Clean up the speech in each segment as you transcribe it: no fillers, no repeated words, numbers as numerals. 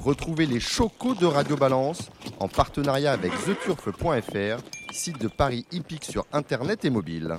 Retrouvez les chocos de Radio Balance en partenariat avec theturf.fr, site de paris hippique sur internet et mobile.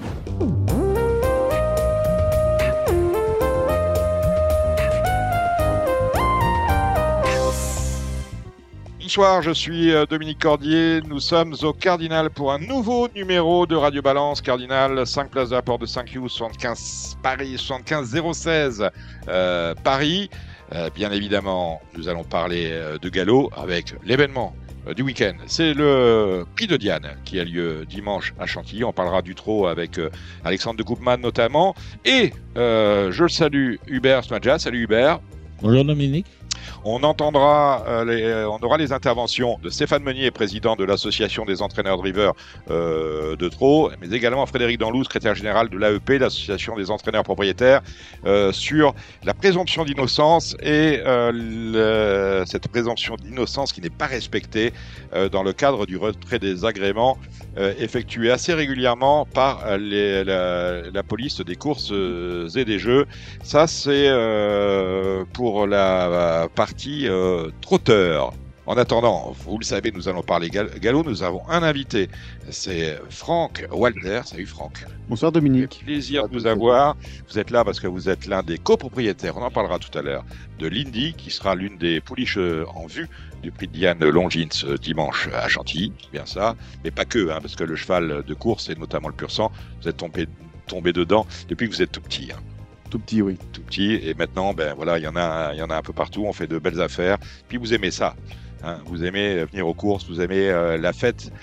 Bonsoir, je suis Dominique Cordier. Nous sommes au Cardinal pour un nouveau numéro de Radio Balance. Cardinal, 5 places de la Porte de Saint-Cloud, 75 Paris, 75 016 Paris. Bien évidemment, nous allons parler de galop avec l'événement du week-end. C'est le Prix de Diane qui a lieu dimanche à Chantilly. On parlera du trot avec Alexandre de Koopman notamment. Et je salue Hubert Smadja. Salut Hubert. Bonjour Dominique. On entendra, on aura les interventions de Stéphane Meunier, président de l'association des entraîneurs drivers de trot, mais également Frédéric Danlou, secrétaire général de l'AEP, l'association des entraîneurs propriétaires, sur la présomption d'innocence et cette présomption d'innocence qui n'est pas respectée dans le cadre du retrait des agréments effectué assez régulièrement par la police des courses et des jeux. Ça, c'est pour la partie trotteur. En attendant, vous le savez, nous allons parler galop. Nous avons un invité, c'est Franck Walter. Salut Franck. Bonsoir Dominique. Plaisir de vous avoir. Vous êtes là parce que vous êtes l'un des copropriétaires, on en parlera tout à l'heure, de l'Indy, qui sera l'une des pouliches en vue du prix de Diane Longines dimanche à Chantilly. C'est bien ça, mais pas que, parce que le cheval de course, et notamment le pur sang, vous êtes tombé dedans depuis que vous êtes tout petit. Tout petit, oui. Tout petit, et maintenant, voilà, il y en a un peu partout, on fait de belles affaires, puis vous aimez ça, vous aimez venir aux courses, vous aimez la fête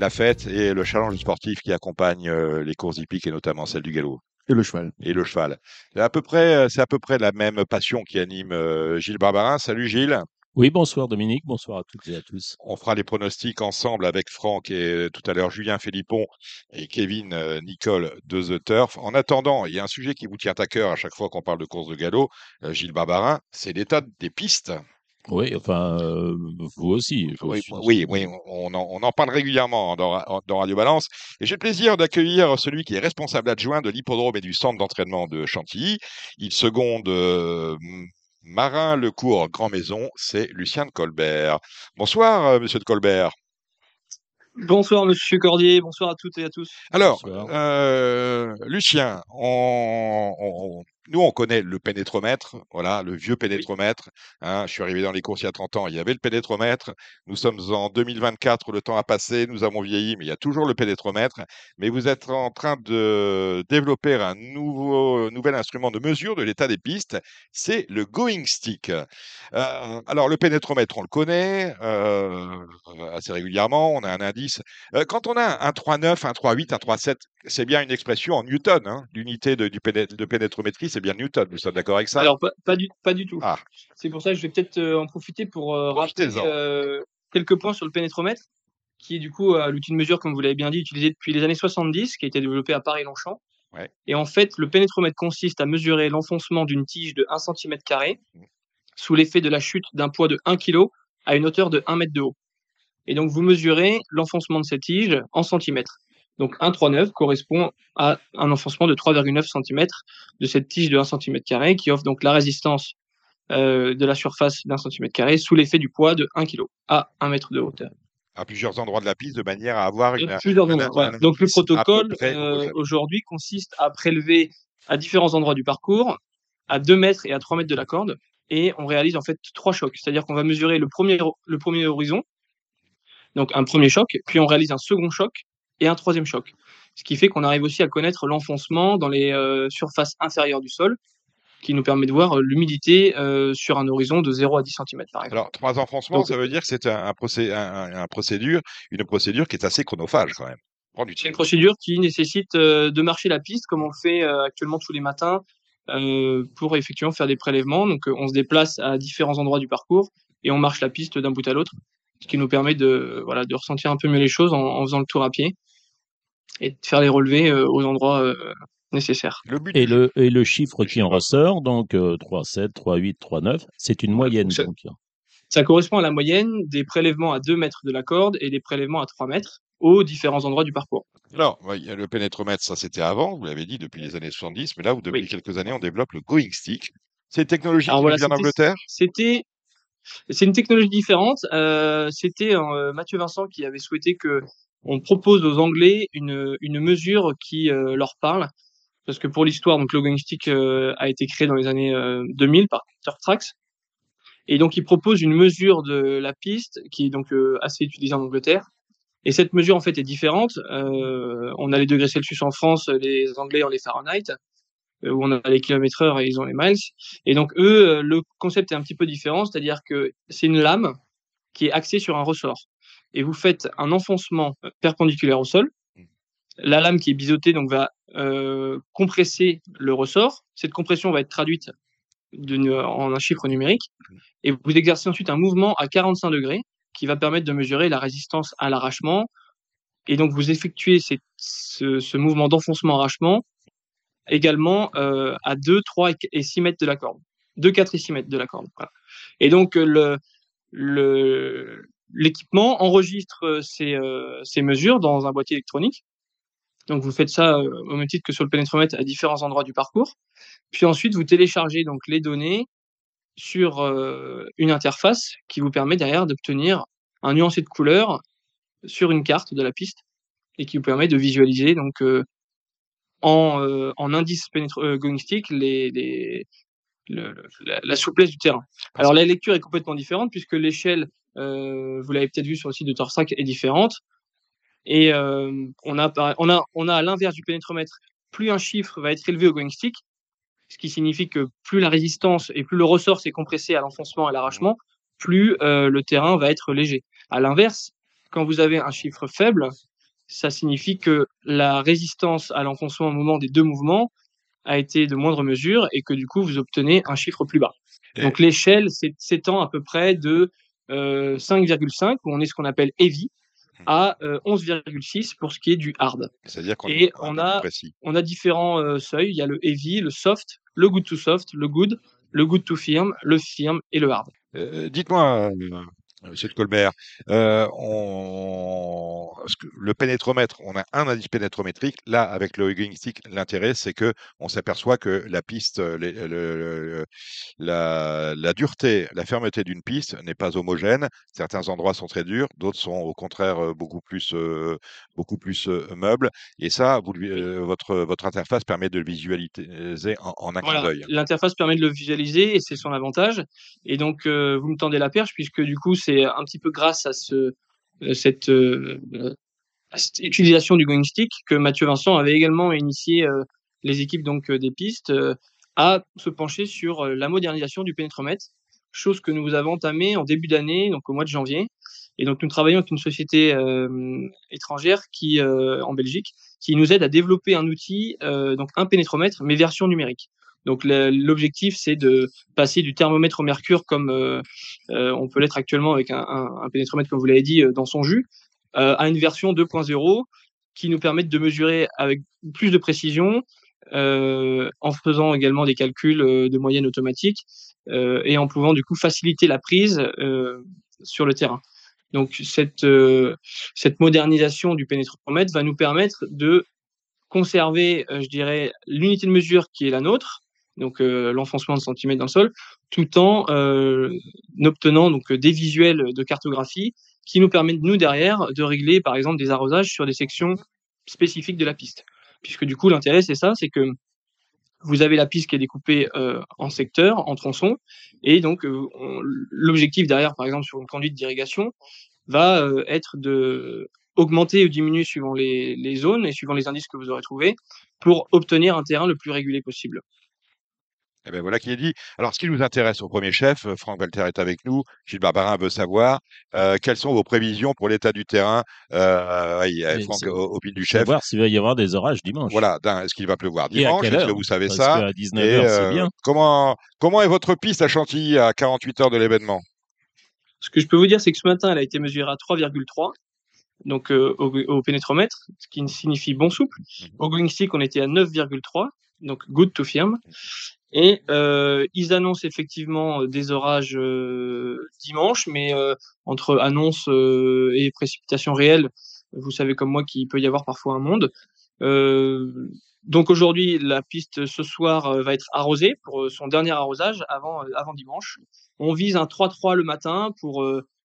et le challenge sportif qui accompagne les courses hippiques et notamment celle du galop. Et le cheval. C'est à peu près la même passion qui anime Gilles Barbarin. Salut Gilles. Oui, bonsoir Dominique, bonsoir à toutes et à tous. On fera les pronostics ensemble avec Franck et tout à l'heure Julien Philippon et Kevin Nicole de The Turf. En attendant, il y a un sujet qui vous tient à cœur à chaque fois qu'on parle de course de galop, Gilles Barbarin, c'est l'état des pistes. Oui, enfin, vous aussi. Oui, on en parle régulièrement dans Radio Balance. Et j'ai le plaisir d'accueillir celui qui est responsable adjoint de l'hippodrome et du centre d'entraînement de Chantilly. Il seconde Marin Lecourt Grand Maison, c'est Lucien de Colbert. Bonsoir, monsieur de Colbert. Bonsoir, monsieur Cordier. Bonsoir à toutes et à tous. Alors, Lucien, nous, on connaît le pénétromètre, voilà, le vieux pénétromètre. Je suis arrivé dans les courses il y a 30 ans, il y avait le pénétromètre. Nous sommes en 2024, le temps a passé, nous avons vieilli, mais il y a toujours le pénétromètre. Mais vous êtes en train de développer un nouvel instrument de mesure de l'état des pistes, c'est le Going Stick. Alors, le pénétromètre, on le connaît assez régulièrement, on a un indice. Quand on a un 3,9, un 3,8, un 3,7, c'est bien une expression en Newton, l'unité de pénétrométrie, c'est bien Newton, vous êtes d'accord avec ça? Alors, pas du tout. Ah. C'est pour ça que je vais peut-être en profiter pour rappeler quelques points sur le pénétromètre, qui est du coup l'outil de mesure, comme vous l'avez bien dit, utilisé depuis les années 70, qui a été développé à Paris-Longchamp. Ouais. Et en fait, le pénétromètre consiste à mesurer l'enfoncement d'une tige de 1 cm² sous l'effet de la chute d'un poids de 1 kg à une hauteur de 1 mètre de haut. Et donc, vous mesurez l'enfoncement de cette tige en centimètres. Donc, 1,39 correspond à un enfoncement de 3,9 cm de cette tige de 1 cm² qui offre donc la résistance de la surface d'1 cm² sous l'effet du poids de 1 kg à 1 mètre de hauteur. À plusieurs endroits de la piste, de manière à avoir voilà. Donc, le protocole aujourd'hui consiste à prélever à différents endroits du parcours, à 2 mètres et à 3 mètres de la corde, et on réalise en fait 3 chocs. C'est-à-dire qu'on va mesurer le premier horizon, donc un premier choc, puis on réalise un second choc et un troisième choc. Ce qui fait qu'on arrive aussi à connaître l'enfoncement dans les surfaces inférieures du sol, qui nous permet de voir l'humidité sur un horizon de 0 à 10 cm par exemple. Alors, 3 enfoncements, ça veut dire que c'est une procédure qui est assez chronophage quand même. C'est une procédure qui nécessite de marcher la piste, comme on le fait actuellement tous les matins, pour effectivement faire des prélèvements. Donc, on se déplace à différents endroits du parcours et on marche la piste d'un bout à l'autre, ce qui nous permet de ressentir un peu mieux les choses en faisant le tour à pied et de faire les relevés aux endroits nécessaires. Et le chiffre qui en ressort, donc 3,7, 3,8, 3,9, c'est une moyenne. Ça correspond à la moyenne des prélèvements à 2 mètres de la corde et des prélèvements à 3 mètres aux différents endroits du parcours. Alors, le pénétromètre, ça c'était avant, vous l'avez dit, depuis les années 70, mais là, depuis quelques années, on développe le Going Stick. C'est une technologie qui vient d'Angleterre ? C'est une technologie différente. C'était Mathieu Vincent qui avait souhaité que on propose aux Anglais une mesure qui leur parle. Parce que pour l'histoire, donc le going stick a été créé dans les années 2000 par Peter Trax. Et donc il propose une mesure de la piste qui est donc assez utilisée en Angleterre. Et cette mesure en fait est différente. On a les degrés Celsius en France, les Anglais ont les Fahrenheit, où on a les kilomètres heure et ils ont les miles. Et donc eux, le concept est un petit peu différent, c'est-à-dire que c'est une lame qui est axée sur un ressort. Et vous faites un enfoncement perpendiculaire au sol. La lame qui est biseautée donc va compresser le ressort. Cette compression va être traduite en un chiffre numérique. Et vous exercez ensuite un mouvement à 45 degrés qui va permettre de mesurer la résistance à l'arrachement. Et donc vous effectuez ce mouvement d'enfoncement-arrachement également à 2, 3 et 6 mètres de la corde. 2, 4 et 6 mètres de la corde. Voilà. Et donc l'équipement enregistre ces mesures dans un boîtier électronique. Donc vous faites ça au même titre que sur le pénétromètre à différents endroits du parcours. Puis ensuite vous téléchargez donc les données sur une interface qui vous permet derrière d'obtenir un nuancé de couleurs sur une carte de la piste et qui vous permet de visualiser donc en indice going stick la souplesse du terrain. Alors la lecture est complètement différente puisque l'échelle, vous l'avez peut-être vu sur le site de Torsac, est différente. Et on a à l'inverse du pénétromètre, plus un chiffre va être élevé au going stick, ce qui signifie que plus la résistance et plus le ressort s'est compressé à l'enfoncement et à l'arrachement, plus le terrain va être léger. À l'inverse, quand vous avez un chiffre faible, ça signifie que la résistance à l'enfoncement au moment des deux mouvements a été de moindre mesure et que du coup vous obtenez un chiffre plus bas. Donc l'échelle s'étend à peu près de 5,5, où on est ce qu'on appelle heavy, à 11,6 pour ce qui est du hard. C'est-à-dire on a différents seuils. Il y a le heavy, le soft, le good to soft, le good to firm, le firm et le hard. Dites-moi, Monsieur de Colbert, le pénétromètre, on a un indice pénétrométrique. Là, avec le going stick, l'intérêt, c'est que on s'aperçoit que la piste, la dureté, la fermeté d'une piste n'est pas homogène. Certains endroits sont très durs, d'autres sont au contraire beaucoup plus meubles. Et ça, votre interface permet de le visualiser en un clin d'œil. L'interface permet de le visualiser et c'est son avantage. Et donc, vous me tendez la perche puisque du coup, c'est un petit peu grâce à cette utilisation du going stick que Mathieu Vincent avait également initié les équipes donc des pistes à se pencher sur la modernisation du pénétromètre, chose que nous avons entamée en début d'année, donc au mois de janvier. Et donc nous travaillons avec une société étrangère qui en Belgique, qui nous aide à développer un outil, donc un pénétromètre, mais version numérique. Donc l'objectif, c'est de passer du thermomètre au mercure comme on peut l'être actuellement avec un pénétromètre, comme vous l'avez dit, dans son jus, à une version 2.0 qui nous permette de mesurer avec plus de précision, en faisant également des calculs de moyenne automatique et en pouvant du coup faciliter la prise sur le terrain. Donc cette modernisation du pénétromètre va nous permettre de conserver, je dirais, l'unité de mesure qui est la nôtre, donc l'enfoncement de centimètres dans le sol, tout en obtenant donc des visuels de cartographie qui nous permettent, nous, derrière, de régler, par exemple, des arrosages sur des sections spécifiques de la piste. Puisque du coup, l'intérêt, c'est ça, c'est que vous avez la piste qui est découpée en secteurs, en tronçons, et donc l'objectif derrière, par exemple, sur une conduite d'irrigation, va être de augmenter ou diminuer suivant les zones et suivant les indices que vous aurez trouvés pour obtenir un terrain le plus régulier possible. Eh bien, voilà qui est dit. Alors, ce qui nous intéresse au premier chef, Franck Walter est avec nous, Gilles Barbarin veut savoir quelles sont vos prévisions pour l'état du terrain. Franck, au fil du chef. Savoir s'il va y avoir des orages dimanche. Voilà, est-ce qu'il va pleuvoir dimanche? Est-ce que vous savez Parce ça? qu'à 19h, c'est bien. Comment est votre piste à Chantilly à 48 heures de l'événement? Ce que je peux vous dire, c'est que ce matin, elle a été mesurée à 3,3. Donc au pénétromètre, ce qui signifie bon souple. Au going stick, on était à 9,3, donc good to firm. Et ils annoncent effectivement des orages dimanche, mais entre annonces et précipitations réelles, vous savez comme moi qu'il peut y avoir parfois un monde. Donc aujourd'hui, la piste ce soir va être arrosée pour son dernier arrosage avant dimanche. On vise un 3-3 le matin pour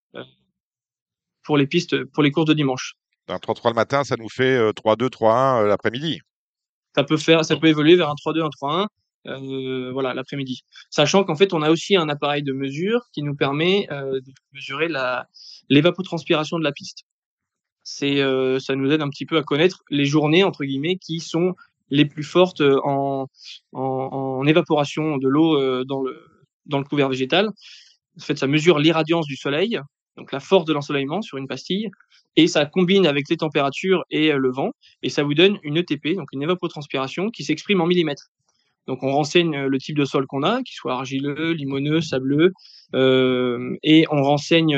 les pistes, pour les courses de dimanche. Un 3-3 le matin, ça nous fait 3-2, 3-1 l'après-midi. Ça peut évoluer vers un 3-2, un 3-1. Voilà, l'après-midi. Sachant qu'en fait, on a aussi un appareil de mesure qui nous permet de mesurer l'évapotranspiration de la piste. Ça nous aide un petit peu à connaître les journées, entre guillemets, qui sont les plus fortes en évaporation de l'eau dans le couvert végétal. En fait, ça mesure l'irradiance du soleil, donc la force de l'ensoleillement sur une pastille, et ça combine avec les températures et le vent, et ça vous donne une ETP, donc une évapotranspiration, qui s'exprime en millimètres. Donc on renseigne le type de sol qu'on a, qu'il soit argileux, limoneux, sableux, et on renseigne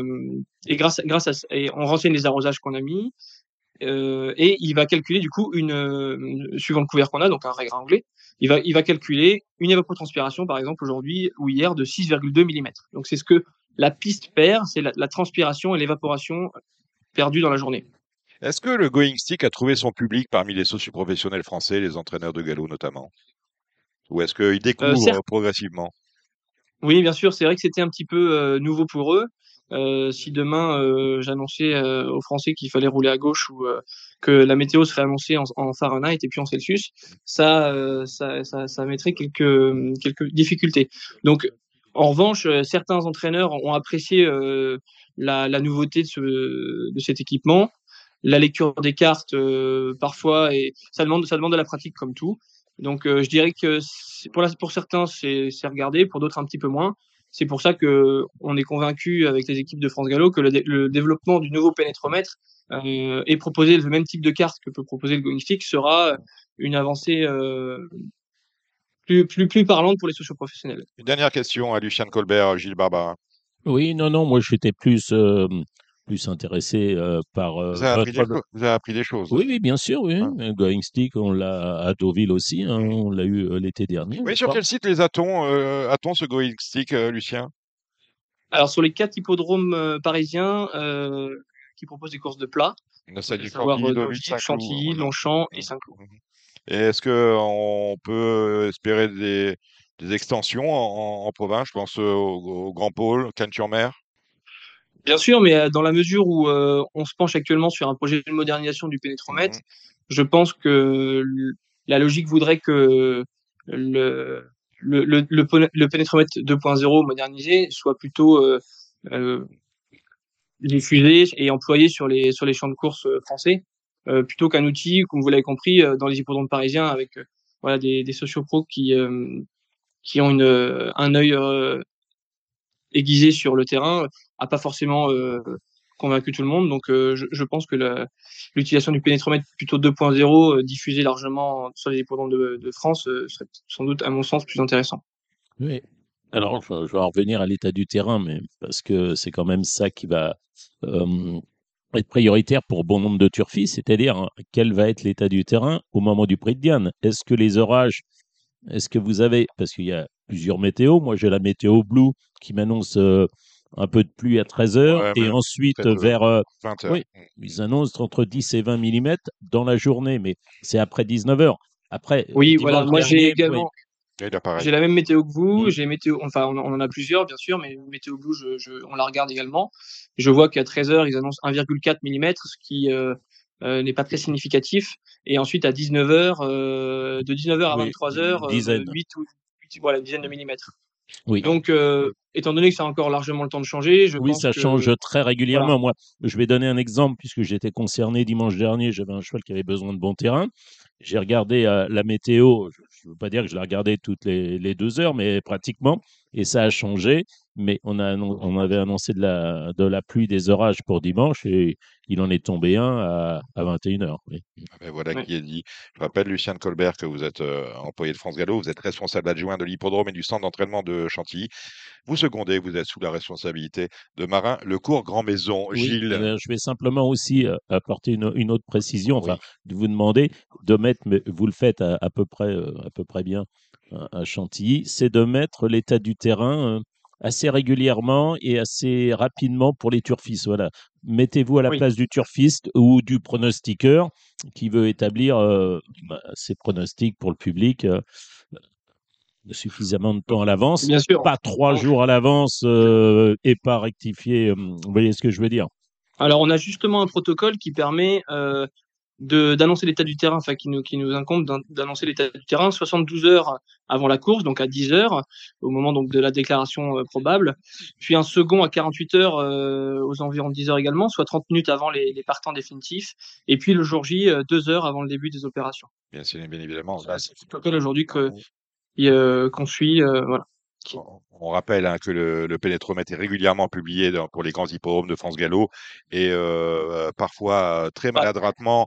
et on renseigne les arrosages qu'on a mis, et il va calculer du coup suivant le couvert qu'on a, donc un régranglé, il va calculer une évapotranspiration par exemple aujourd'hui ou hier de 6,2 mm. Donc c'est ce que la piste perd, c'est la transpiration et l'évaporation perdue dans la journée. Est-ce que le Going Stick a trouvé son public parmi les socioprofessionnels français, les entraîneurs de galop notamment? Ou est-ce qu'ils découvrent progressivement? Oui, bien sûr, c'est vrai que c'était un petit peu nouveau pour eux. Si demain j'annonçais aux Français qu'il fallait rouler à gauche ou que la météo serait annoncée en Fahrenheit et puis en Celsius, ça mettrait quelques difficultés. Donc, en revanche, certains entraîneurs ont apprécié la nouveauté de cet équipement, la lecture des cartes parfois, et ça demande de la pratique comme tout. Donc, je dirais que pour certains, c'est regardé, pour d'autres un petit peu moins. C'est pour ça que on est convaincu avec les équipes de France Gallo que le développement du nouveau pénétromètre et proposer le même type de carte que peut proposer le Going Stick sera une avancée plus parlante pour les socioprofessionnels. Une dernière question à Lucien Colbert, Gilles Barbara. Oui, non, moi j'étais plus intéressé par. Vous avez appris des choses. Oui, bien sûr, oui. Ah. Going Stick, on l'a à Deauville aussi, hein, on l'a eu l'été dernier. Oui, sur quel site a-t-on ce Going Stick, Lucien? Alors sur les 4 hippodromes parisiens qui proposent des courses de plat, à savoir Chantilly, Longchamp et Saint-Cloud. Et est-ce qu'on peut espérer des extensions en province? Je pense au Grand Pôle, Cannes-sur-Mer. Bien sûr, mais dans la mesure où on se penche actuellement sur un projet de modernisation du pénétromètre, je pense que la logique voudrait que le pénétromètre 2.0 modernisé soit plutôt diffusé et employé sur les champs de course français, plutôt qu'un outil, comme vous l'avez compris, dans les hippodromes parisiens avec des sociopros qui ont un œil aiguisé sur le terrain, a pas forcément convaincu tout le monde. Donc je pense que l'utilisation du pénétromètre plutôt 2.0 diffusé largement sur les hippodromes de France serait sans doute, à mon sens, plus intéressant. Oui. Alors, je vais en revenir à l'état du terrain, mais parce que c'est quand même ça qui va être prioritaire pour bon nombre de turfistes, c'est-à-dire quel va être l'état du terrain au moment du Prix de Diane. Est-ce que les orages, est-ce que vous avez, parce qu'il y a plusieurs météos, moi j'ai la météo Blue qui m'annonce un peu de pluie à 13h et ensuite vers 20h. Oui, ils annoncent entre 10 et 20 mm dans la journée, mais c'est après 19h. Après, oui, voilà, moi j'ai également. J'ai la même météo que vous. J'ai on en a plusieurs, bien sûr, mais météo Blue, on la regarde également. Je vois qu'à 13h, ils annoncent 1,4 mm, ce qui n'est pas très significatif. Et ensuite, à 19h, de 19h à 23h, 8 dizaines de millimètres. Oui. Donc, étant donné que ça a encore largement le temps de changer, je pense ça change très régulièrement. Voilà. Moi, je vais donner un exemple, puisque j'étais concerné dimanche dernier, j'avais un cheval qui avait besoin de bon terrain. J'ai regardé la météo, je ne veux pas dire que je la regardais toutes les 2 heures, mais pratiquement, et ça a changé. Mais on avait annoncé de la pluie, des orages pour dimanche, et il en est tombé un à 21h. Oui. Voilà qui est dit. Je rappelle, Lucien Colbert, que vous êtes employé de France Gallo, vous êtes responsable adjoint de l'hippodrome et du centre d'entraînement de Chantilly. Vous secondez, vous êtes sous la responsabilité de Marin Lecourt Grand Maison. Oui, Gilles. Je vais simplement aussi apporter une autre précision, enfin, de vous demander de mettre, mais vous le faites à peu près bien à Chantilly, c'est de mettre l'état du terrain assez régulièrement et assez rapidement pour les turfistes. Voilà. Mettez-vous à la place du turfiste ou du pronostiqueur qui veut établir ses pronostics pour le public suffisamment de temps à l'avance. Bien sûr. Pas 3 jours à l'avance et pas rectifier. Vous voyez ce que je veux dire? Alors, on a justement un protocole qui permet d'annoncer l'état du terrain, enfin qui nous incombe d'annoncer l'état du terrain 72 heures avant la course, donc à 10 heures, au moment donc de la déclaration probable, puis un second à 48 heures aux environs de 10 heures également, soit 30 minutes avant les partants définitifs, et puis le jour J, 2 heures avant le début des opérations. Bien évidemment. C'est le protocole aujourd'hui qu'on suit, voilà. On rappelle que le pénétromètre est régulièrement publié pour les grands hippodromes de France Gallo et parfois très maladroitement,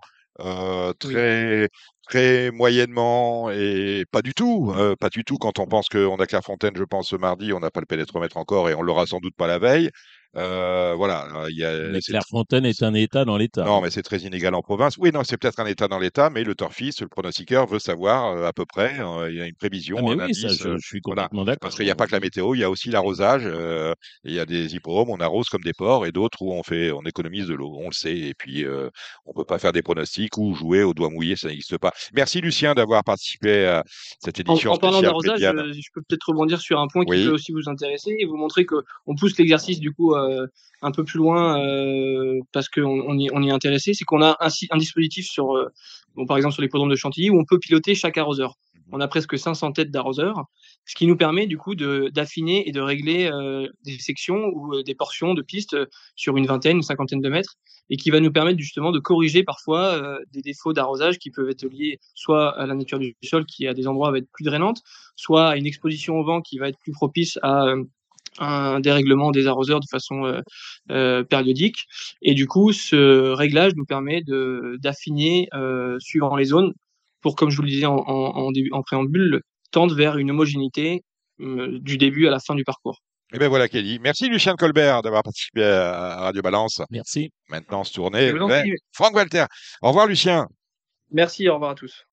très moyennement et pas du tout quand on pense qu'on a Clairefontaine, je pense, ce mardi, on n'a pas le pénétromètre encore et on l'aura sans doute pas la veille. Voilà, mais Clairefontaine est un État dans l'État. Non, mais c'est très inégal en province. Oui, non, c'est peut-être un État dans l'État, mais le turfiste, le pronostiqueur veut savoir à peu près. Il y a une prévision, un indice. Ça, je suis complètement d'accord. Parce qu'il n'y a pas que la météo, il y a aussi l'arrosage. Il y a des hippodromes, on arrose comme des porcs, et d'autres où on économise de l'eau. On le sait. Et puis, on peut pas faire des pronostics ou jouer au doigt mouillé, ça n'existe pas. Merci Lucien d'avoir participé à cette édition en parlant spéciale d'arrosage, je peux peut-être rebondir sur un point qui peut aussi vous intéresser et vous montrer qu'on pousse l'exercice du coup un peu plus loin parce qu'on y est intéressé. C'est qu'on a un dispositif par exemple sur l'hippodrome de Chantilly où on peut piloter chaque arroseur. On a presque 500 têtes d'arroseurs, ce qui nous permet du coup d'affiner et de régler des sections ou des portions de pistes sur une vingtaine, une cinquantaine de mètres, et qui va nous permettre justement de corriger parfois des défauts d'arrosage qui peuvent être liés soit à la nature du sol qui à des endroits va être plus drainante, soit à une exposition au vent qui va être plus propice à un dérèglement des arroseurs de façon périodique. Et du coup, ce réglage nous permet d'affiner suivant les zones pour, comme je vous le disais en préambule, tendre vers une homogénéité du début à la fin du parcours. Et bien voilà, Kelly. Merci Lucien Colbert d'avoir participé à Radio Balance. Merci. Maintenant, se tourner vers Franck Walter. Au revoir Lucien. Merci, au revoir à tous.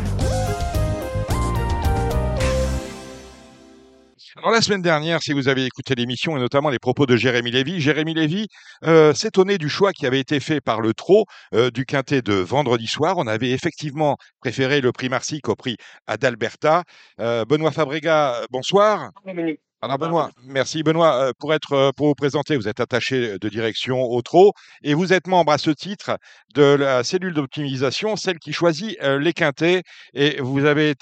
Alors la semaine dernière, si vous avez écouté l'émission et notamment les propos de Jérémy Lévy s'étonnait du choix qui avait été fait par le trot du quintet de vendredi soir. On avait effectivement préféré le prix Marsic au prix Adalberta. Benoît Fabrega, bonsoir. Alors Benoît, merci Benoît. Pour vous présenter, vous êtes attaché de direction au trot et vous êtes membre à ce titre de la cellule d'optimisation, celle qui choisit les quintets. Et je vous avais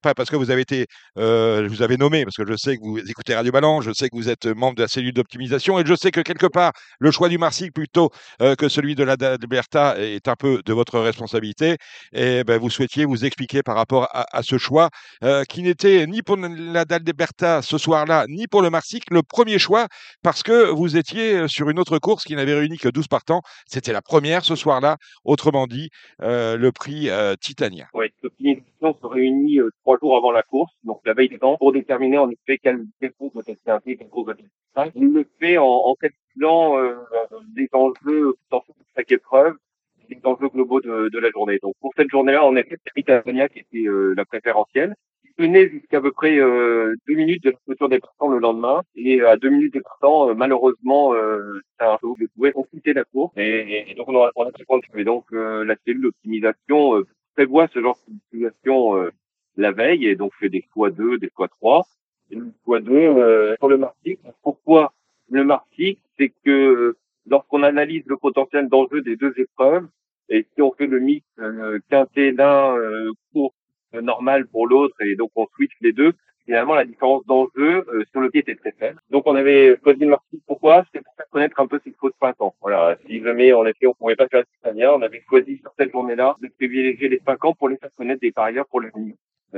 nommé, parce que je sais que vous écoutez Radio Balance, je sais que vous êtes membre de la cellule d'optimisation et je sais que quelque part, le choix du Marsic plutôt que celui de l'Adalberta est un peu de votre responsabilité. Et vous souhaitiez vous expliquer par rapport à ce choix qui n'était ni pour l'Adalberta ce soir-là, ni pour le Marsic, le premier choix, parce que vous étiez sur une autre course qui n'avait réuni que 12 partants. C'était la première ce soir-là, autrement dit, le prix Titania. Oui, l'optimisation se réunit 3 jours avant la course, donc la veille du temps, pour déterminer en effet quelle course doit être quintée, quelle course doit être cinq. Il le fait en calculant des enjeux dans chaque épreuve, des enjeux globaux de la journée. Donc pour cette journée-là, on a fait Titania qui était la préférentielle. Tenait jusqu'à peu près 2 minutes de la clôture des partants le lendemain et à 2 minutes des partants malheureusement c'est un show que pouvait consulter la course et donc on a pris compte. Et donc la cellule d'optimisation prévoit ce genre d'optimisation la veille et donc fait des x2, des x3 et le x2 sur le Marsic. Pourquoi le Marsic? C'est que lorsqu'on analyse le potentiel d'enjeu des deux épreuves et si on fait le mix quintet d'un court normal pour l'autre et donc on switch les deux. Finalement, la différence d'enjeu sur le pied était très faible. Donc on avait choisi le Marsic. Pourquoi? C'était pour faire connaître un peu ses fautes de printemps. Voilà. Si jamais en effet on pouvait pas faire la Titania, on avait choisi sur cette journée-là de privilégier les 5 ans pour les faire connaître des parieurs pour l'avenir.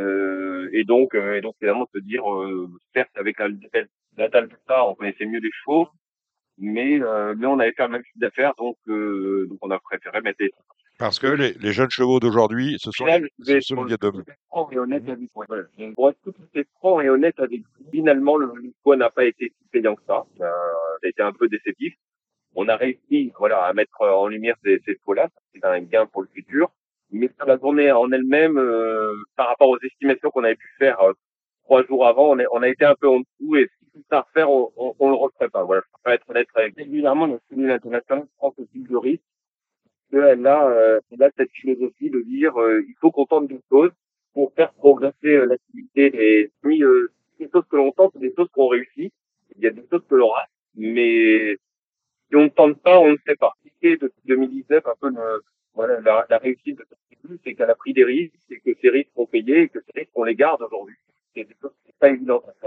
Et donc finalement se dire certes avec la Dalberta on connaissait mieux les chevaux, mais on avait fait le même chiffre d'affaires donc on a préféré mettre les parce que les jeunes chevaux d'aujourd'hui, ce sont les vieux franc et honnête avec vous. Voilà. Pour être tout à fait franc et honnête avec vous, finalement, le choix n'a pas été si payant que ça. Ça a été un peu déceptif. On a réussi, à mettre en lumière ces choix-là. C'est un gain pour le futur. Mais sur la journée en elle-même, par rapport aux estimations qu'on avait pu faire 3 jours avant, on a été un peu en dessous et si tout ça à refaire, on le referait pas. Voilà, je préfère être honnête avec régulièrement notre cellule internationale prend ce type de risque. Elle a cette philosophie de dire il faut qu'on tente des choses pour faire progresser l'activité des choses que l'on tente, des choses qu'on réussit. Il y a des choses que l'on rate, mais si on ne tente pas, on ne sait pas. Et depuis 2019, un peu la réussite de cette cellule, c'est qu'elle a pris des risques, et que ces risques sont payés, et que ces risques, on les garde aujourd'hui. C'est des choses qui sont pas évidentes à faire.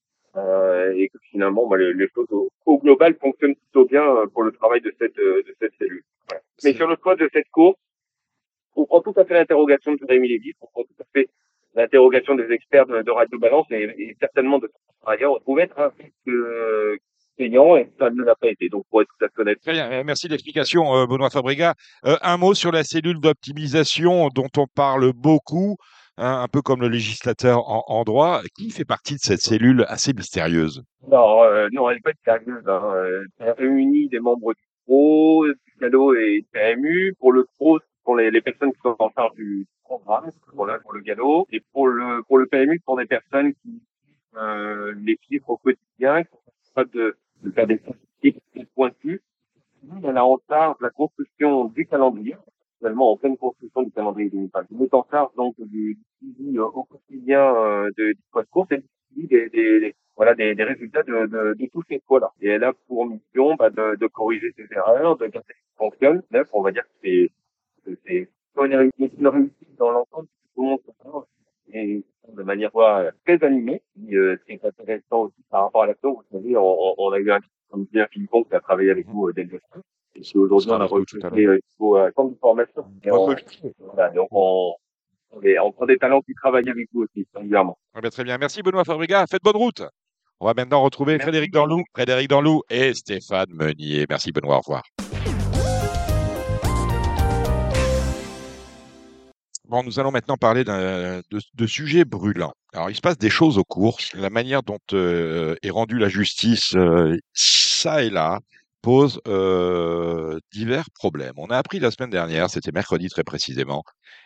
Et que finalement, les choses au global fonctionnent plutôt bien pour le travail de cette cellule. Voilà. Mais sur le choix de cette course, on prend tout à fait l'interrogation de Rémi Lévy, on prend tout à fait l'interrogation des experts de Radio Balance et certainement de travailleurs. On pouvait être un risque payant et ça ne l'a pas été. Donc, pour être tout à fait honnête. Très bien, merci de l'explication, Benoît Fabrega. Un mot sur la cellule d'optimisation dont on parle beaucoup, hein, un peu comme le législateur en droit. Qui fait partie de cette cellule assez mystérieuse? Non, elle n'est pas sérieuse. Elle réunit des membres du PRO, du CADO et du PMU. Pour le PRO, pour les personnes qui sont en charge du programme, pour le GALO, et pour le PMU, pour des personnes qui les chiffres au quotidien, qui sont capables de faire des statistiques pointues. Elle a en charge la construction du calendrier, actuellement en pleine construction du calendrier 2020. Elle est en charge donc du suivi au quotidien du poids de course et du suivi des résultats de tous ces poids-là. Et elle a pour mission de corriger ces erreurs, de garder ce qui fonctionne. Neuf, on va dire que c'est une réussite dans l'ensemble, tout le monde s'entend et de manière très animée. Ce qui est intéressant aussi par rapport à l'action, vous savez, on a eu un comme Pierre Philippon qui a travaillé avec nous dès le début. Et puis aujourd'hui, on a recruté un centre de formation. Donc on prend des talents qui travaillent avec vous aussi, régulièrement. Très bien. Merci Benoît Fabrega. Faites bonne route. On va maintenant retrouver Frédéric Danlou et Stéphane Meunier. Merci Benoît, au revoir. Bon, nous allons maintenant parler de sujets brûlants. Alors, il se passe des choses aux courses. La manière dont est rendue la justice, ça et là, pose divers problèmes. On a appris la semaine dernière, c'était mercredi très précisément,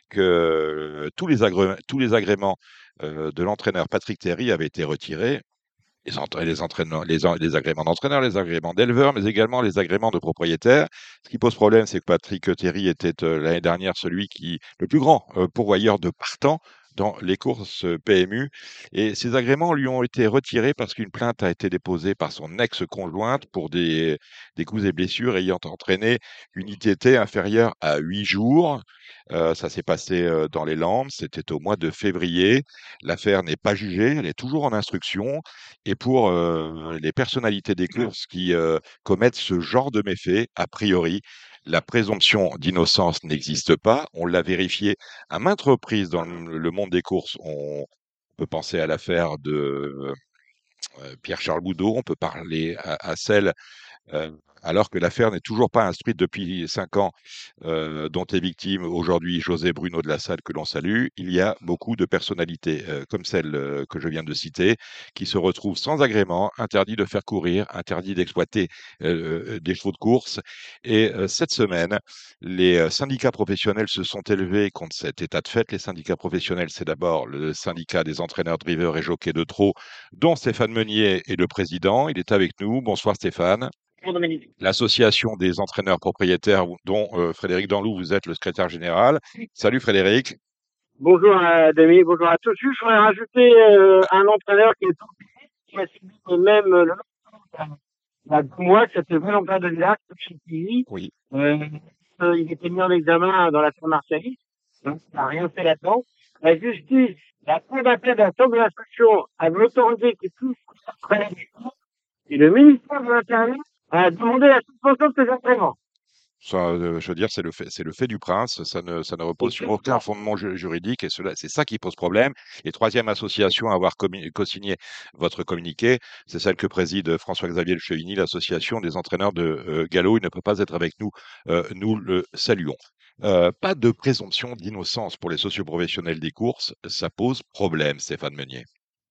que tous les agréments de l'entraîneur Patrick Terry avaient été retirés. Les agréments d'entraîneurs, les agréments d'éleveurs, mais également les agréments de propriétaires. Ce qui pose problème, c'est que Patrick Terry était l'année dernière le plus grand pourvoyeur de partants dans les courses PMU. Et ces agréments lui ont été retirés parce qu'une plainte a été déposée par son ex-conjointe pour des coups et blessures ayant entraîné une ITT inférieure à 8 jours. Ça s'est passé dans les Landes, c'était au mois de février. L'affaire n'est pas jugée, elle est toujours en instruction. Et pour les personnalités des courses qui commettent ce genre de méfaits, a priori, la présomption d'innocence n'existe pas. On l'a vérifié à maintes reprises dans le monde des courses. On peut penser à l'affaire de Pierre-Charles Boudot, on peut parler à celle alors que l'affaire n'est toujours pas instruite depuis 5 ans, dont est victime aujourd'hui José Bruno de la Salle, que l'on salue. Il y a beaucoup de personnalités, comme celle que je viens de citer, qui se retrouvent sans agrément, interdits de faire courir, interdits d'exploiter des chevaux de course. Et cette semaine, les syndicats professionnels se sont élevés contre cet état de fait. Les syndicats professionnels, c'est d'abord le syndicat des entraîneurs, drivers et jockeys de trot, dont Stéphane Meunier est le président. Il est avec nous. Bonsoir Stéphane. L'association des entraîneurs propriétaires, dont Frédéric Danlou, vous êtes le secrétaire général. Salut Frédéric. Bonjour Demi, bonjour à tous. Je voudrais rajouter un entraîneur qui a suivi même le il y a 2 mois, c'était Valentin Devillac, chez TV. Oui. Il était mis en examen dans l'affaire Martialis, donc il n'a rien fait là-dedans. La justice, la cour d'appel de la chambre de l'instruction avait autorisé que tout prenne et le ministère de l'Intérieur a demandé la suspension de ces entraînements. Ça, je veux dire, c'est le fait du prince. Ça ne repose sur aucun fondement juridique, et c'est ça qui pose problème. Et troisième association à avoir co-signé votre communiqué, c'est celle que préside François-Xavier Le Chevigny, l'association des entraîneurs de galop. Il ne peut pas être avec nous. Nous le saluons. Pas de présomption d'innocence pour les socioprofessionnels des courses. Ça pose problème, Stéphane Meunier.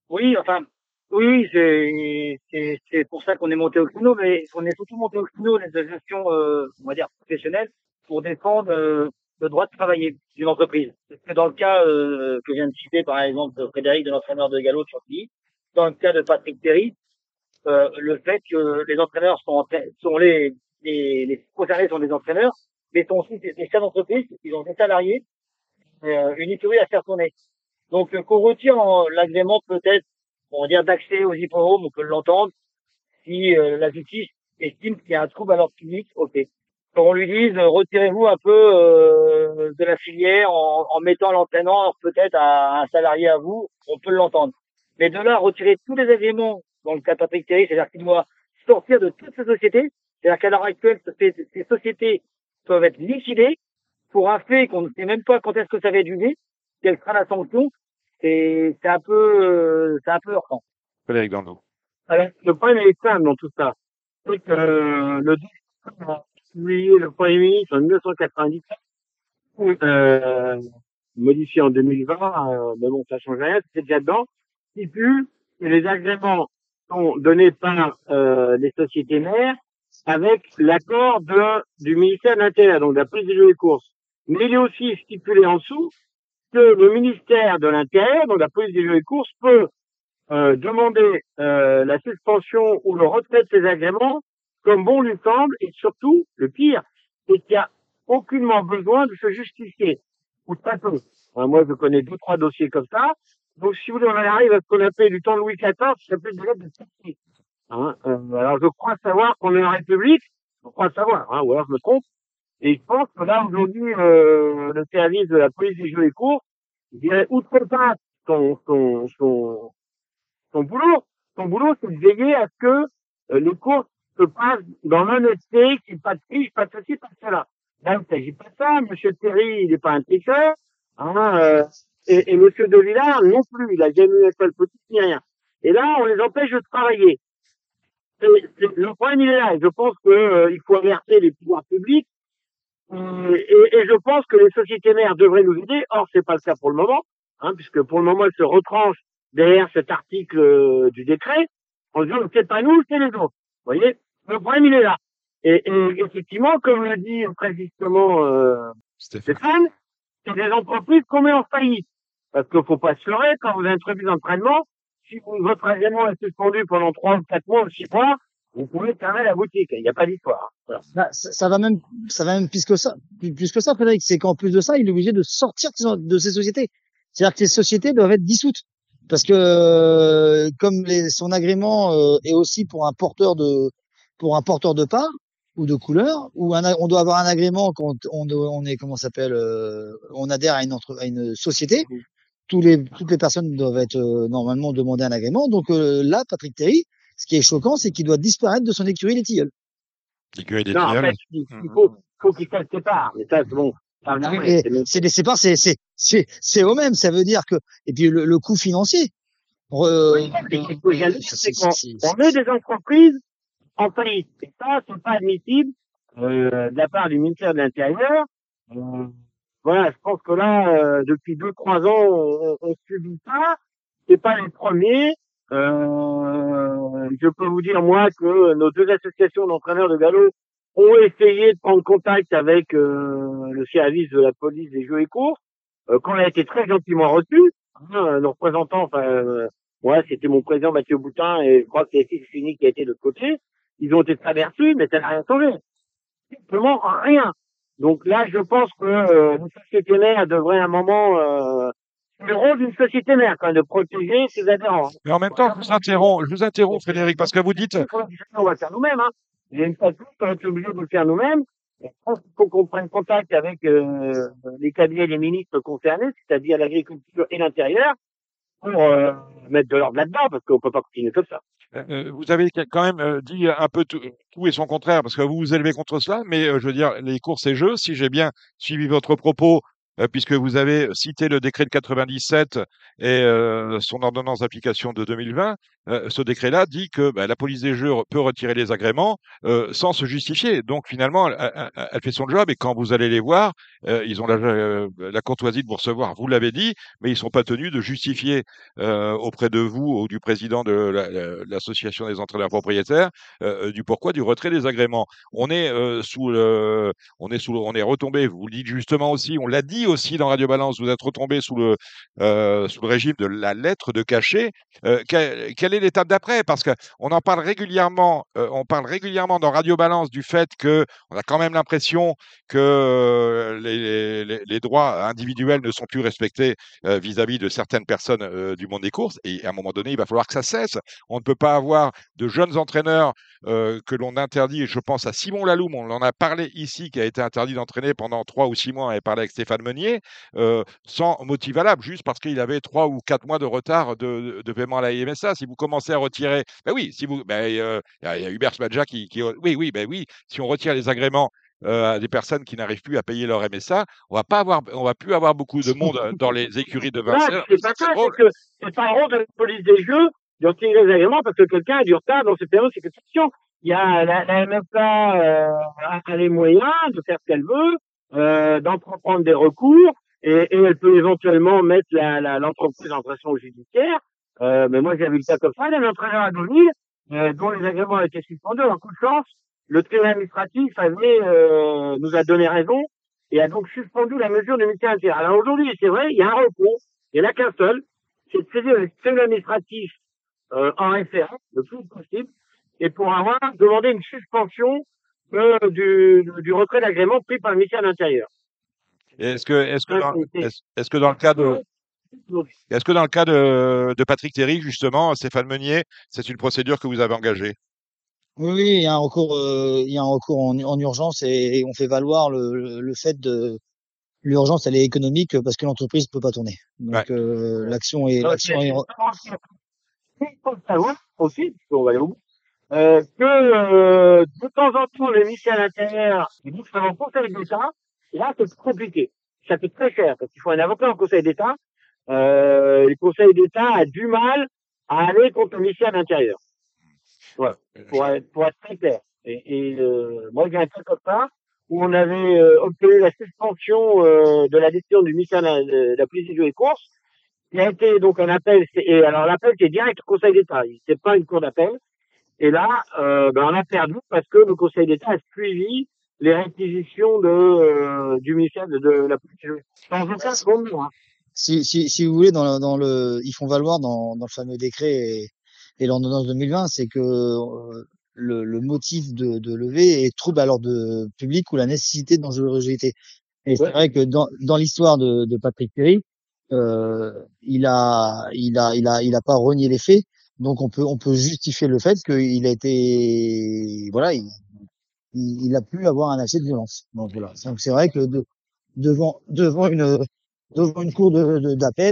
Oui, c'est pour ça qu'on est monté au créneau, mais on est surtout monté au créneau les associations, on va dire professionnelles, pour défendre le droit de travailler d'une entreprise. C'est dans le cas que vient de citer, par exemple, Frédéric, de l'entraîneur de galop de Chantilly, dans le cas de Patrick Terry, le fait que les entraîneurs sont les concernés sont des entraîneurs, mais sont aussi des chefs d'entreprise, ils ont des salariés, une écurie à faire tourner. Donc, qu'on retire l'agrément peut-être, on va dire, d'accès aux hippodromes, on peut l'entendre, si la justice estime qu'il y a un trouble à l'ordre public, ok. Qu'on lui dise, retirez-vous un peu de la filière en mettant l'entraîneur peut-être à un salarié à vous, on peut l'entendre. Mais de là, retirer tous les agréments, dans le cas de Patrick Terry, c'est-à-dire qu'il doit sortir de toutes ces sociétés, c'est-à-dire qu'à l'heure actuelle, ces sociétés peuvent être liquidées pour un fait qu'on ne sait même pas quand est-ce que ça va être jugé, quelle sera la sanction, c'est un peu heurtant. Frédéric Dandeau. Alors, le problème est simple dans tout ça. C'est que le décret a publié le Premier ministre en 1997, modifié en 2020, mais bon, ça change rien, c'est déjà dedans, stipule que les agréments sont donnés par les sociétés mères avec l'accord du ministère de l'Intérieur, donc de la police des jeux et courses. Mais il est aussi stipulé en dessous que le ministère de l'Intérieur, donc la police des jeux et courses, peut demander la suspension ou le retrait de ces agréments comme bon lui semble, et surtout, le pire, c'est qu'il n'y a aucunement besoin de se justifier, ou très peu. Moi, je connais 2-3 dossiers comme ça. Donc, si vous voulez, on arrive à ce qu'on appelle du temps de Louis XIV, ça s'appelle des lettres de sortie. Alors, je crois savoir qu'on est en République, je crois savoir, ou alors je me trompe, et je pense que là, aujourd'hui, le service de la police des jeux et courses, je dirais, outrepasse son boulot. Son boulot, c'est de veiller à ce que les courses se passent dans l'honnêteté, qu'il n'y ait pas de triche, pas de ceci, pas de cela. Là, il ne s'agit pas de ça. Monsieur Terry, il n'est pas un tricheur. Et Monsieur De Villard non plus. Il a jamais eu école petite ni rien. Et là, on les empêche de travailler. Le problème, il est là. Et je pense qu'il faut alerter les pouvoirs publics. Et je pense que les sociétés mères devraient nous aider. Or, c'est pas le cas pour le moment, puisque pour le moment, elles se retranchent derrière cet article du décret, en disant c'est pas nous, c'est les autres. Vous voyez, le problème il est là. Et effectivement, comme le dit très justement Stéphane, c'est des entreprises qu'on met en faillite. Parce qu'il faut pas se leurrer, quand vous avez une entreprise d'entraînement, si votre agrément est suspendu pendant 3 ou 4 mois ou 6 mois, vous pouvez fermer la boutique. Il n'y a pas d'histoire. Voilà. Ça va même plus que ça, Frédéric. C'est qu'en plus de ça, il est obligé de sortir de ces sociétés. C'est-à-dire que ces sociétés doivent être dissoutes. Parce que comme son agrément est aussi pour un porteur de part ou de couleur, ou on doit avoir un agrément quand on est on adhère à une société. Toutes les personnes doivent être normalement demander un agrément. Donc là, Patrick Terry, ce qui est choquant, c'est qu'il doit disparaître de son écurie des Tilleuls. L'écurie des Tilleuls. En fait, il faut qu'il fasse ses parts. Mais ça, c'est bon. C'est des séparts, c'est au même. Ça veut dire que, et puis le coût financier. Oui, c'est qu'on met des entreprises en faillite. Et ça, c'est pas admissible de la part du ministère de l'Intérieur. Voilà, je pense que là, depuis 2-3 ans, on subit ça. C'est pas les premiers. Je peux vous dire, moi, que nos 2 associations d'entraîneurs de galop ont essayé de prendre contact avec le service de la police des jeux et courses, qu'on a été très gentiment reçus. Nos représentants, c'était mon président Mathieu Boutin, et je crois que c'est Fini qui a été de l'autre côté. Ils ont été très bien reçus, mais ça n'a rien changé. Simplement rien. Donc là, je pense que une société mère devrait à un moment le rôle d'une société mère, quand même, de protéger ses adhérents. Mais en même temps, je vous interromps, Frédéric, parce que vous dites... On va le faire nous-mêmes, Il y a une fois de plus, on va être obligé de le faire nous-mêmes. Je pense qu'il faut qu'on prenne contact avec les cabinets des ministres concernés, c'est-à-dire l'agriculture et l'intérieur, pour mettre de l'ordre là-dedans, parce qu'on peut pas continuer comme ça. Vous avez quand même dit un peu tout et son contraire, parce que vous vous élevez contre cela, mais je veux dire, les courses et jeux, si j'ai bien suivi votre propos, puisque vous avez cité le décret de 97 et son ordonnance d'application de 2020, ce décret-là dit que la police des jeux peut retirer les agréments sans se justifier. Donc finalement, elle fait son job et quand vous allez les voir, ils ont la courtoisie de vous recevoir. Vous l'avez dit, mais ils sont pas tenus de justifier auprès de vous ou du président de l'association des entraîneurs propriétaires du pourquoi du retrait des agréments. On est on est retombé. Vous le dites justement aussi, on l'a dit aussi dans Radio Balance. Vous êtes retombé sous le régime de la lettre de cachet. Quelle est l'étape d'après? Parce que on en parle régulièrement. On parle régulièrement dans Radio Balance du fait que on a quand même l'impression que les droits individuels ne sont plus respectés vis-à-vis de certaines personnes du monde des courses. Et à un moment donné, il va falloir que ça cesse. On ne peut pas avoir de jeunes entraîneurs que l'on interdit. Je pense à Simon Laloum, on en a parlé ici, qui a été interdit d'entraîner pendant 3 ou 6 mois. On avait parlé avec Stéphane Meunier, sans motif valable, juste parce qu'il avait 3 ou 4 mois de retard de paiement à la IMSA. Si vous commencez à retirer, oui, si vous, il y a Hubert Smadja oui, si on retire les agréments à des personnes qui n'arrivent plus à payer leur MSA, on va plus avoir beaucoup de monde dans les écuries de Vincennes. C'est pas ça, c'est que c'est pas le rôle de la police des jeux de retirer les agréments parce que quelqu'un a du retard dans ses périodes de sécurisation. Il y a la MSA a les moyens de faire ce qu'elle veut, d'entreprendre des recours et elle peut éventuellement mettre l'entreprise en pression judiciaire. Mais moi j'ai vu le cas comme ça, il y a un entraîneur à Deauville dont les agréments ont été suspendus. En coup de chance, le tribunal administratif nous a donné raison et a donc suspendu la mesure de maintien intérieur. Alors aujourd'hui, c'est vrai, il y a un recours, il n'y en a qu'un seul, c'est de saisir le tribunal administratif en référé, le plus possible, et pour avoir demandé une suspension du retrait d'agrément pris par le ministère de l'Intérieur. Est-ce que dans le cas de Patrick Théry, justement, Stéphane Meunier, c'est une procédure que vous avez engagée? Oui, il y a un recours, en urgence et on fait valoir le fait de l'urgence, elle est économique parce que l'entreprise peut pas tourner. Donc l'action est. Il faut savoir aussi, on va aller au bout, que de temps en temps, le ministère de l'Intérieur, il dit que ça va au Conseil d'État, et là, c'est compliqué. Ça coûte très cher, parce qu'il faut un avocat au Conseil d'État. Le Conseil d'État a du mal à aller contre le ministère de l'Intérieur. Voilà. Pour être très clair. Moi, j'ai un cas comme ça, où on avait obtenu la suspension de la décision du ministère de la police des jeux et courses. Il y a été donc un appel, et alors l'appel c'est direct au Conseil d'État, c'est pas une cour d'appel. Et là, on a perdu parce que le Conseil d'État a suivi les réquisitions du ministère de la police des jeux. Sans aucun fondement, hein. Si vous voulez, ils font valoir dans le fameux décret et l'ordonnance 2020, c'est que le motif de levée est trouble à l'ordre public ou la nécessité de dangerosité. Et c'est vrai que dans l'histoire de Patrick Théry, il a pas renié les faits, donc on peut justifier le fait qu'il a été, voilà, il a pu avoir un accès de violence. Donc voilà. Donc c'est vrai que devant une cour d'appel,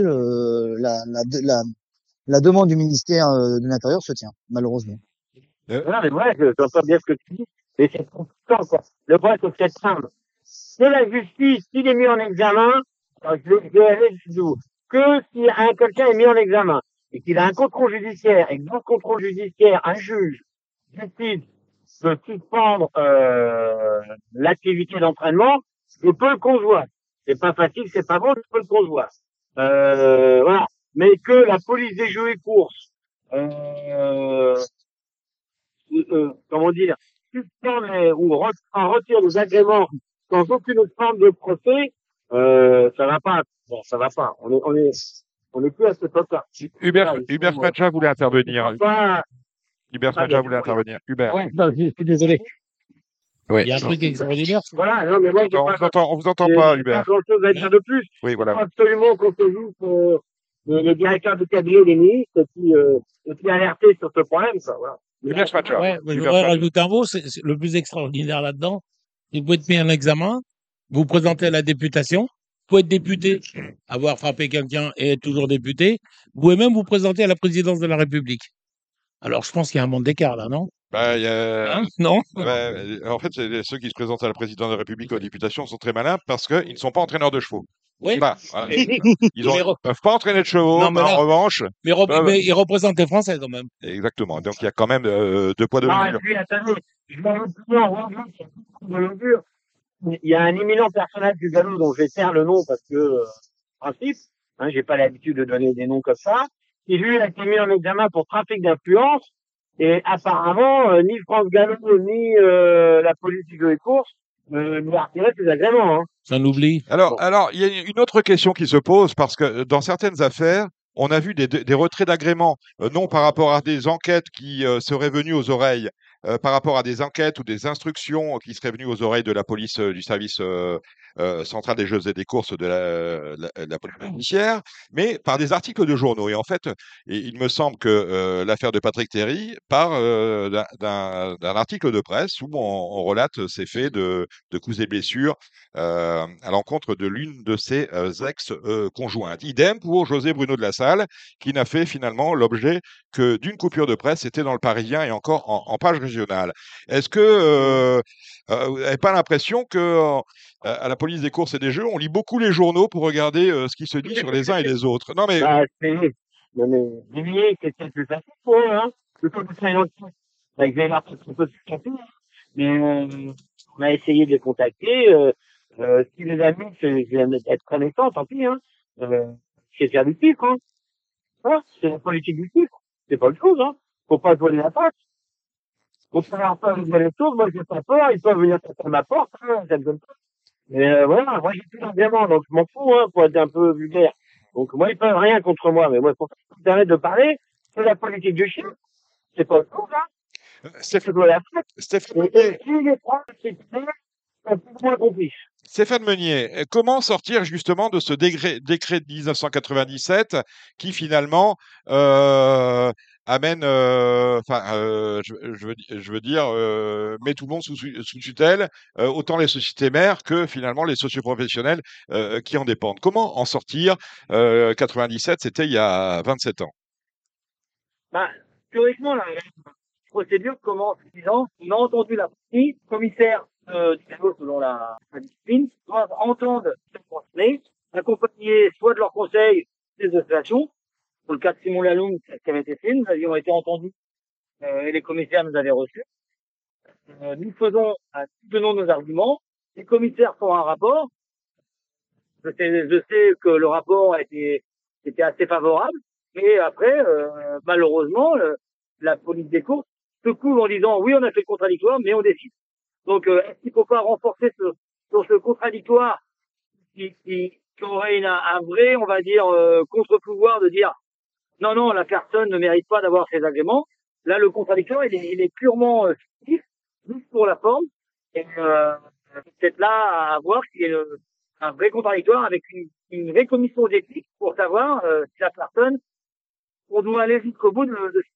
la demande du ministère de l'Intérieur se tient, malheureusement. Non, mais ouais, j'entends bien ce que tu dis, mais c'est compliqué, quoi. Le problème, c'est que c'est simple. C'est la justice, s'il est mis en examen, je vais aller jusqu'au bout. Que si quelqu'un est mis en examen et qu'il a un contrôle judiciaire et que dans ce contrôle judiciaire, un juge décide de suspendre l'activité d'entraînement, je peux le concevoir. C'est pas facile, c'est pas bon, je peux le concevoir. Voilà. Mais que la police des jeux et courses, comment dire, suspend ou en retire les agréments sans aucune forme de procès, ça va pas. Bon, ça va pas. On est plus à cette époque-là. Hubert Smadja voulait intervenir. Hubert Smadja voulait intervenir. Hubert. Ouais, non, je suis désolé. Ouais. Il y a un truc extraordinaire. Voilà, non, mais moi, on vous entend pas, Hubert. Pas grand-chose à dire de plus. Oui, voilà. Il faut absolument qu'on se joue le directeur de cabinet des ministres qui alerté sur ce problème, ça, voilà. Hubert Smadja. Ouais, je voudrais rajouter un mot. C'est le plus extraordinaire là-dedans. Vous pouvez être mis en examen, vous présentez à la députation, vous pouvez être député, avoir frappé quelqu'un et être toujours député, vous pouvez même vous présenter à la présidence de la République. Alors, je pense qu'il y a un monde d'écart, là, non? Bah, il y a... Non? En fait, ceux qui se présentent à la présidence de la République ou aux députations sont très malins parce qu'ils ne sont pas entraîneurs de chevaux. Oui. Voilà. Ils ne peuvent pas entraîner de chevaux, Non, mais en là- revanche. Mais ils représentent les Français, quand même. Exactement. Donc, il y a quand même deux poids, deux Ah, et mesures. puis, attendez, je vais revenir en revue sur le mesure. Il y a un éminent personnage du galop dont je vais taire le nom parce que, principe, hein, j'ai pas l'habitude de donner des noms comme ça, qui lui a été mis en examen pour trafic d'influence, et apparemment, ni France Gallo, ni la police du jeu et course, lui a retiré ses agréments. Hein. Ça oublie. Alors, il y a une autre question qui se pose parce que dans certaines affaires, on a vu des retraits d'agrément, non par rapport à des enquêtes qui seraient venues aux oreilles, par rapport à des enquêtes ou des instructions qui seraient venues aux oreilles de la police, du service central des jeux et des courses de la police judiciaire, mais par des articles de journaux. Et en fait, il me semble que l'affaire de Patrick Terry part d'un article de presse où on relate ces faits de coups et blessures à l'encontre de l'une de ses ex-conjointes. Idem pour José Bruno de la Salle, qui n'a fait finalement l'objet que d'une coupure de presse, c'était dans le Parisien et encore en page régionale. Est-ce que vous n'avez pas l'impression que à la police des courses et des jeux, on lit beaucoup les journaux pour regarder ce qui se dit sur les uns et les autres? Non mais... Non mais, deviner que c'est le plus facile pour eux, hein. Plutôt que de faire une enquête. Avec des articles un peu plus mais on a essayé de les contacter, si les amis viennent être connaissants, tant pis, hein. C'est faire du chiffre, hein. Voilà, c'est la politique du chiffre. C'est pas autre chose, hein. Faut pas se voler la face. On peut avoir peur de voler les choses, moi j'ai pas peur, ils peuvent venir taper à ma porte, hein, ça me donne pas. Mais voilà, moi j'ai plus d'engagement, donc je m'en fous, hein, pour être un peu vulgaire. Donc moi ils peuvent rien contre moi, mais moi pour ça je permets de parler, c'est la politique du chiffre. C'est pas autre chose, hein. Stéphane Meunier, comment sortir justement de ce décret de 1997 qui finalement amène, je veux dire, met tout le monde sous tutelle, autant les sociétés mères que finalement les socioprofessionnels qui en dépendent. Comment en sortir? 97, c'était il y a 27 ans. Bah, théoriquement, la procédure commence en disant, on a entendu la partie, commissaire du galop selon la discipline, doivent entendre ce conseil, accompagner soit de leurs conseils des associations. Pour le cas de Simon Lalonde, ça avait été fait, nous avions été entendus et les commissaires nous avaient reçus. Nous donnons nos arguments, les commissaires font un rapport. Je sais que le rapport était assez favorable, mais après, malheureusement, la police des courses se couvre en disant oui, on a fait le contradictoire, mais on décide. Donc, est-ce qu'il ne faut pas renforcer sur ce contradictoire qui aurait un vrai, on va dire, contre-pouvoir de dire non, la personne ne mérite pas d'avoir ses agréments. Là, le contradictoire, il est purement fictif, juste pour la forme. Et peut-être là à voir qu'il y a un vrai contradictoire avec une vraie commission d'éthique pour savoir si la personne, on doit aller jusqu'au bout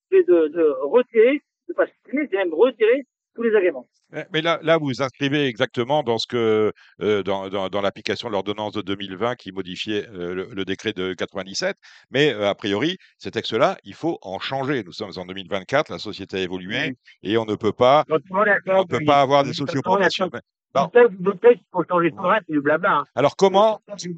de retirer, de pas supprimer, c'est même retirer tous les agréments. Mais là, vous inscrivez exactement dans ce que dans l'application de l'ordonnance de 2020 qui modifiait le décret de 97. Mais a priori, ces textes-là, il faut en changer. Nous sommes en 2024, la société a évolué et on ne peut pas, avoir des socioprofessionnels. Il faut changer tout le reste, c'est du blabla. Hein. Alors comment changer,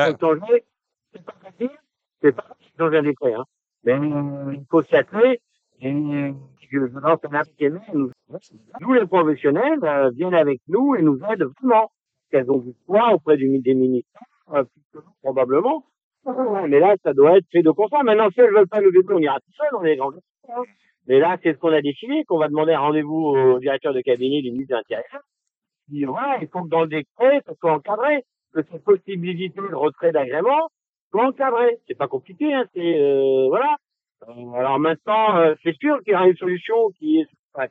c'est pas facile, c'est pas facile de changer un décret. Hein. Mais il faut s'y atteler. Et je lance un appel. Nous, les professionnels, viennent avec nous et nous aident vraiment. Qu'elles ont du poids auprès des ministères, probablement. Mais là, ça doit être fait de concert. Maintenant, si elles veulent pas nous aider, on ira tout seul, on est grands. Mais là, c'est ce qu'on a décidé, qu'on va demander un rendez-vous au directeur de cabinet du ministre de l'Intérieur. Il faut que dans le décret, ça soit encadré, que cette possibilité de retrait d'agrément soit encadrée. C'est pas compliqué, hein, c'est, voilà. Alors maintenant, c'est sûr qu'il y aura une solution qui est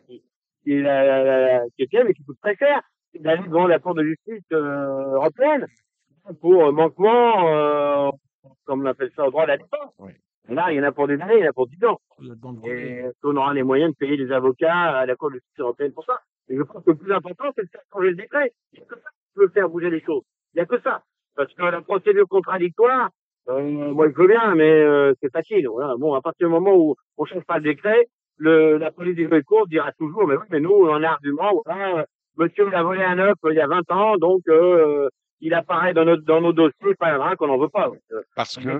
bien, mais qui coûte très cher. C'est d'aller devant la Cour de justice européenne pour manquement, comme on appelle ça, au droit à la défense. Oui. Là, il y en a pour des années, il y en a pour 10 ans. Et on aura les moyens de payer des avocats à la Cour de justice européenne pour ça. Et je pense que le plus important, c'est de faire changer le décret. Il n'y a que ça qui peut faire bouger les choses. Il n'y a que ça. Parce que la procédure contradictoire, moi je veux bien, mais c'est facile. Voilà. Bon, à partir du moment où on change pas le décret, la police des jeux de course dira toujours, mais oui, mais nous, on a un argument, voilà, monsieur, il a volé un œuf il y a 20 ans, donc, il apparaît dans nos dossiers, pas un qu'on n'en veut pas. Parce que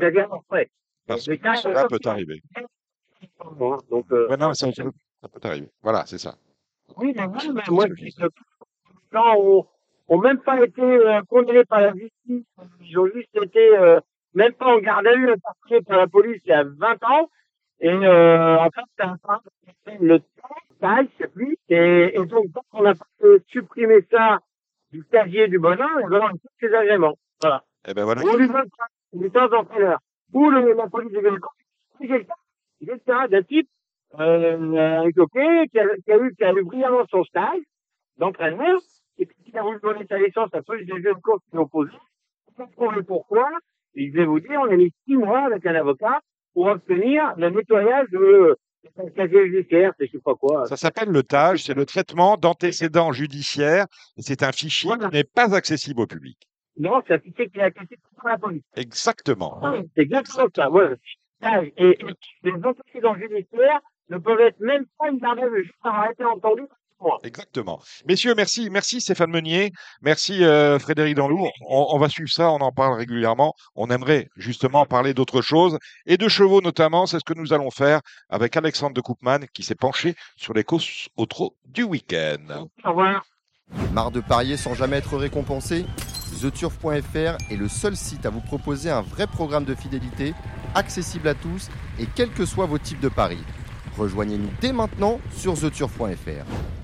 ça peut arriver. Donc, non, ça peut arriver. Voilà, c'est ça. Oui, mais moi, je dis que gens ont même pas été condamnés par la justice. Ils ont juste été même pas en garde à vue, passés par la police il y a 20 ans. Et en fait, c'est un le taille, je sais plus. Et donc, on a supprimé ça du casier du bonheur, et ben on a tous ces agréments. Voilà. Et ben voilà. Ou les temps d'entraîneur. Ou la police de véhicule. J'ai le cas d'un type un coquet qui a eu brillamment son stage d'entraîneur, et puis qui a voulu donner sa licence à la police des jeux de course qui l'ont posé. On peut trouver pourquoi. Et je vais vous dire, on a mis 6 mois avec un avocat pour obtenir le nettoyage de casier judiciaire, je sais pas quoi. Ça s'appelle le TAJ, c'est le traitement d'antécédents judiciaires, et c'est un fichier qui n'est pas accessible au public. Non, c'est un fichier qui est accessible pour la police. Exactement. C'est exactement ça. Voilà. Et les antécédents judiciaires ne peuvent être même pas une garde à vue, juste avoir été entendu. Exactement. Messieurs, merci Stéphane Meunier, merci Frédéric Danlou. On va suivre ça, on en parle régulièrement. On aimerait justement parler d'autres choses et de chevaux notamment. C'est ce que nous allons faire avec Alexandre de Koopman qui s'est penché sur les courses au trot du week-end. Au revoir. Marre de parier sans jamais être récompensé ? TheTurf.fr est le seul site à vous proposer un vrai programme de fidélité, accessible à tous et quels que soient vos types de paris. Rejoignez-nous dès maintenant sur TheTurf.fr.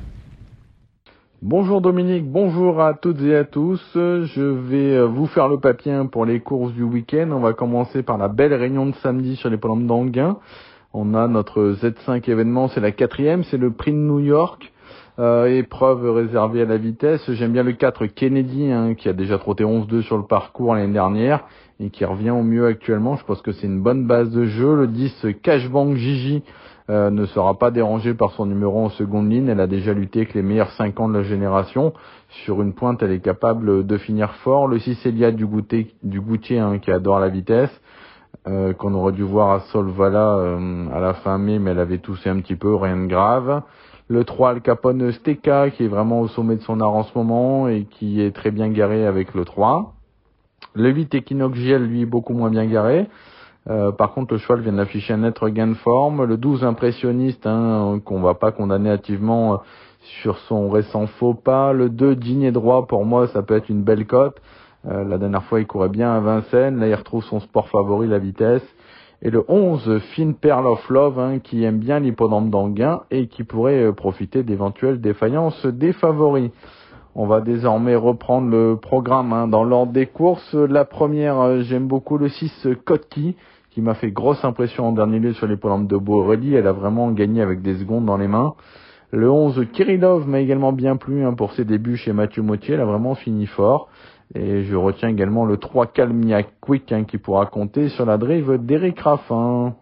Bonjour Dominique, bonjour à toutes et à tous. Je vais vous faire le papier pour les courses du week-end. On va commencer par la belle réunion de samedi sur les l'hippodrome d'Anguin. On a notre Z5 événement, c'est la 4e, c'est le prix de New York. Épreuve réservée à la vitesse. J'aime bien le 4 Kennedy qui a déjà trotté 11-2 sur le parcours l'année dernière et qui revient au mieux actuellement. Je pense que c'est une bonne base de jeu. Le 10 Cashbank Gigi ne sera pas dérangée par son numéro en seconde ligne. Elle a déjà lutté avec les meilleurs 5 ans de la génération. Sur une pointe, elle est capable de finir fort. Le 6 Elia du Goutier qui adore la vitesse, qu'on aurait dû voir à Solvala à la fin mai, mais elle avait toussé un petit peu, rien de grave. Le 3 Al Capone Steka qui est vraiment au sommet de son art en ce moment et qui est très bien garé avec le 3. Le 8 Equinox GL lui beaucoup moins bien garé. Par contre, le cheval vient d'afficher un net regain de forme. Le 12 Impressionniste, qu'on va pas condamner hâtivement sur son récent faux pas. Le 2 Digne droit, pour moi, ça peut être une belle cote. La dernière fois, il courait bien à Vincennes. Là, il retrouve son sport favori, la vitesse. Et le 11 Fine Pearl of Love, qui aime bien l'hippodrome d'Anguin et qui pourrait profiter d'éventuelles défaillances des favoris. On va désormais reprendre le programme dans l'ordre des courses. La première, j'aime beaucoup le 6 Kotki, qui m'a fait grosse impression en dernier lieu sur l'hippodrome de Borelli. Elle a vraiment gagné avec des secondes dans les mains. Le 11 Kirillov m'a également bien plu pour ses débuts chez Mathieu Mottier. Elle a vraiment fini fort. Et je retiens également le 3 Calmia Quick qui pourra compter sur la drive d'Éric Raffin.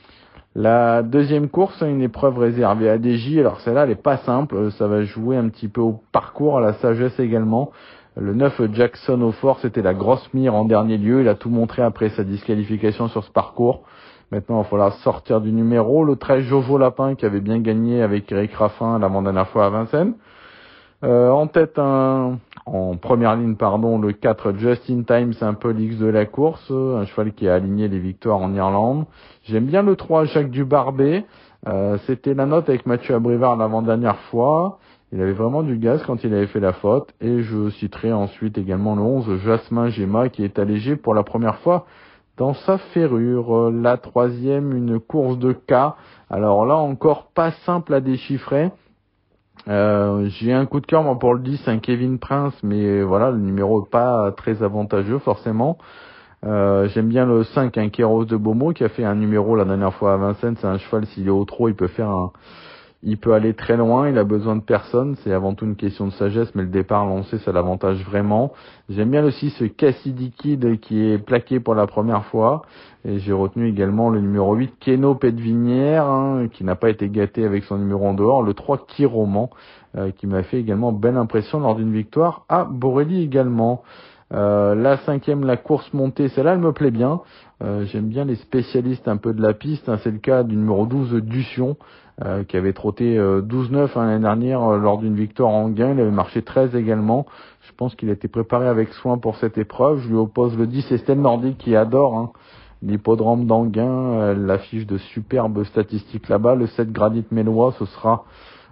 La deuxième course, une épreuve réservée à DJ. Alors celle-là, elle est pas simple. Ça va jouer un petit peu au parcours, à la sagesse également. Le 9 Jackson au fort, c'était la grosse mire en dernier lieu. Il a tout montré après sa disqualification sur ce parcours. Maintenant, il va falloir sortir du numéro. Le 13 Jojo Lapin qui avait bien gagné avec Éric Raffin l'avant-dernière fois à Vincennes. En tête, en première ligne, le 4 Just in Time, c'est un peu l'X de la course, un cheval qui a aligné les victoires en Irlande. J'aime bien le 3 Jacques Dubarbet, c'était la note avec Mathieu Abrivard l'avant-dernière fois. Il avait vraiment du gaz quand il avait fait la faute. Et je citerai ensuite également le 11 Jasmin Gemma qui est allégé pour la première fois dans sa ferrure. La troisième, une course de K. Alors là encore pas simple à déchiffrer. J'ai un coup de cœur moi pour le 10, un Kevin Prince, mais voilà, le numéro est pas très avantageux forcément. J'aime bien le 5, un Kéros de Beaumont qui a fait un numéro la dernière fois à Vincennes. C'est un cheval, s'il est au trot, il peut aller très loin, il a besoin de personne, c'est avant tout une question de sagesse, mais le départ lancé, ça l'avantage vraiment. J'aime bien aussi ce Cassidy Kid qui est plaqué pour la première fois, et j'ai retenu également le numéro 8, Keno Pédevinière, qui n'a pas été gâté avec son numéro en dehors, le 3, Kiroman, qui m'a fait également belle impression lors d'une victoire à Borelli également. La 5e, la course montée, celle-là, elle me plaît bien. J'aime bien les spécialistes un peu de la piste. C'est le cas du numéro 12, Dution, qui avait trotté 12-9 l'année dernière lors d'une victoire en gain. Il avait marché 13 également. Je pense qu'il a été préparé avec soin pour cette épreuve. Je lui oppose le 10, Estelle Nordique, qui adore l'hippodrome d'Anguin. Elle affiche de superbes statistiques là-bas. Le 7, Granit Mélois, ce sera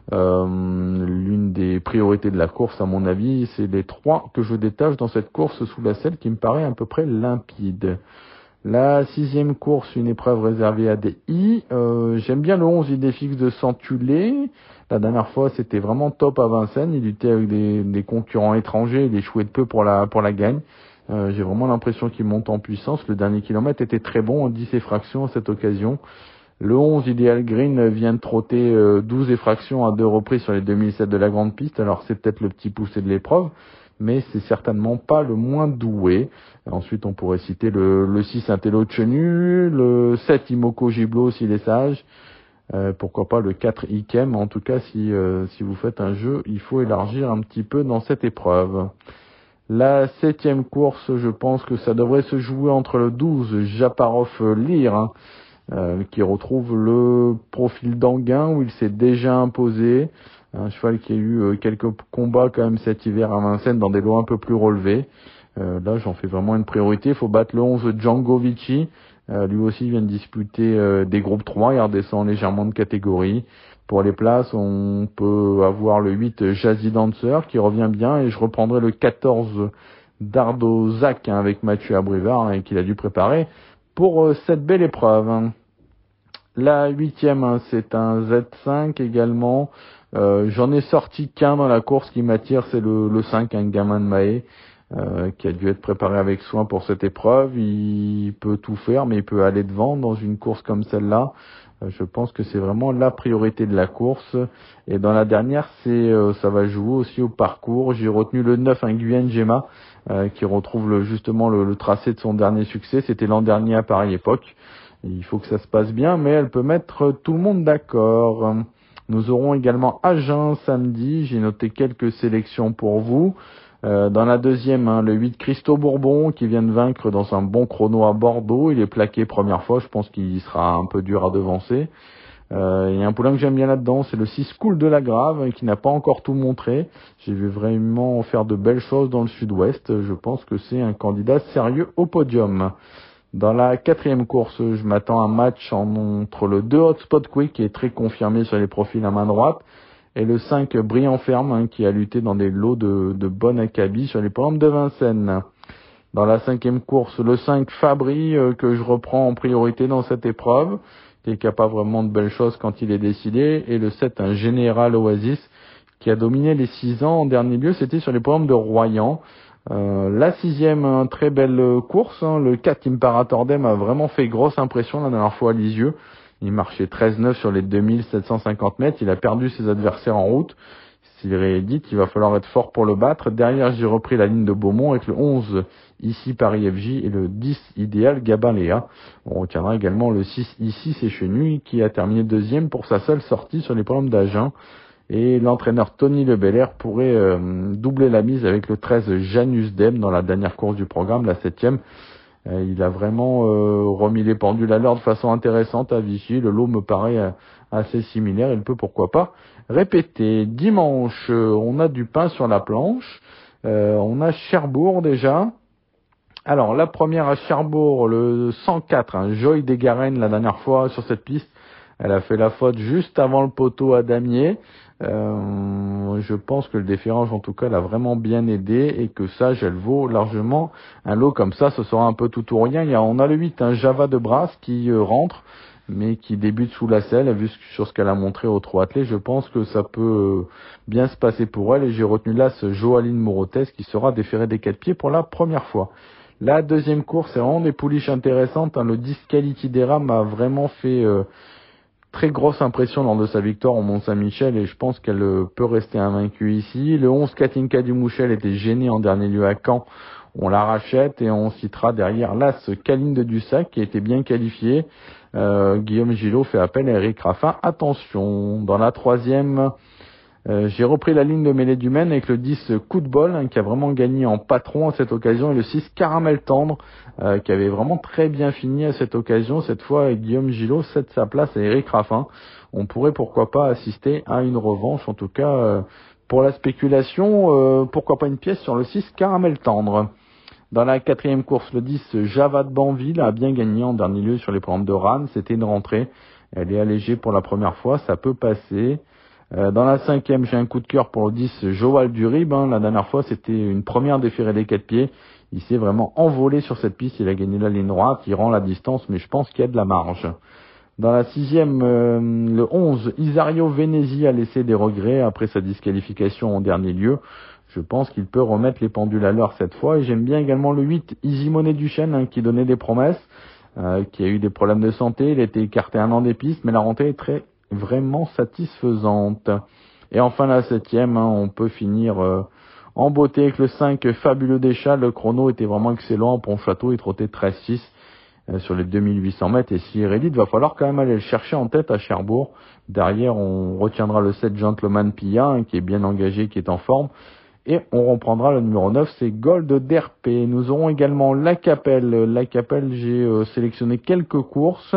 l'une des priorités de la course à mon avis. C'est les 3 que je détache dans cette course sous la selle qui me paraît à peu près limpide. La 6e course, une épreuve réservée à des I. J'aime bien le 11 Idéfix de Santulé. La dernière fois c'était vraiment top à Vincennes, il luttait avec des concurrents étrangers, il échouait de peu pour la gagne. J'ai vraiment l'impression qu'il monte en puissance. Le dernier kilomètre était très bon, 10 effractions à cette occasion. Le 11 Ideal Green vient de trotter 12 effractions à 2 reprises sur les 2007 de la grande piste. Alors c'est peut-être le petit poussé de l'épreuve, mais c'est certainement pas le moins doué. Ensuite on pourrait citer le 6 Intello de Chenu, le 7 Imoko Giblo s'il est sage. Pourquoi pas le 4 Ikem. En tout cas si vous faites un jeu, il faut élargir un petit peu dans cette épreuve. La 7e course, je pense que ça devrait se jouer entre le 12 Japarov Lyre, qui retrouve le profil d'Anguin où il s'est déjà imposé. Un cheval qui a eu quelques combats quand même cet hiver à Vincennes dans des lots un peu plus relevés. Là, j'en fais vraiment une priorité. Il faut battre le 11 Django Vici. Lui aussi vient de disputer des groupes 3. Il redescend légèrement de catégorie. Pour les places, on peut avoir le 8 Jazzy Dancer qui revient bien. Et je reprendrai le 14 Dardo Zach avec Mathieu Abrivard et qu'il a dû préparer pour cette belle épreuve. La 8e, c'est un Z5 également. J'en ai sorti qu'un dans la course qui m'attire, c'est le 5, un gamin de Mahé, qui a dû être préparé avec soin pour cette épreuve. Il peut tout faire, mais il peut aller devant dans une course comme celle-là. Je pense que c'est vraiment la priorité de la course. Et dans la dernière, ça va jouer aussi au parcours. J'ai retenu le 9, un Guyane Gemma, qui retrouve justement le tracé de son dernier succès. C'était l'an dernier à pareille époque. Il faut que ça se passe bien, mais elle peut mettre tout le monde d'accord. Nous aurons également Agen samedi. J'ai noté quelques sélections pour vous. Dans la deuxième, le 8 Christo Bourbon qui vient de vaincre dans un bon chrono à Bordeaux. Il est plaqué première fois. Je pense qu'il sera un peu dur à devancer. Il y a un poulain que j'aime bien là-dedans. C'est le 6 Cool de la Grave qui n'a pas encore tout montré. J'ai vu vraiment faire de belles choses dans le sud-ouest. Je pense que c'est un candidat sérieux au podium. Dans la 4e course, je m'attends à un match entre le 2 Hotspot Quick qui est très confirmé sur les profils à main droite et le 5 Brillant Ferme qui a lutté dans des lots de bonne acabit sur les programmes de Vincennes. Dans la 5e course, le 5 Fabry que je reprends en priorité dans cette épreuve, qui est capable vraiment de belles choses quand il est décidé, et le 7 un Général Oasis qui a dominé les 6 ans. En dernier lieu, c'était sur les programmes de Royan. La 6e, très belle course, le 4 Imperator Dem a vraiment fait grosse impression la dernière fois à Lisieux. Il marchait 13-9 sur les 2750 mètres, il a perdu ses adversaires en route. S'il réédite, il va falloir être fort pour le battre. Derrière, j'ai repris la ligne de Beaumont avec le 11 ici Paris FJ et le 10 Idéal Gabin Léa. On retiendra également le 6 ici c'est Chenu qui a terminé deuxième pour sa seule sortie sur les programmes d'Agen. Et l'entraîneur Tony Lebelair pourrait doubler la mise avec le 13 Janus Dem dans la dernière course du programme, la 7e. Il a vraiment remis les pendules à l'heure de façon intéressante à Vichy. Le lot me paraît assez similaire. Il peut pourquoi pas répéter. Dimanche, on a du pain sur la planche. On a Cherbourg déjà. Alors la première à Cherbourg, le 104, Joy des Garennes la dernière fois sur cette piste. Elle a fait la faute juste avant le poteau à Damier. Je pense que le déférence, en tout cas, l'a vraiment bien aidé et que ça, elle vaut largement un lot comme ça. Ce sera un peu tout ou rien. On a le 8, un Java de Brasse qui rentre, mais qui débute sous la selle. Vu sur ce qu'elle a montré au trot attelé, je pense que ça peut bien se passer pour elle. Et j'ai retenu là ce Joaline Morotes qui sera déféré des 4 pieds pour la première fois. La deuxième course, c'est vraiment des pouliches intéressantes. Le 10 Quality Dera m'a vraiment fait très grosse impression lors de sa victoire au Mont-Saint-Michel et je pense qu'elle peut rester invaincue ici. Le 11 Katinka Dumouchel était gêné en dernier lieu à Caen. On la rachète et on citera derrière l'As Caline de Dussac qui a été bien qualifié. Guillaume Gillot fait appel à Eric Raffin. Attention, dans la 3e, J'ai repris la ligne de mêlée du Maine avec le 10 Coup de bol, qui a vraiment gagné en patron à cette occasion, et le 6 Caramel tendre, qui avait vraiment très bien fini à cette occasion. Cette fois, Guillaume Gillot cède sa place à Eric Raffin. On pourrait pourquoi pas assister à une revanche, en tout cas pour la spéculation, pourquoi pas une pièce sur le 6 Caramel tendre. Dans la 4e course, le 10 Java de Banville a bien gagné en dernier lieu sur les programmes de Rannes. C'était une rentrée. Elle est allégée pour la première fois, ça peut passer. Dans la 5e, j'ai un coup de cœur pour le 10 Joal du Rib. La dernière fois, c'était une première déférée des 4 pieds. Il s'est vraiment envolé sur cette piste. Il a gagné la ligne droite. Il rend la distance, mais je pense qu'il y a de la marge. Dans la 6e, le 11 Isario Venezi a laissé des regrets après sa disqualification en dernier lieu. Je pense qu'il peut remettre les pendules à l'heure cette fois. Et j'aime bien également le 8 Easy Money Duchesne, qui donnait des promesses, qui a eu des problèmes de santé. Il a été écarté un an des pistes, mais la rentrée est vraiment satisfaisante. Et enfin la 7e, on peut finir en beauté avec le 5 Fabuleux Deschat. Le chrono était vraiment excellent. Pontchâteau, il trottait 13-6 sur les 2800 mètres. Et si Hérélite, va falloir quand même aller le chercher en tête à Cherbourg. Derrière, on retiendra le 7 Gentleman Pilla, qui est bien engagé, qui est en forme. Et on reprendra le numéro 9, c'est Gold d'RP. Nous aurons également La Capelle. La Capelle, j'ai sélectionné quelques courses.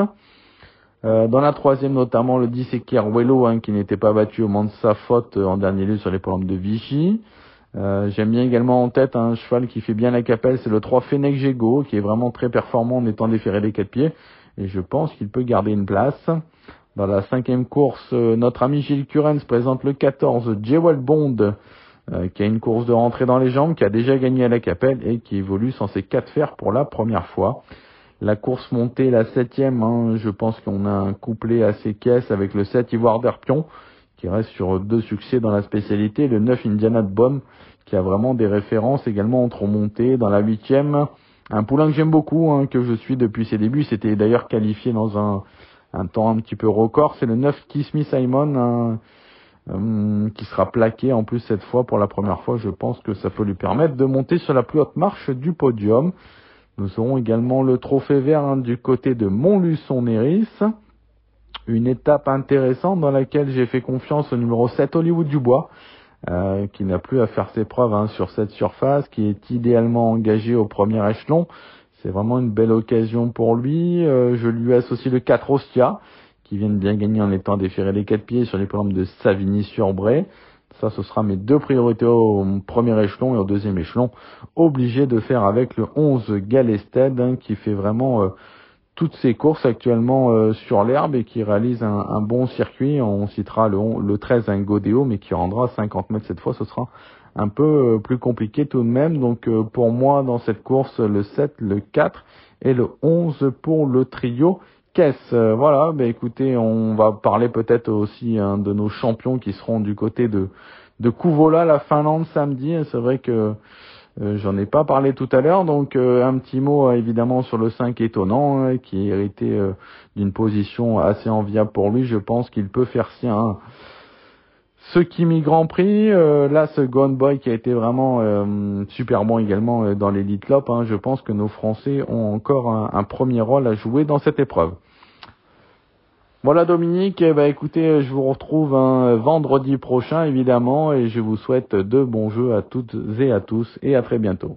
Dans la 3e notamment, le 10 Ekerwello, qui n'était pas battu au moment de sa faute en dernier lieu sur les programmes de Vichy. J'aime bien également en tête un cheval qui fait bien La Capelle, c'est le 3 Fennec Jego, qui est vraiment très performant en étant déféré des 4 pieds. Et je pense qu'il peut garder une place. Dans la 5e course, notre ami Gilles Curens présente le 14 Jewel Bond, qui a une course de rentrée dans les jambes, qui a déjà gagné à La Capelle et qui évolue sans ses 4 fers pour la première fois. La course montée, la 7e, je pense qu'on a un couplet assez caisse avec le 7 Ivoire d'Herpion, qui reste sur 2 succès dans la spécialité, le 9 Indiana de Beaume, qui a vraiment des références également en trop montée. Dans la 8e, un poulain que j'aime beaucoup, que je suis depuis ses débuts, c'était d'ailleurs qualifié dans un temps un petit peu record, c'est le 9 Kiss Me Simon, qui sera plaqué en plus cette fois pour la première fois. Je pense que ça peut lui permettre de monter sur la plus haute marche du podium. Nous aurons également le trophée vert du côté de Montluçon-Néris. Une étape intéressante dans laquelle j'ai fait confiance au numéro 7 Hollywood Dubois, qui n'a plus à faire ses preuves sur cette surface, qui est idéalement engagé au premier échelon. C'est vraiment une belle occasion pour lui. Je lui associe le 4 Ostia, qui vient de bien gagner en étant déféré des 4 pieds sur les programmes de Savigny-sur-Bray. Ça, ce sera mes 2 priorités au premier échelon, et au deuxième échelon, obligé de faire avec le 11 Galested, qui fait vraiment toutes ses courses actuellement sur l'herbe et qui réalise un bon circuit. On citera le 13 un Godéo, mais qui rendra 50 mètres cette fois. Ce sera un peu plus compliqué tout de même. Donc pour moi, dans cette course, le 7, le 4 et le 11 pour le trio caisse. Voilà, écoutez, on va parler peut-être aussi de nos champions qui seront du côté de Kouvola, la Finlande, samedi. C'est vrai que j'en ai pas parlé tout à l'heure, donc un petit mot évidemment sur le 5 étonnant, qui est hérité d'une position assez enviable pour lui. Je pense qu'il peut faire sien ce Kimi Grand Prix, là ce Gone Boy qui a été vraiment super bon également dans l'Elite Lop. Je pense que nos Français ont encore un premier rôle à jouer dans cette épreuve. Voilà Dominique, écoutez, je vous retrouve vendredi prochain évidemment, et je vous souhaite de bons jeux à toutes et à tous, et à très bientôt.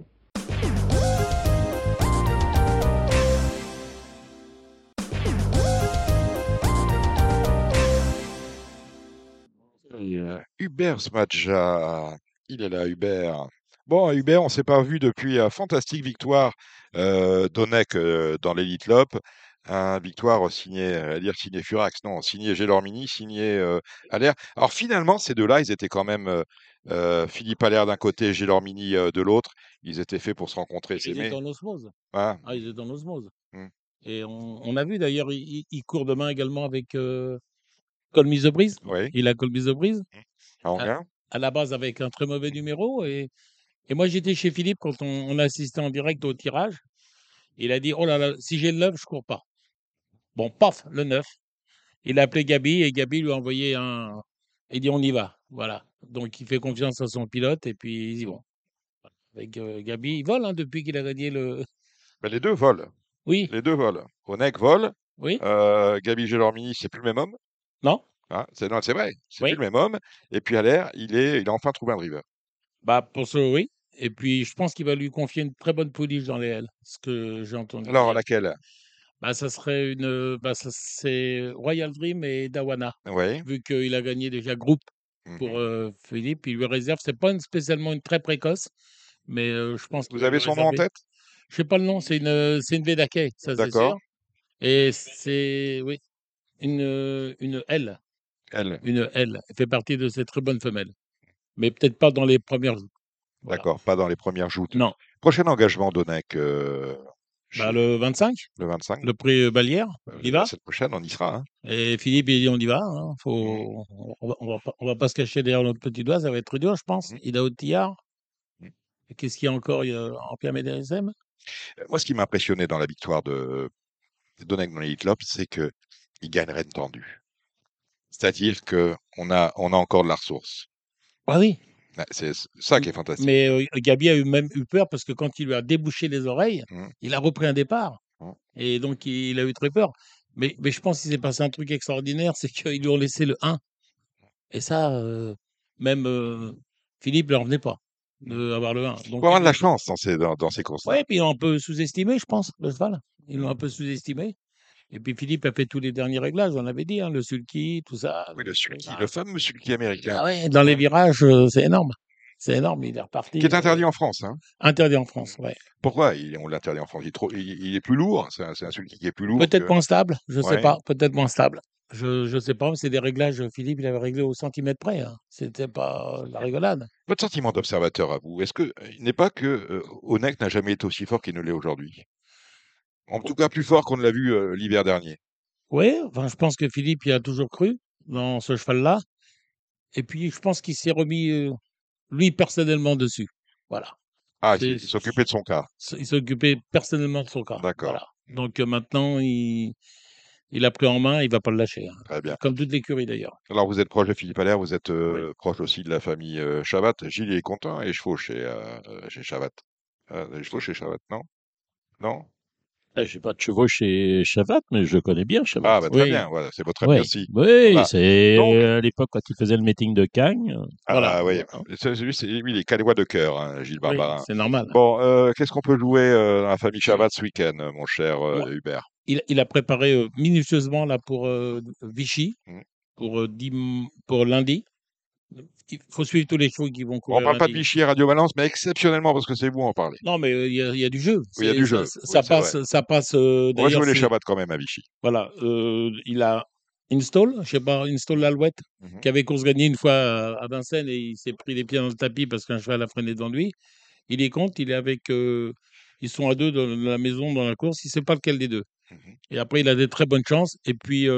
Hubert Smadja, il est là Hubert. Bon, Hubert, on s'est pas vu depuis fantastique victoire d'Onek dans l'Elite Lop. Victoire signée Furax, non, signée Gelormini, signée Allaire. Alors finalement, ces deux-là, ils étaient quand même Philippe Allaire d'un côté et Gelormini de l'autre. Ils étaient faits pour se rencontrer. Ils étaient en osmose. Hein. Ah, ils étaient en osmose. Et on a vu d'ailleurs, il court demain également avec Colmise de Brise. Oui. Il a Colmise de Brise. À la base avec un très mauvais numéro. Et moi, j'étais chez Philippe quand on a assisté en direct au tirage. Il a dit, oh là là, si j'ai le 9, je cours pas. Bon, paf, le 9. Il a appelé Gabi et Gabi lui a envoyé il dit, on y va. Voilà. Donc, il fait confiance à son pilote et puis ils y vont. Avec Gabi, il vole depuis qu'il a gagné le... les deux volent. Oui. Les deux volent. Onek vole. Oui. Gabi Gelormini, c'est plus le même homme. Non, Ah, c'est vrai, c'est plus Oui. le même homme. Et puis à l'air, il a enfin trouvé un driver. Bah, pour ce oui. Et puis, je pense qu'il va lui confier une très bonne pouliche dans les ailes, ce que j'ai entendu Alors, dire. laquelle? Bah, ça serait c'est Royal Dream et Dawana, Oui. vu qu'il a gagné déjà groupe pour Philippe. Il lui réserve, c'est pas spécialement une très précoce, mais je pense qu'il Vous va lui avez son nom en réserver. tête? Je sais pas le nom, c'est une Vedake, ça c'est D'accord. sûr. Et c'est, oui, une L. Elle. Une L. Elle fait partie de ces très bonnes femelles. Mais peut-être pas dans les premières. Voilà. D'accord, pas dans les premières joutes. Non. Prochain engagement d'Onek Bah, le 25, le 25. le prix Balière, on y La va. semaine prochaine, on y sera. Hein. Et Philippe, il dit on y va. Hein. On va pas se cacher derrière notre petit doigt, ça va être dur, je pense. Il a Tillard. Et qu'est-ce qu'il y a encore en Pierre Médésem? Moi, ce qui m'a impressionné dans la victoire d'Onek dans l'Elite Lopp, c'est qu'il gagne Rennes tendu. C'est-à-dire qu'on a encore de la ressource. Ah oui. C'est ça qui est fantastique. Mais Gabi a même eu peur parce que quand il lui a débouché les oreilles, il a repris un départ. Et donc, il a eu très peur. Mais je pense qu'il s'est passé un truc extraordinaire, c'est qu'ils lui ont laissé le 1. Et ça, même Philippe ne leur revenait pas d'avoir le 1. Il faut avoir de la chance dans ces courses-là. Oui, puis ils l'ont un peu sous-estimé, je pense, le cheval. Ils l'ont un peu sous-estimé. Et puis Philippe a fait tous les derniers réglages, on l'avait dit, hein, le sulky, tout ça. Oui, le sulky, le fameux sulky américain. Ah ouais, dans les virages, c'est énorme. C'est énorme, il est reparti. Qui est interdit en France. Hein. Interdit en France, oui. Pourquoi on l'interdit en France? Il est plus lourd, c'est un sulky qui est plus lourd. Peut-être moins stable, je ne sais pas, peut-être moins stable. Je ne sais pas, mais c'est des réglages, Philippe, il avait réglé au centimètre près. Hein. C'était pas la rigolade. Votre sentiment d'observateur à vous, est-ce qu'il n'est pas que Onek n'a jamais été aussi fort qu'il ne l'est aujourd'hui? En tout cas, plus fort qu'on ne l'a vu l'hiver dernier. Oui, enfin, je pense que Philippe y a toujours cru dans ce cheval-là. Et puis, je pense qu'il s'est remis, lui, personnellement dessus. Voilà. Ah, il s'occupait de son cas. Il s'occupait personnellement de son cas. D'accord. Voilà. Donc maintenant, il a pris en main, il ne va pas le lâcher. Hein. Très bien. Comme toute l'écurie d'ailleurs. Alors, vous êtes proche de Philippe Allaire, vous êtes proche aussi de la famille Chavat. Gilles est content, et chevaux chez Chavat. Les chevaux chez Chavat, non? Non? Je n'ai pas de chevaux chez Chavat, mais je connais bien Chavat. Ah, bah, très bien, voilà, c'est votre ami aussi. Oui, Voilà. c'est à l'époque quand il faisait le meeting de Cagnes. Voilà. Oui, lui, il est calois de cœur, hein, Gilles Barbarin. Oui, c'est normal. Bon, qu'est-ce qu'on peut jouer dans la famille Chavat ce week-end, mon cher Hubert? Il a préparé minutieusement là, pour Vichy, pour lundi. Il faut suivre tous les chevaux qui vont courir. On ne parle pas de Vichy et Radio Valence, mais exceptionnellement parce que c'est vous en parlez. Non, mais il y a du jeu. Oui, il y a du jeu. Ça passe. On va jouer les Chabat quand même à Vichy. Voilà. Il a Install, je sais pas, Install l'Alouette, qui avait course gagnée une fois à Vincennes et il s'est pris les pieds dans le tapis parce qu'un cheval a freiné devant lui. Il est contre, il est avec. Ils sont à deux dans la maison, dans la course, il ne sait pas lequel des deux. Et après, il a des très bonnes chances. Et puis,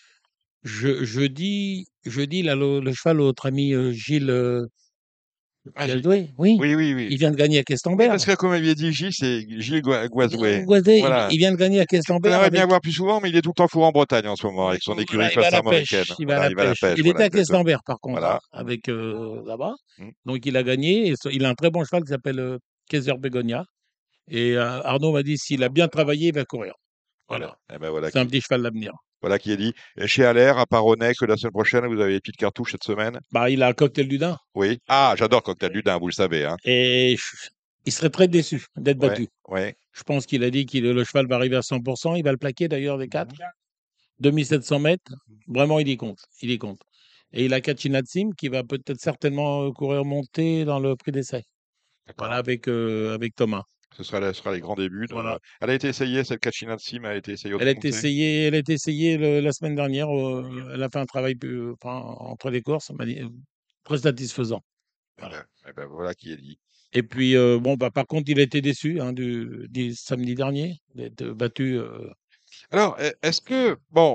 je dis là, le cheval, notre ami Gilles. Oui. Il vient de gagner à Questemberg. Parce que comme il avait dit Gilles, c'est Gilles Guazoué. Voilà. Il vient de gagner à Questemberg. On aimerait bien voir plus souvent, mais il est tout le temps fourré en Bretagne en ce moment, avec son écurie face américaine. Il va à la pêche. Il était à Questemberg, par contre, avec là-bas. Donc, il a gagné. Et il a un très bon cheval qui s'appelle Kaiser Begonia. Et Arnaud m'a dit, s'il a bien travaillé, il va courir. Voilà. C'est un petit cheval d'avenir. Voilà qui est dit. Chez Allaire, à part Onek, la semaine prochaine, vous avez des petites cartouches cette semaine? Bah, il a Cocktail du Dain. Oui. Ah, j'adore Cocktail du Dain, vous le savez. Hein. Et il serait très déçu d'être battu. Ouais. Je pense qu'il a dit que le cheval va arriver à 100%. Il va le plaquer d'ailleurs des 4. 2700 mètres. Vraiment, il y compte. Et il a Kachinatsim qui va peut-être certainement courir monter dans le prix d'essai. Voilà, avec Thomas. Ce sera les grands débuts. Voilà. Elle a été essayée, cette Kachinatsim a été essayée. Elle a été essayée la semaine dernière. Elle a fait un travail entre les courses, très satisfaisant. Voilà qui est dit. Et puis, par contre, il a été déçu du samedi dernier d'être battu. Alors, est-ce que,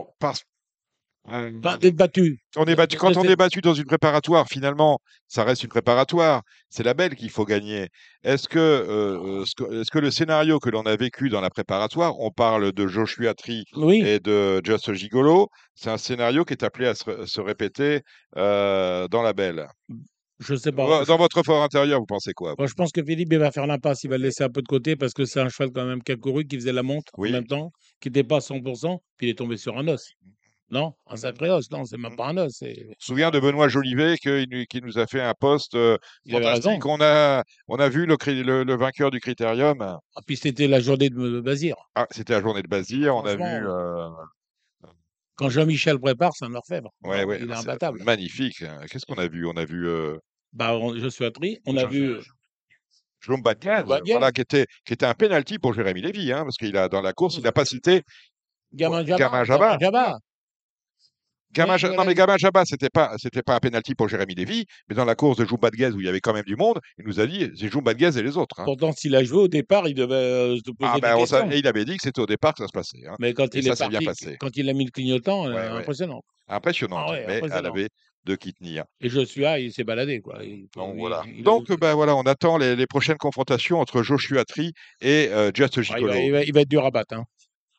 d'être battu. On est battu. Quand on est battu dans une préparatoire, finalement, ça reste une préparatoire. C'est la belle qu'il faut gagner. Est-ce que le scénario que l'on a vécu dans la préparatoire, on parle de Joshua Tree et de Just Gigolo, c'est un scénario qui est appelé à se répéter dans la belle? Je sais pas. Dans votre fort intérieur, vous pensez quoi? Moi, je pense que Philippe il va faire l'impasse. Il va le laisser un peu de côté parce que c'est un cheval quand même qui a couru, qui faisait la monte en même temps, qui n'était pas à 100%, puis il est tombé sur un os. Non, un sacré os. Non, c'est même pas un os. Je me souviens de Benoît Jolivet qui nous a fait un post Il avait raison. fantastique. On a vu le vainqueur du Critérium. Ah, puis c'était la journée de Bazir. Ah, c'était la journée de Bazir. On a vu. Quand Jean-Michel prépare, c'est un orfèvre. Ouais, Il est imbattable. Magnifique. Qu'est-ce qu'on a vu? On a vu. Je suis appris. On a vu. Jérôme Badgaz, voilà, qui était un penalty pour Jérémy Lévy, hein, parce qu'il a dans la course, il n'a pas cité Gamin Jabba. Jabba. Non, mais Gamin Jabba, c'était pas un penalty pour Jérémy Lévy, mais dans la course de Joum Badgaz où il y avait quand même du monde, il nous a dit c'est Joum Badgaz et les autres. Hein. Pourtant, s'il a joué au départ, il devait se poser des questions. Et il avait dit que c'était au départ que ça se passait. Hein. Mais quand il est parti, bien passé. quand il a mis le clignotant, impressionnant. Impressionnant, mais elle avait de qui tenir. Et Joshua, il s'est baladé, quoi. Donc, on attend les prochaines confrontations entre Joshua Tree et Just Gicolo. Il va être dur à battre. Hein.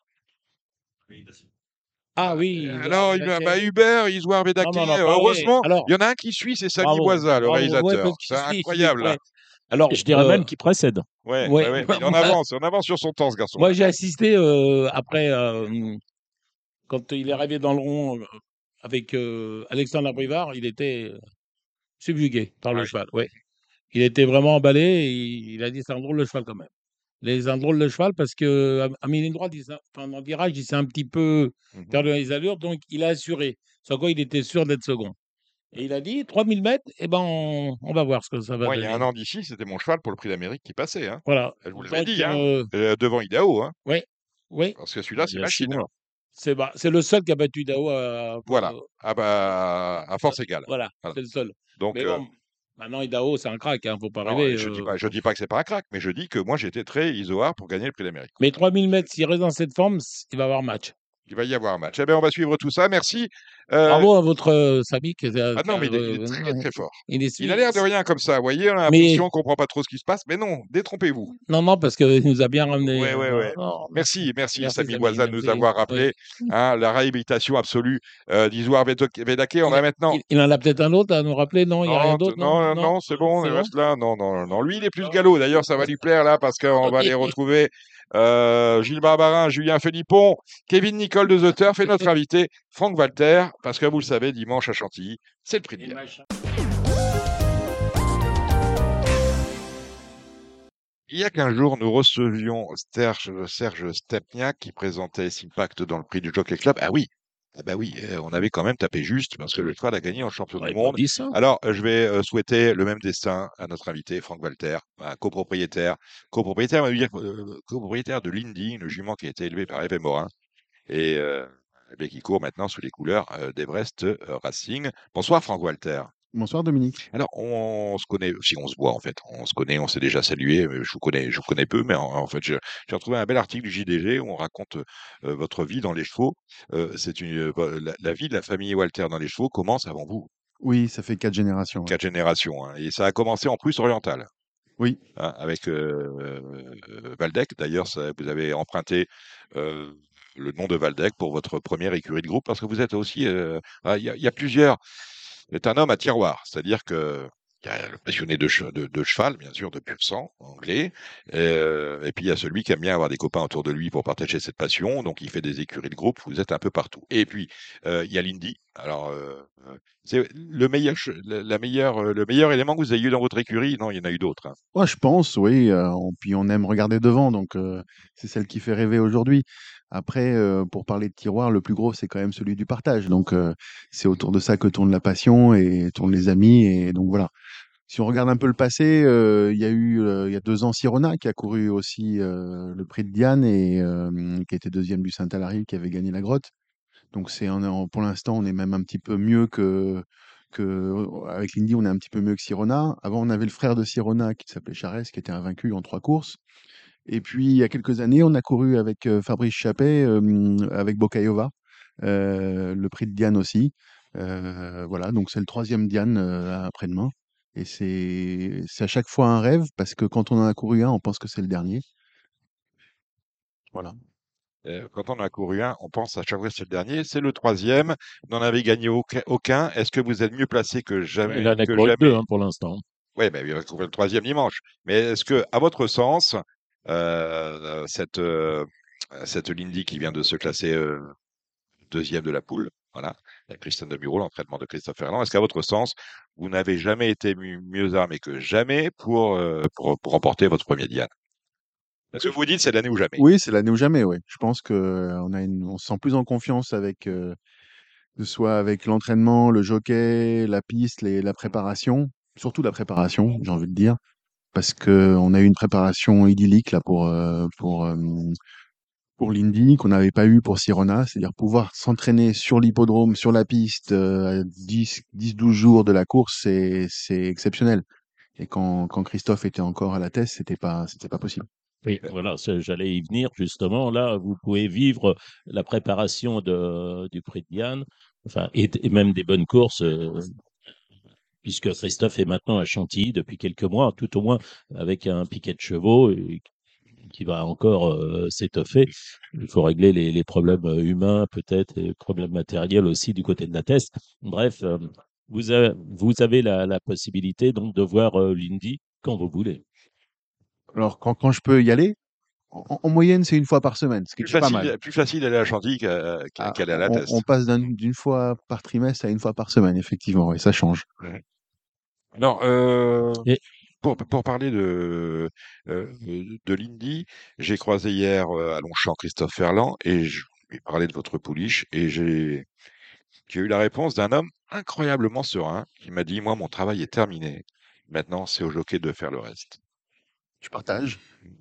Ah oui. Alors, Hubert, Isoire Vedake, heureusement, il y en a un qui suit, c'est Samy Boisa, le réalisateur. C'est incroyable. Alors, je dirais même qu'il précède. Ouais, mais on avance sur son temps, ce garçon. Moi, j'ai assisté après, quand il est arrivé dans le rond avec Alexandre Abrivard, il était subjugué par le cheval. Ouais. Il était vraiment emballé et il a dit c'est un drôle de cheval quand même. C'est un drôle de cheval parce que à mi-ligne droite, dans le virage, il s'est un petit peu perdu dans les allures, donc il a assuré. Sans quoi il était sûr d'être second. Et il a dit 3000 mètres, on va voir ce que ça va donner. Il y a un an d'ici, c'était mon cheval pour le prix d'Amérique qui passait. Hein. Voilà. Je vous l'ai dit, devant Idaho. Hein. Oui. Parce que celui-là, c'est machine. C'est le seul qui a battu Idaho à force égale. Voilà, c'est le seul. Donc, mais bon, maintenant, Idaho, c'est un crack, hein, faut pas rêver. Je dis pas que c'est pas un crack, mais je dis que moi, j'étais très Isoar pour gagner le prix d'Amérique. Mais 3000 mètres, s'il reste dans cette forme, il va y avoir match. Il va y avoir un match. On va suivre tout ça. Merci. Bravo à votre Samy. Non, mais il est très, très fort. Il a l'air de rien comme ça. Vous voyez, on a l'impression qu'on ne comprend pas trop ce qui se passe. Mais non, détrompez-vous. Non, parce qu'il nous a bien ramené. Ouais. Merci, Samy Boisa, de nous avoir rappelé la réhabilitation absolue d'Isoire Vedake. On va maintenant. Il en a peut-être un autre à nous rappeler, non? Il n'y a rien d'autre? Non, c'est bon. On reste là. Non. Lui, il est plus galop. D'ailleurs, ça va lui plaire là parce qu'on va les retrouver. Gilles Barbarin, Julien Philippon, Kevin Nicole de The Turf et notre invité Franck Walter, parce que vous le savez, dimanche à Chantilly, c'est le prix de Diane. Il y a 15 jours, nous recevions Serge Stepniak qui présentait Impact dans le prix du Jockey Club. Ah oui, on avait quand même tapé juste parce que le cheval a gagné en champion du monde. Alors, je vais souhaiter le même destin à notre invité, Franck Walter, un copropriétaire de l'Indy, une jument qui a été élevée par Hervé Morin et qui court maintenant sous les couleurs d'Everest Racing. Bonsoir Franck Walter. Bonsoir Dominique. Alors, on se connaît, si on se voit en fait, on se connaît, on s'est déjà salué, je vous connais peu, mais en fait, j'ai retrouvé un bel article du JDG où on raconte votre vie dans les chevaux. La vie de la famille Walter dans les chevaux commence avant vous. Oui, ça fait 4 générations. 4 générations, hein, et ça a commencé en Prusse orientale. Oui. Hein, avec Waldeck, d'ailleurs, vous avez emprunté le nom de Waldeck pour votre première écurie de groupe, parce que vous êtes aussi, il y a plusieurs. C'est un homme à tiroir, c'est-à-dire que il y a le passionné de cheval, bien sûr, de pur sang anglais, et puis il y a celui qui aime bien avoir des copains autour de lui pour partager cette passion, donc il fait des écuries de groupe, vous êtes un peu partout. Et puis, il y a l'Indy. Alors, c'est le meilleur élément que vous ayez eu dans votre écurie? Non, il y en a eu d'autres. Hein. Ouais, je pense, oui. Puis on aime regarder devant, donc c'est celle qui fait rêver aujourd'hui. Après, pour parler de tiroir, le plus gros, c'est quand même celui du partage. Donc, c'est autour de ça que tourne la passion et tournent les amis. Et donc, voilà. Si on regarde un peu le passé, il y a eu, il y a 2 ans, Sirona qui a couru aussi le prix de Diane et qui était deuxième du Saint-Alary, qui avait gagné la grotte. Donc, pour l'instant, on est même un petit peu mieux avec l'Indy, on est un petit peu mieux que Sirona. Avant, on avait le frère de Sirona qui s'appelait Charest, qui était invaincu en 3 courses. Et puis, il y a quelques années, on a couru avec Fabrice Chappet, avec Bokayova, le prix de Diane aussi. Voilà, donc c'est le 3e Diane après-demain. Et c'est à chaque fois un rêve, parce que quand on en a couru un, on pense que c'est le dernier. Voilà. Quand on a couru un, on pense à chaque fois que c'est le dernier. C'est le 3e. Vous n'en avez gagné aucun. Est-ce que vous êtes mieux placé que jamais? Il en a que 2 pour l'instant. Oui, mais il va courir le 3e dimanche. Mais est-ce que, à votre sens, cette Lindy qui vient de se classer 2e de la poule, Voilà, la Christiane de Muro, l'entraînement de Christophe Ferland. Est-ce qu'à votre sens, vous n'avez jamais été mieux armé que jamais pour remporter votre premier Diane? Est-ce que vous dites c'est l'année ou jamais? Oui, c'est l'année ou jamais, oui. Je pense on se sent plus en confiance avec, que ce soit avec l'entraînement, le jockey, la piste, la préparation, surtout la préparation, j'ai envie de dire, parce qu'on a eu une préparation idyllique là pour l'Indy qu'on n'avait pas eu pour Sirona, c'est-à-dire pouvoir s'entraîner sur l'hippodrome, sur la piste, à 10-12 jours de la course, c'est exceptionnel. Et quand Christophe était encore à la tête, c'était pas possible. Oui, voilà, j'allais y venir justement. Là, vous pouvez vivre la préparation du Prix de Diane, enfin, et même des bonnes courses, puisque Christophe est maintenant à Chantilly depuis quelques mois, tout au moins avec un piquet de chevaux et qui va encore s'étoffer. Il faut régler les problèmes humains, peut-être, et les problèmes matériels aussi du côté de la test. Bref, vous avez la possibilité donc de voir l'Indy quand vous voulez. Alors, quand je peux y aller, en moyenne, c'est une fois par semaine, ce qui est pas mal. Plus facile d'aller à Chantilly qu'aller à la test. On passe d'une fois par trimestre à une fois par semaine, effectivement, et ça change. Ouais. Alors, pour parler de l'Indy, j'ai croisé hier à Longchamp Christophe Ferland et je lui ai parlé de votre pouliche et j'ai eu la réponse d'un homme incroyablement serein qui m'a dit, moi, mon travail est terminé. Maintenant, c'est au jockey de faire le reste. Je partage.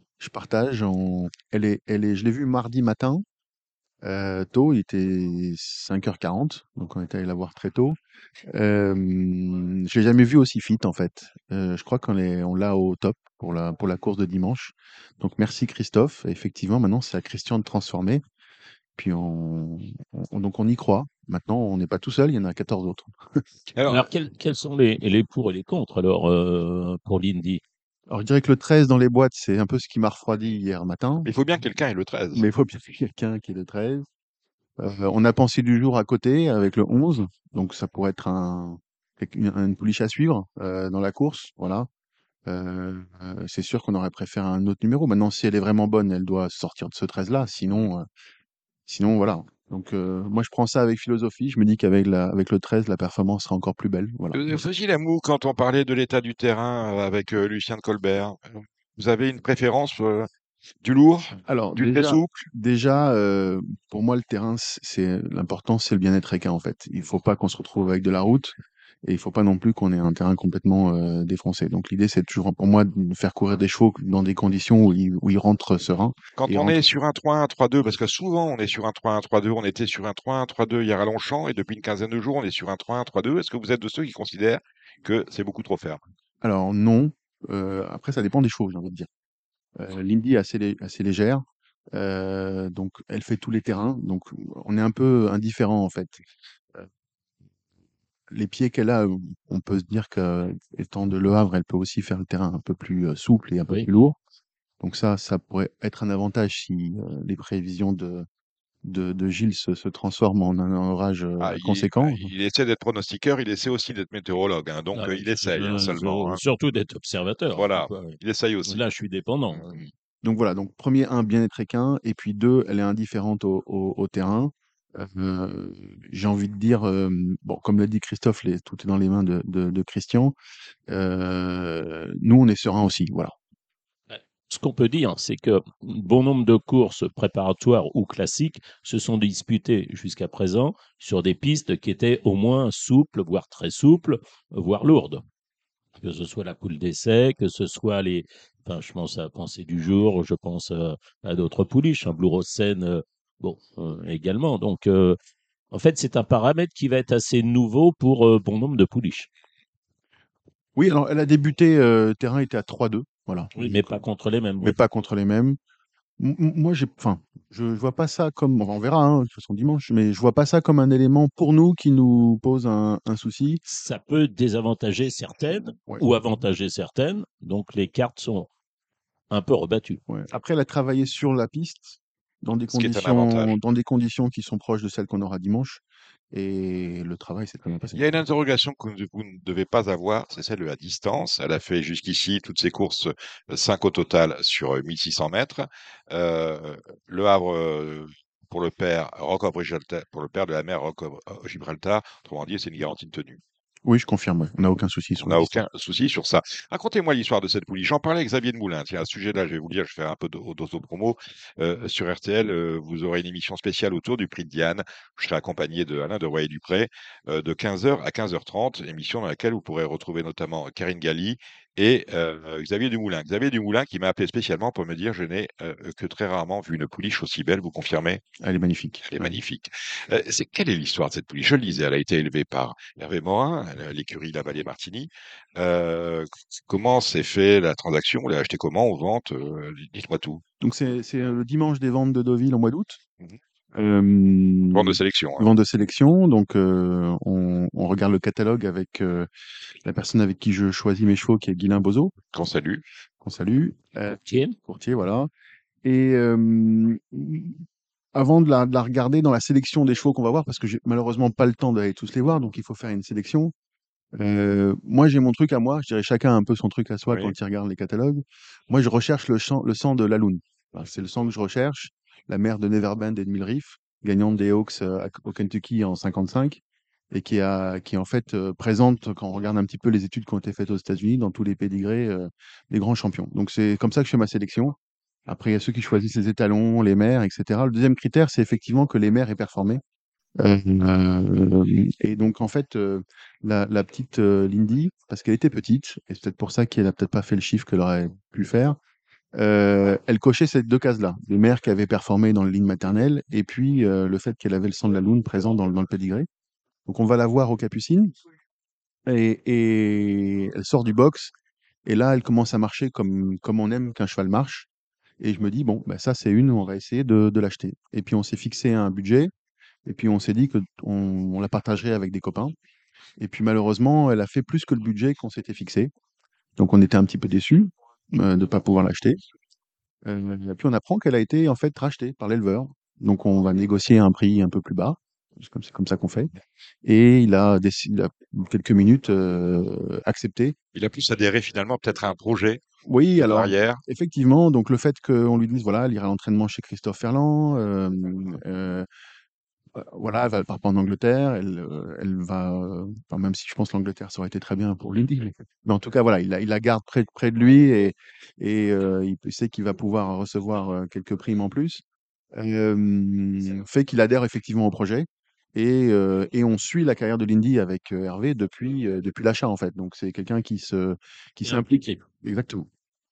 Je l'ai vue mardi matin, tôt, il était 5h40, donc on est allé la voir très tôt. Je l'ai jamais vue aussi fit en fait. Je crois on l'a au top pour la course de dimanche. Donc merci Christophe. Et effectivement, maintenant c'est à Christian de transformer. Puis donc on y croit. Maintenant, on n'est pas tout seul, il y en a 14 autres. Alors quels sont les pour et les contre alors pour l'Indy? Alors je dirais que le 13 dans les boîtes, c'est un peu ce qui m'a refroidi hier matin. Il faut bien que quelqu'un ait le 13. Mais il faut bien quelqu'un qui ait le 13. On a pensé du jour à côté avec le 11, donc ça pourrait être une pouliche à suivre dans la course, voilà. C'est sûr qu'on aurait préféré un autre numéro. Maintenant, si elle est vraiment bonne, elle doit sortir de ce 13-là, sinon voilà. Donc moi, je prends ça avec philosophie. Je me dis qu'avec avec le 13, la performance sera encore plus belle. Voilà. Vous faisiez la moue quand on parlait de l'état du terrain avec Lucien de Colbert. Vous avez une préférence du lourd, Alors du très souple? déjà, pour moi, le terrain, l'important, c'est le bien-être équin en fait. Il faut pas qu'on se retrouve avec de la route et il faut pas non plus qu'on ait un terrain complètement défoncé. Donc l'idée, c'est toujours pour moi de faire courir des chevaux dans des conditions où ils rentrent sereins. Quand on est sur un 3-1, 3-2, parce que souvent on est sur un 3-1, 3-2, on était sur un 3-1, 3-2 hier à Longchamp et depuis une quinzaine de jours on est sur un 3-1, 3-2. Est-ce que vous êtes de ceux qui considèrent que c'est beaucoup trop ferme? Alors non. Après, ça dépend des chevaux, j'ai envie de dire. Lindy est assez légère, donc elle fait tous les terrains, donc on est un peu indifférent en fait. Euh, les pieds qu'elle a, on peut se dire qu'étant de Le Havre, elle peut aussi faire le terrain un peu plus souple et un peu plus lourd. Donc ça pourrait être un avantage si les prévisions de Gilles se transforment en un orage conséquent. Il essaie d'être pronostiqueur, il essaie aussi d'être météorologue, hein, donc il essaye seulement. Hein. Surtout d'être observateur. Voilà, il essaye aussi. Là, je suis dépendant. Donc voilà, donc premier, bien-être équin, et puis 2, elle est indifférente au terrain. J'ai envie de dire, bon, comme l'a dit Christophe, tout est dans les mains de Christian. Nous, on est serein aussi, voilà. Ce qu'on peut dire, c'est que bon nombre de courses préparatoires ou classiques se sont disputées jusqu'à présent sur des pistes qui étaient au moins souples, voire très souples, voire lourdes. Que ce soit la poule d'essai, que ce soit enfin, je pense à Pensée du jour, je pense à d'autres pouliches, Blue Rose Seine, également. Donc, en fait, c'est un paramètre qui va être assez nouveau pour bon nombre de pouliches. Oui, alors elle a débuté, le terrain était à 3-2, voilà. Oui, mais pas contre les mêmes. Mais pas contre les mêmes. Moi, je vois pas ça comme, on verra, hein, de toute façon dimanche, mais je vois pas ça comme un élément pour nous qui nous pose un souci. Ça peut désavantager certaines ou avantager certaines, donc les cartes sont un peu rebattues. Ouais. Après, elle a travaillé sur la piste dans des conditions qui sont proches de celles qu'on aura dimanche. Et le travail s'est très bien passé. Il y a une interrogation que vous ne devez pas avoir, c'est celle de la distance. Elle a fait jusqu'ici toutes ses courses, 5 au total sur 1600 mètres. Le Havre pour le père Rock of Gibraltar, pour le père de la mère Rock of Gibraltar. Autrement dit, c'est une garantie de tenue. Oui, je confirme. Ouais. On n'a aucun souci sur On n'a aucun souci sur ça. Racontez-moi l'histoire de cette pouliche. J'en parlais avec Xavier de Moulin. Tiens, à ce sujet-là, je vais vous le dire, je fais un peu d'autopromo. Sur RTL, vous aurez une émission spéciale autour du prix de Diane. Je serai accompagné de Alain de Royer-Dupré de 15h à 15h30, émission dans laquelle vous pourrez retrouver notamment Karine Galli et Xavier Dumoulin. Xavier Dumoulin qui m'a appelé spécialement pour me dire je n'ai que très rarement vu une pouliche aussi belle, vous confirmez? Elle est magnifique. Elle est magnifique. Quelle est l'histoire de cette pouliche? Je le disais, elle a été élevée par Hervé Morin, l'écurie Lavalier-Martini. Comment s'est fait la transaction? Vous l'avez acheté comment aux ventes? Dites-moi tout. Donc c'est le dimanche des ventes de Deauville en mois d'août. Vente de sélection. Hein. Vente de sélection. Donc on regarde le catalogue avec la personne avec qui je choisis mes chevaux, qui est Guylain Bozo. Qu'on salue. Courtier, voilà. Et avant de la regarder dans la sélection des chevaux qu'on va voir, parce que j'ai malheureusement pas le temps d'aller tous les voir, donc il faut faire une sélection. Moi, j'ai mon truc à moi. Je dirais chacun a un peu son truc à soi quand il regarde les catalogues. Moi, je recherche le sang de Laloun. Enfin, c'est le sang que je recherche. La mère de Neverbend et de Millriff, gagnante des Hawks au Kentucky en 55, et qui est en fait présente quand on regarde un petit peu les études qui ont été faites aux États-Unis dans tous les pédigrés des grands champions. Donc c'est comme ça que je fais ma sélection. Après, il y a ceux qui choisissent les étalons, les mères, etc. Le deuxième critère, c'est effectivement que les mères aient performé. Et donc en fait, la petite Lindy, parce qu'elle était petite, et c'est peut-être pour ça qu'elle a peut-être pas fait le chiffre qu'elle aurait pu faire, elle cochait ces deux cases-là, des mères qui avaient performé dans la ligne maternelle, et puis le fait qu'elle avait le sang de la Lune présent dans le pédigré. Donc on va la voir aux Capucines, et elle sort du box, et là elle commence à marcher comme on aime qu'un cheval marche. Et je me dis, bon, bah, ça c'est une, on va essayer de l'acheter. Et puis on s'est fixé un budget. Et puis on s'est dit qu'on la partagerait avec des copains. Et puis malheureusement, elle a fait plus que le budget qu'on s'était fixé. Donc on était un petit peu déçus de ne pas pouvoir l'acheter. Et puis on apprend qu'elle a été en fait rachetée par l'éleveur. Donc on va négocier un prix un peu plus bas. C'est comme ça qu'on fait. Et il a quelques minutes accepté. Il a plus adhéré finalement peut-être à un projet. Oui, alors effectivement, donc le fait qu'on lui dise voilà, elle ira à l'entraînement chez Christophe Ferland, voilà, elle part pas en Angleterre, elle va, enfin, même si je pense l'Angleterre ça aurait été très bien pour Lindy, mais en tout cas voilà, il la garde près de lui et il sait qu'il va pouvoir recevoir quelques primes en plus, fait qu'il adhère effectivement au projet et on suit la carrière de Lindy avec Hervé depuis l'achat en fait. Donc c'est quelqu'un qui s'implique. Exactement.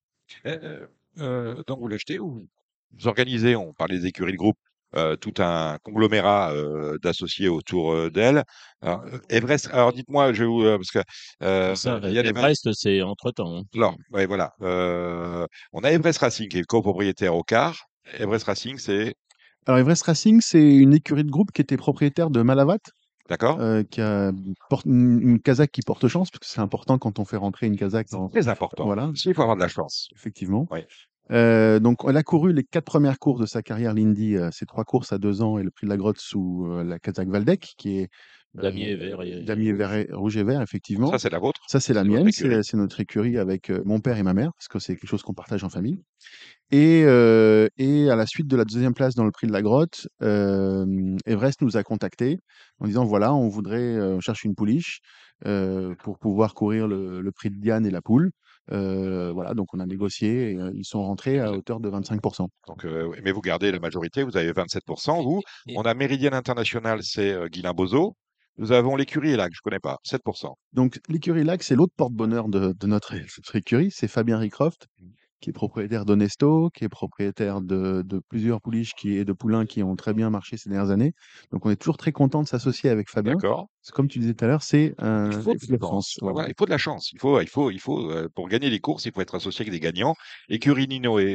Donc vous l'achetez ou vous organisez, on parlait des écuries de groupe, tout un conglomérat d'associés autour d'elle. Alors, Everest, alors dites-moi, je vais vous, parce que il y a Everest, c'est entre-temps. Hein. Alors, ouais, voilà. On a Everest Racing qui est copropriétaire au quart. Everest Racing, c'est... Alors Everest Racing, c'est une écurie de groupe qui était propriétaire de Malavat. D'accord. Qui a une Kazakh qui porte chance, parce que c'est important quand on fait rentrer une Kazakh. C'est très important. Voilà. Il faut avoir de la chance. Effectivement. Oui. Donc, elle a couru les 4 premières courses de sa carrière, Lindy. Ces 3 courses à 2 ans et le prix de la grotte sous la Kazakh Valdec, qui est damier vert et rouge et vert, effectivement. Ça, c'est la vôtre. Ça, c'est la mienne. C'est notre écurie avec mon père et ma mère, parce que c'est quelque chose qu'on partage en famille. Et à la suite de la 2e place dans le prix de la grotte, Everest nous a contactés en disant voilà, on cherche une pouliche pour pouvoir courir le prix de Diane et la poule. Voilà, donc on a négocié et ils sont rentrés à hauteur de 25%. Donc, mais vous gardez la majorité, vous avez 27%, vous. On a Méridienne International, c'est Guylain Bozo. Nous avons l'écurie Lac, je ne connais pas, 7%. Donc l'écurie Lac, c'est l'autre porte-bonheur de notre écurie, c'est Fabien Rycroft, qui est propriétaire d'Honesto, qui est propriétaire de plusieurs pouliches et de poulains qui ont très bien marché ces dernières années. Donc on est toujours très content de s'associer avec Fabien. D'accord. Comme tu disais tout à l'heure, c'est un il faut de la chance. Voilà, il faut de la chance. Il faut pour gagner les courses, il faut être associé avec des gagnants. Écurie Ninoé.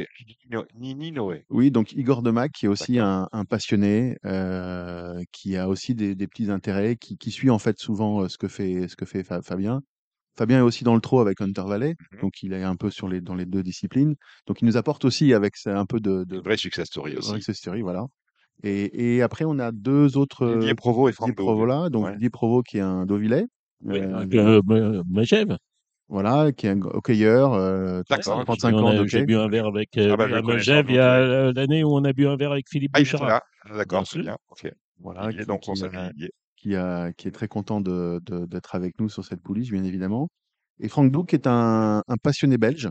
Oui, donc Igor Demac, qui est aussi un passionné, qui a aussi des petits intérêts, qui suit en fait souvent ce que fait Fabien. Fabien est aussi dans le trot avec Hunter Valley, donc il est un peu dans les 2 disciplines. Donc il nous apporte aussi avec un peu de vraie success story aussi. Success story, voilà. Et après on a 2 autres Didier Provost et Franck Provost, donc Didier Provost qui est un Deauvillais. Megève. Voilà, qui est un hockeyeur, 35 ans d'hockey. J'ai bu un verre avec Megève il y a l'année où on a bu un verre avec Philippe Bouchard. Ah, d'accord, très bien. Ok. Voilà, Didier, donc on salue Didier. qui est très content d'être avec nous sur cette pouliche, bien évidemment. Et Franck Douk est un passionné belge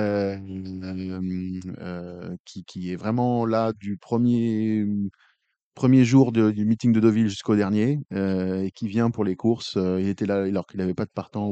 qui est vraiment là du premier jour du meeting de Deauville jusqu'au dernier et qui vient pour les courses. Il était là alors qu'il n'avait pas de partant,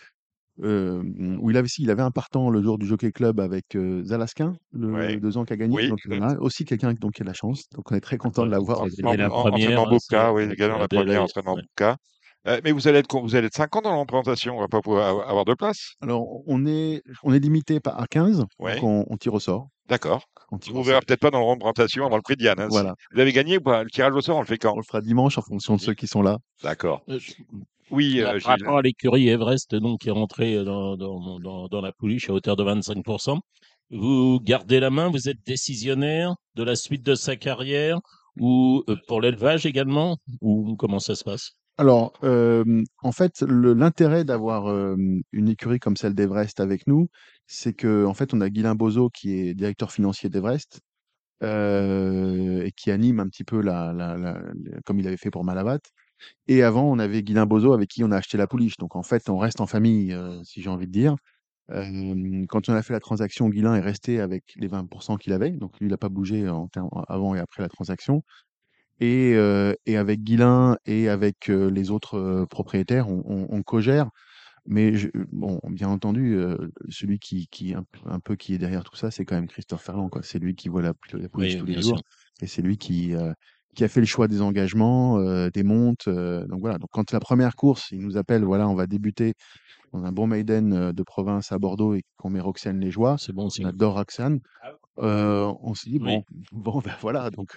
il avait un partant le jour du Jockey Club avec Zalaskin, le Ouais. 2 ans qui a gagné. Oui. Donc voilà, aussi quelqu'un donc, qui a de la chance. Donc on est très content de l'avoir. C'est gagné la première, Entraînement Bobka, oui, c'est gagné la première, entraînement ouais. Bobka. Mais vous allez être 50 dans l'orientation, on va pas pouvoir avoir de place. Alors on est limité à 15, donc Ouais, on tire au sort. d'accord. On tire On au vous verra sort. peut-être pas dans l'orientation avant le prix de Diane. Hein, si Voilà. vous avez gagné, bah, le tirage au sort, on le fait quand? On le fera dimanche en fonction de ceux qui sont là. D'accord. Euh, Oui, Par Gilles. rapport à l'écurie Everest, donc, qui est rentrée dans la pouliche à hauteur de 25%, vous gardez la main, vous êtes décisionnaire de la suite de sa carrière ou pour l'élevage également, ou comment ça se passe? Alors, en fait, l'intérêt d'avoir une écurie comme celle d'Everest avec nous, c'est que en fait, on a Guylain Bozo qui est directeur financier d'Everest et qui anime un petit peu comme il avait fait pour Malavat. Et avant, on avait Guylain Bozo avec qui on a acheté la pouliche. Donc, en fait, on reste en famille, si j'ai envie de dire. Quand on a fait la transaction, Guylain est resté avec les 20% qu'il avait. Donc, lui, il n'a pas bougé avant et après la transaction. Et avec Guylain et avec les autres propriétaires, on co-gère. Mais bon, bien entendu, celui qui un peu qui est derrière tout ça, c'est quand même Christophe Ferland, quoi. C'est lui qui voit la pouliche Oui, tous les bien jours sûr. et c'est lui qui a fait le choix des engagements, des montes. Donc voilà. Donc quand la première course, il nous appelle, voilà, on va débuter dans un bon maiden de province à Bordeaux et qu'on met Roxane Léjoie. C'est bon On signe. adore Roxane. On s'est dit, Oui. bon, ben voilà, donc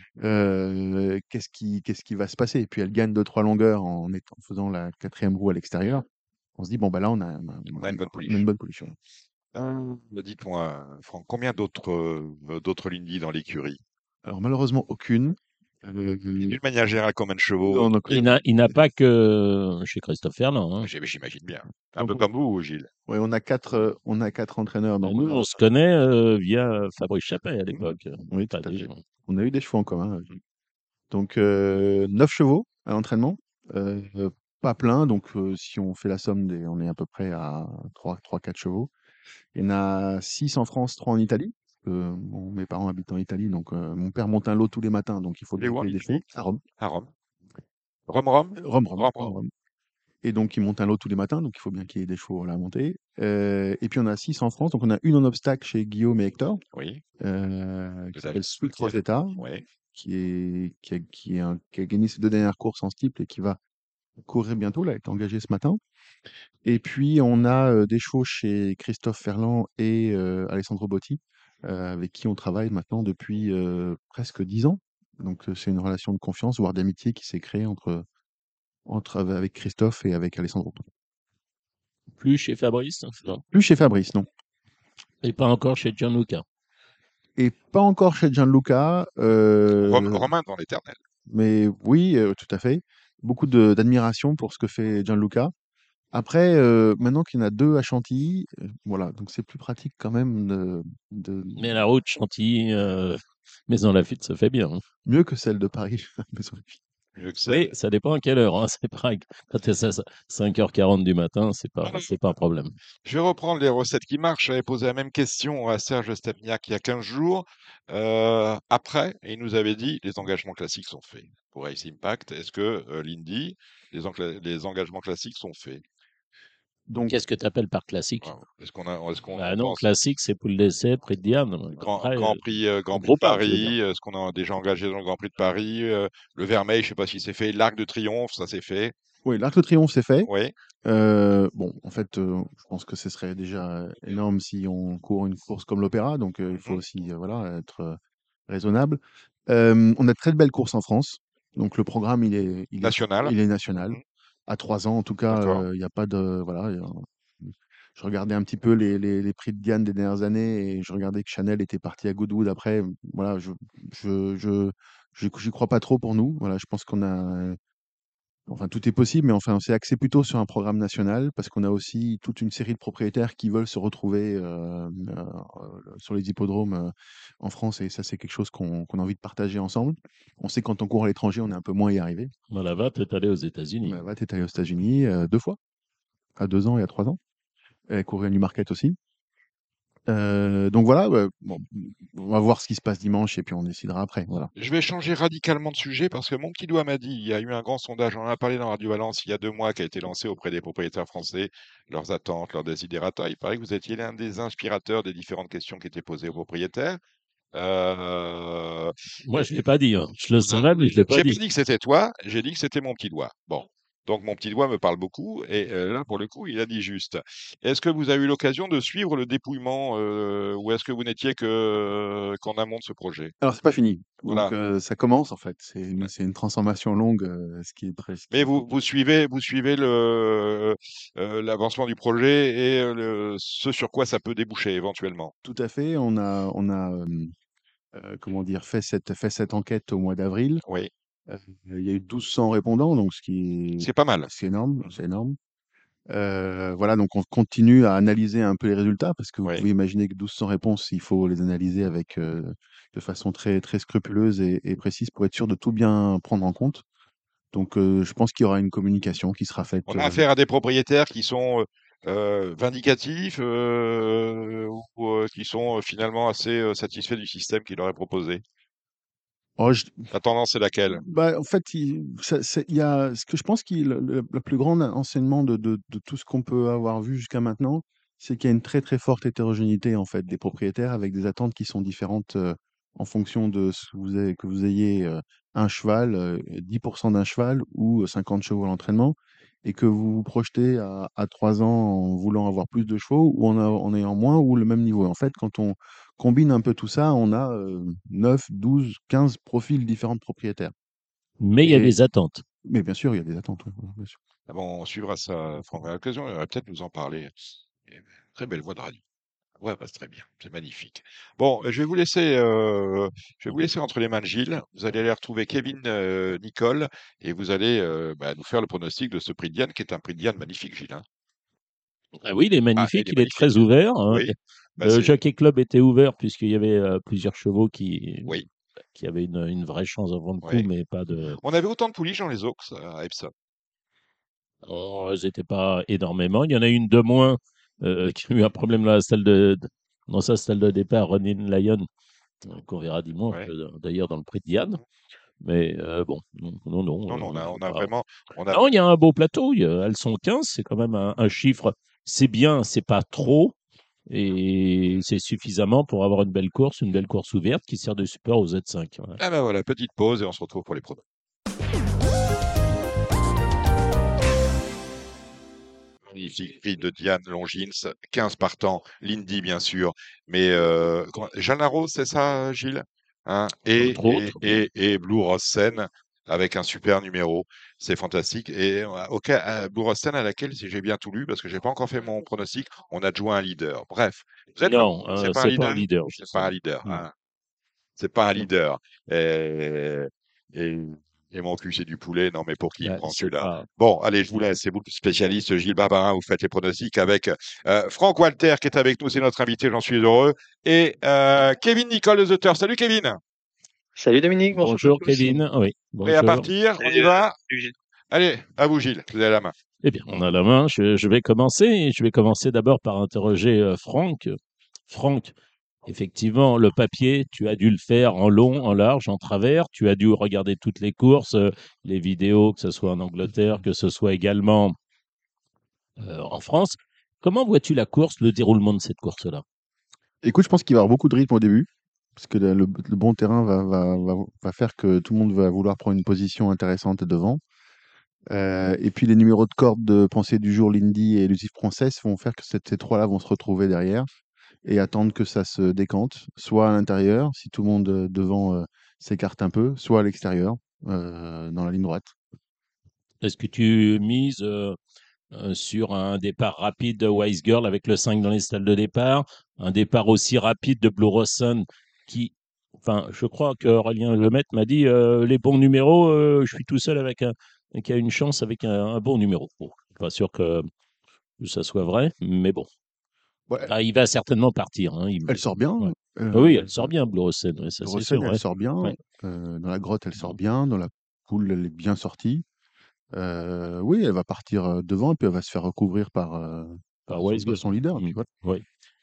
qu'est-ce qui va se passer? Et puis elle gagne 2-3 longueurs en faisant la quatrième roue à l'extérieur. On se dit, bon, bah là, On a une bonne on a pouliche. une bonne pouliche. Ouais. Dites-moi, Franck, combien d'autres Lindy dans l'écurie? Alors malheureusement, aucune. D'une manière générale, combien de chevaux? On a- Il n'a pas que chez Christophe Ferland, hein. J'imagine bien. Un donc, peu comme vous, Gilles. ouais, on a quatre entraîneurs. Donc Nous, on se connaît via Fabrice Chappet à l'époque. oui, tout Pas à des fait. gens. On a eu des chevaux en commun. Donc 9 chevaux à l'entraînement. Pas plein, donc si on fait la somme, on est à peu près à 3-4 chevaux. Il y en a 6 en France, 3 en Italie. Bon, mes parents habitent en Italie, donc mon père monte un lot tous les matins, donc il faut Vous les bien où en qu'il y ait des chevaux. Italie? À Rome. À Rome. Rome? Rome, Rome. Rome. Et donc, il monte un lot tous les matins, donc il faut bien qu'il y ait des chevaux à la montée. Et puis, on a 6 en France, donc on a une en obstacle chez Guillaume et Hector, Oui. qui s'appelle Sweet Rosetta, Oui. qui a gagné ses 2 dernières courses en steeple et qui va courir bientôt, là, elle est engagée ce matin. Et puis, on a des chevaux chez Christophe Ferland et Alessandro Botti, avec qui on travaille maintenant depuis presque 10 ans. Donc, c'est une relation de confiance, voire d'amitié qui s'est créée avec Christophe et avec Alessandro. Plus chez Fabrice, non. Plus chez Fabrice, non. Et pas encore chez Gianluca. Et pas encore chez Gianluca. Romain dans l'éternel. Mais oui, tout à fait. Beaucoup d'admiration pour ce que fait Gianluca. Après, maintenant qu'il y en a 2 à Chantilly, voilà, donc c'est plus pratique quand même Mais la route Chantilly, Maison Lafitte, ça fait bien, hein. mieux que celle de Paris. Maison Lafitte. Mieux que Oui, celle. ça dépend à quelle heure, hein. C'est pareil. Quand tu es à 5h40 du matin, c'est pas un problème. Je vais reprendre les recettes qui marchent. J'avais posé la même question à Serge Stepniak il y a 15 jours. Après, il nous avait dit les engagements classiques sont faits. Pour Race Impact, est-ce que l'Indy, les engagements classiques sont faits? Donc, Qu'est-ce que tu appelles par classique? Est-ce qu'on Bah non, pense classique, c'est poule d'essai, prix de Diane. Après, Grand Prix de gros pas, tu veux Paris, dire. est-ce qu'on a déjà engagé dans le Grand Prix de Paris? Le Vermeil, je ne sais pas si c'est fait. L'Arc de Triomphe, ça c'est fait. oui, l'Arc de Triomphe, c'est fait. Oui. Bon, en fait, je pense que ce serait déjà énorme si on court une course comme l'Opéra, donc il faut aussi voilà, être raisonnable. On a de très belles courses en France, donc le programme, National. il est national. À 3 ans, en tout cas, D'accord. il n'y a pas de... Voilà, je regardais un petit peu les prix de Diane des dernières années et je regardais que Chanel était parti à Goodwood après. Voilà, j'y crois pas trop pour nous. Voilà, je pense qu'on a Enfin, tout est possible, mais enfin, on s'est axé plutôt sur un programme national parce qu'on a aussi toute une série de propriétaires qui veulent se retrouver sur les hippodromes en France et ça, c'est quelque chose qu'on a envie de partager ensemble. On sait que quand on court à l'étranger, on est un peu moins y arrivé. Là-bas, tu es allé aux États-Unis. Là-bas, tu es allé aux États-Unis 2 fois, à 2 ans et à 3 ans, et courir à Newmarket aussi. Donc voilà, bon, on va voir ce qui se passe dimanche et puis on décidera après. Voilà. Je vais changer radicalement de sujet parce que mon petit doigt m'a dit, il y a eu un grand sondage, on en a parlé dans Radio Valence il y a 2 mois, qui a été lancé auprès des propriétaires français, leurs attentes, leurs desiderata. Il paraît que vous étiez l'un des inspirateurs des différentes questions qui étaient posées aux propriétaires. Moi, je ne l'ai pas dit. Hein. Je le savais, mais je ne l'ai pas dit. J'ai pas dit que c'était toi, j'ai dit que c'était mon petit doigt. Bon. Donc, mon petit doigt me parle beaucoup et là, pour le coup, il a dit juste. Est-ce que vous avez eu l'occasion de suivre le dépouillement ou est-ce que vous n'étiez qu'en amont de ce projet? Alors, c'est pas fini. Voilà. Donc, ça commence en fait. C'est une transformation longue, ce qui est très. Mais vous suivez l'avancement du projet et ce sur quoi ça peut déboucher éventuellement. Tout à fait. On a comment dire, fait cette enquête au mois d'avril. Oui. Il y a eu 1200 répondants, donc C'est pas mal. C'est énorme, c'est énorme. Voilà, donc on continue à analyser un peu les résultats parce que vous pouvez imaginer que 1200 réponses, il faut les analyser avec de façon très très scrupuleuse et précise pour être sûr de tout bien prendre en compte. Donc, je pense qu'il y aura une communication qui sera faite. On a affaire à des propriétaires qui sont vindicatifs ou qui sont finalement assez satisfaits du système qui leur est proposé. Oh, La tendance est laquelle? En fait, il y a ce que je pense qui le plus grand enseignement de tout ce qu'on peut avoir vu jusqu'à maintenant, c'est qu'il y a une très très forte hétérogénéité en fait des propriétaires avec des attentes qui sont différentes en fonction de ce que vous ayez un cheval, 10% d'un cheval ou 50 chevaux à l'entraînement et que vous vous projetez à 3 ans en voulant avoir plus de chevaux ou en ayant moins ou le même niveau. En fait, quand on combine un peu tout ça, on a 9, 12, 15 profils différents de propriétaires. Mais il y a des attentes. Mais bien sûr, il y a des attentes. Oui, bien sûr. Ah bon, on suivra ça, Franck. À l'occasion, il va peut-être nous en parler. Très belle voix de radio. Ouais, bah, c'est très bien, c'est magnifique. Bon, je vais vous laisser entre les mains de Gilles. Vous allez aller retrouver Kevin Nicole et vous allez nous faire le pronostic de ce prix de Diane, qui est un prix de Diane magnifique, Gilles. Hein. Ah oui, il est magnifique, il est très ouvert. Hein. Oui. Le Jockey Club était ouvert puisqu'il y avait plusieurs chevaux qui Oui. avaient une vraie chance avant le coup, Oui. mais pas de. On avait autant de pouliches dans les Oaks à Epsom. Oh, elles n'étaient pas énormément. Il y en a une de moins qui a eu un problème dans sa salle de départ, Running Lion, qu'on verra dimanche, d'ailleurs dans le prix de Diane. Mais bon, non. Non, on a vraiment. Non, il y a un beau plateau. Elles sont 15, c'est quand même un chiffre. C'est bien, c'est pas trop. Et c'est suffisamment pour avoir une belle course ouverte qui sert de support aux Z5. Voilà. Ah ben voilà, petite pause et on se retrouve pour les pronos. Magnifique prix de Diane Longines, 15 partants, Lindy bien sûr, mais Jeanne Larose, c'est ça, Gilles, hein, et Blue Rose Sen avec un super numéro, c'est fantastique. Et Blue Rose Sen à laquelle, si j'ai bien tout lu, parce que j'ai pas encore fait mon pronostic, on adjoint un leader. Bref, non, c'est pas un leader. C'est pas un leader. Hein. C'est pas un leader. Et mon cul, c'est du poulet. Non, mais pour qui il prend celui-là? Pas... Bon, allez, je vous laisse. C'est vous le spécialiste, Gilles Barbarin. Vous faites les pronostics avec Franck Walter, qui est avec nous. C'est notre invité, j'en suis heureux. Et Kevin Nicole, le auteur. Salut, Kevin. Salut, Dominique. Bonjour, Kevin. Oui, bonjour. Prêt à partir? On y va? Allez, à vous, Gilles. Vous avez la main. Eh bien, on a la main. Je vais commencer. Je vais commencer d'abord par interroger Franck. Franck, effectivement, le papier, tu as dû le faire en long, en large, en travers. Tu as dû regarder toutes les courses, les vidéos, que ce soit en Angleterre, que ce soit également en France. Comment vois-tu la course, le déroulement de cette course-là? Écoute, je pense qu'il va y avoir beaucoup de rythme au début, parce que le bon terrain va faire que tout le monde va vouloir prendre une position intéressante devant. Et puis les numéros de corde de Pensée du jour, Lindy et Lucie Princesse vont faire que ces trois-là vont se retrouver derrière et attendre que ça se décante, soit à l'intérieur, si tout le monde devant s'écarte un peu, soit à l'extérieur, dans la ligne droite. Est-ce que tu mises sur un départ rapide de Wise Girl avec le 5 dans les stalles de départ, un départ aussi rapide de Blue Rosson qui... Enfin, je crois qu'Aurélien Lemaitre m'a dit les bons numéros, je suis tout seul avec qui a une chance avec un bon numéro. Bon, je suis pas sûr que ça soit vrai, mais bon. Ouais. Il va certainement partir. Hein. Elle sort bien. Ouais. Oui, elle sort bien, Blue Rosen, ouais, ça Blue c'est Rosen, sûr. elle Ouais. sort bien. Ouais. Dans la grotte, elle sort bien. Dans la poule, elle est bien sortie. Oui, elle va partir devant et puis elle va se faire recouvrir par Weisgirl. son leader. Et puis voilà. Ouais.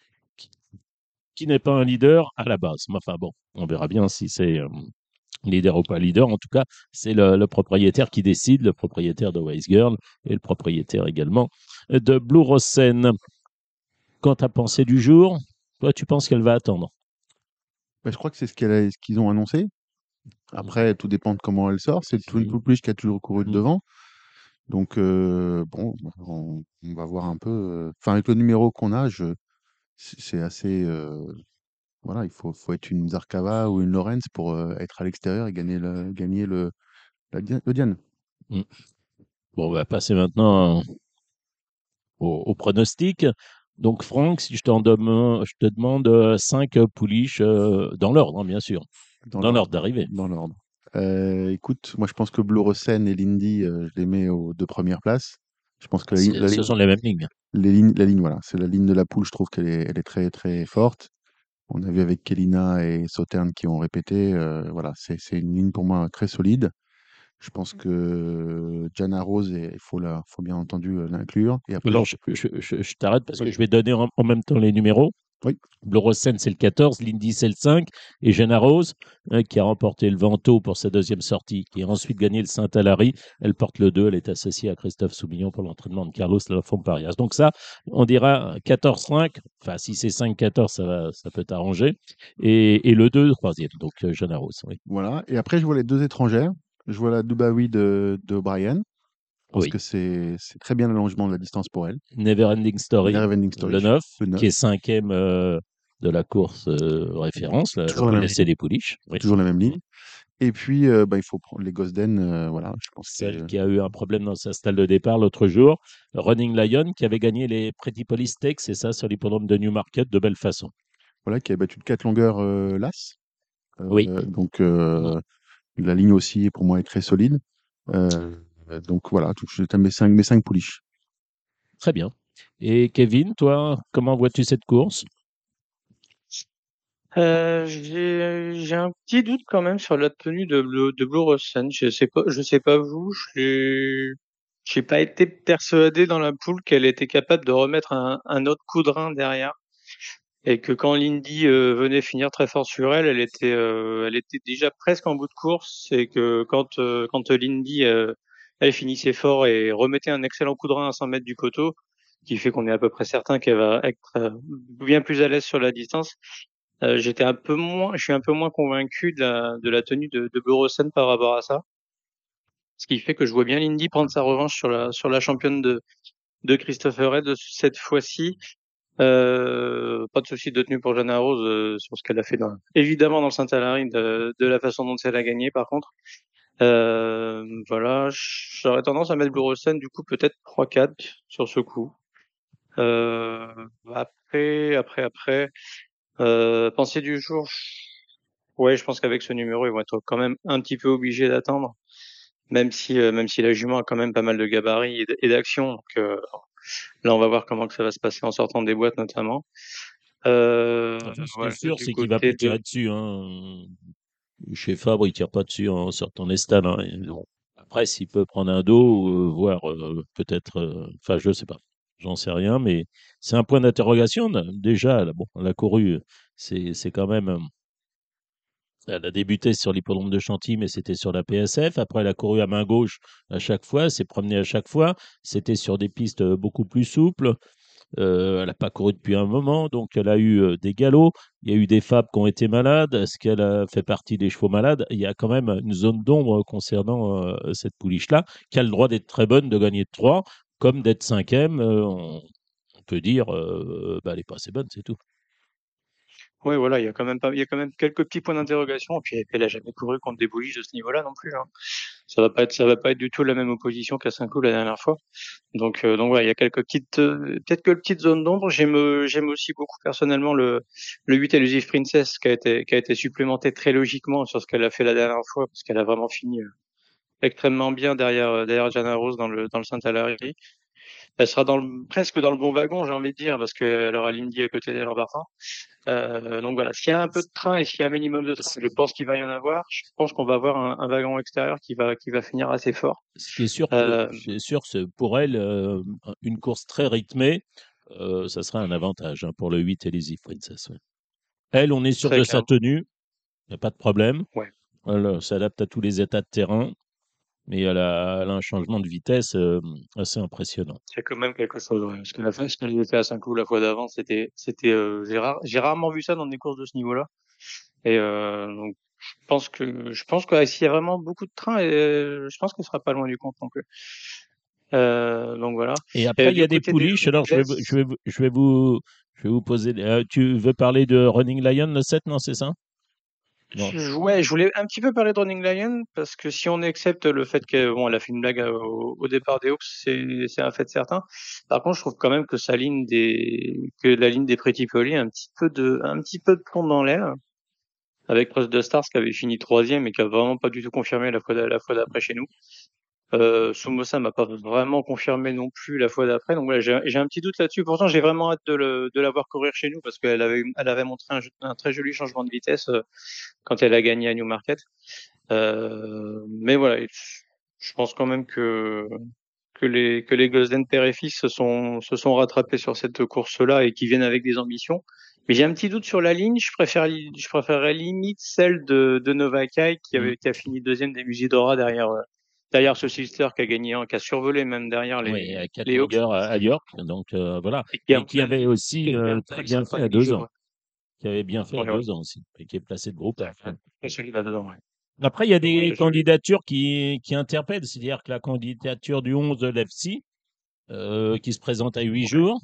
Qui n'est pas un leader à la base. Enfin bon, on verra bien si c'est leader ou pas leader. En tout cas, c'est le propriétaire qui décide, le propriétaire de Weisgirl et le propriétaire également de Blue Rosen. Quant à pensée du jour, toi, tu penses qu'elle va attendre? Je crois que c'est ce qu'ils ont annoncé. Après, tout dépend de comment elle sort. C'est Twin Plus qui a toujours couru de devant. Donc, bon, on va voir un peu. Enfin, avec le numéro qu'on a, c'est assez. Voilà, il faut être une Zarkava ou une Lorenz pour être à l'extérieur et gagner le Diane. Bon, on va passer maintenant au pronostic. Donc, Franck, si je te demande 5 pouliches dans l'ordre, hein, bien sûr. Dans l'ordre d'arrivée. Dans l'ordre. Écoute, moi je pense que Blue Rosen et Lindy, je les mets aux 2 premières places. Je pense que Ce sont les mêmes lignes. La ligne, voilà, c'est la ligne de la poule, je trouve qu'elle est très très forte. On a vu avec Kelina et Sauterne qui ont répété, voilà, c'est une ligne pour moi très solide. Je pense que Jana Rose, il faut bien entendu l'inclure. Et après, Alors, je t'arrête parce que je vais donner en même temps les numéros. Oui. Blue Rosen, c'est le 14, Lindy, c'est le 5, et Jenna Rose, qui a remporté le Vento pour sa deuxième sortie, qui a ensuite gagné le Saint-Alary, elle porte le 2, elle est associée à Christophe Soumillon pour l'entraînement de Carlos Lafont-Parias. Donc ça, on dira 14-5, enfin si c'est 5-14, ça peut t'arranger, et le 2, troisième, donc Jenna Rose. Oui. Voilà, et après je vois les 2 étrangères. Je vois la Dubawi de O'Brien, parce que c'est très bien l'allongement de la distance pour elle. Neverending Story, le 9, qui est 5e de la course référence, toujours la même ligne des Pouliches. Oui. Toujours la même ligne. Et puis, il faut prendre les Gosden, voilà, je pense. Celle qui a eu un problème dans sa stalle de départ l'autre jour, Running Lion, qui avait gagné les Pretty Police Stakes, c'est ça, sur l'hippodrome de Newmarket, de belle façon. Voilà, qui a battu de 4 longueurs l'As. Oui. Donc, la ligne aussi, pour moi, est très solide. Donc, voilà, je t'aime mes 5 pouliches. Très bien. Et Kevin, toi, comment vois-tu cette course? J'ai un petit doute quand même sur la tenue de Blue Rosen. Je sais pas vous, j'ai pas été persuadé dans la poule qu'elle était capable de remettre un autre coup de rein derrière. Et que quand Lindy venait finir très fort sur elle, elle était déjà presque en bout de course. Et que quand Lindy elle finissait fort et remettait un excellent coup de rein à 100 mètres du coteau, qui fait qu'on est à peu près certain qu'elle va être bien plus à l'aise sur la distance. Je suis un peu moins convaincu de la tenue de Blue Rosen par rapport à ça. Ce qui fait que je vois bien Lindy prendre sa revanche sur la championne de Christopher Head cette fois-ci. Pas de souci de tenue pour Jana Rose sur ce qu'elle a fait évidemment dans le Saint-Alary de la façon dont elle a gagné par contre. Voilà, j'aurais tendance à mettre Blue Rosen du coup peut-être 3-4 sur ce coup. Après, pensée du jour, ouais, je pense qu'avec ce numéro, ils vont être quand même un petit peu obligés d'attendre, même si la jument a quand même pas mal de gabarits et d'action. Donc là, on va voir comment que ça va se passer en sortant des boîtes notamment. Ce qui est sûr, c'est qu'il va pas tirer dessus. Hein. Chez Fabre, il tire pas dessus en sortant des stalles. Hein. Bon. Après, s'il peut prendre un dos, voire peut-être, enfin, je sais pas. J'en sais rien, mais c'est un point d'interrogation. Déjà, bon, elle a couru, c'est quand même. Elle a débuté sur l'hippodrome de Chantilly, mais c'était sur la PSF. Après, elle a couru à main gauche à chaque fois, s'est promenée à chaque fois. C'était sur des pistes beaucoup plus souples. Elle n'a pas couru depuis un moment, donc elle a eu des galops. Il y a eu des fables qui ont été malades. Est-ce qu'elle a fait partie des chevaux malades? Il y a quand même une zone d'ombre concernant cette pouliche-là, qui a le droit d'être très bonne, de gagner de 3, comme d'être 5e. On peut dire, elle n'est pas assez bonne, c'est tout. Ouais, voilà, il y a quand même quelques petits points d'interrogation. Et puis, elle a jamais couru contre des bouliches de ce niveau-là non plus. Hein. Ça va pas être du tout la même opposition qu'à Saint-Cloud la dernière fois. Donc ouais, il y a quelques peut-être quelques petites zones d'ombre. J'aime aussi beaucoup personnellement le 8 Elusive Princess qui a été supplémenté très logiquement sur ce qu'elle a fait la dernière fois parce qu'elle a vraiment fini extrêmement bien derrière Jana Rose dans le Saint-Alary. Elle sera presque dans le bon wagon, j'ai envie de dire, parce qu'elle aura Lindy à côté d'elle en partant. Donc voilà, s'il y a un peu de train et s'il y a un minimum de train, je pense qu'il va y en avoir. Je pense qu'on va avoir un wagon extérieur qui va finir assez fort. Ce qui est sûr, c'est pour elle, une course très rythmée, ça serait un avantage pour le 8 et les Princess. Ouais. Elle, on est sûr de sa tenue, il n'y a pas de problème. Ouais. Elle s'adapte à tous les états de terrain, mais elle a un changement de vitesse assez impressionnant. C'est quand même quelque chose, ouais. Parce que ce qu'elle avait fait à Saint-Cloud la fois d'avant, j'ai rarement vu ça dans des courses de ce niveau-là. Et donc, je pense que s'il y a vraiment beaucoup de trains, je pense qu'elle sera pas loin du compte non plus. Donc voilà. Et après, il y a des pouliches. Alors, je vais vous poser. Tu veux parler de Running Lion, le 7, non, c'est ça? Ouais, je voulais un petit peu parler de Running Lion parce que si on accepte le fait qu'elle elle a fait une blague au départ des Hawks, c'est un fait certain. Par contre, je trouve quand même que la ligne des Pretty Polly a un petit peu de plomb dans l'aile. Avec Cross de Stars qui avait fini 3e et qui a vraiment pas du tout confirmé la fois d'après chez nous. Somoza m'a pas vraiment confirmé non plus la fois d'après, donc voilà, j'ai un petit doute là-dessus. Pourtant, j'ai vraiment hâte de la voir courir chez nous parce qu'elle avait montré un très joli changement de vitesse quand elle a gagné à Newmarket. Mais voilà, je pense quand même que les Golden Père et Fils se sont rattrapés sur cette course-là et qui viennent avec des ambitions. Mais j'ai un petit doute sur la ligne. Je préférerais limite celle de Novakai qui a fini 2e des Musidora derrière ce Sister qui a gagné, qui a survolé même derrière les Hawks. À York, donc voilà. Et qui avait aussi très bien fait à 2 ans. Qui avait bien fait à 2 ans aussi, et qui est placé de groupe. Après, il y a des candidatures qui interpellent, c'est-à-dire que la candidature du 11 de l'FC, qui se présente à 8 jours,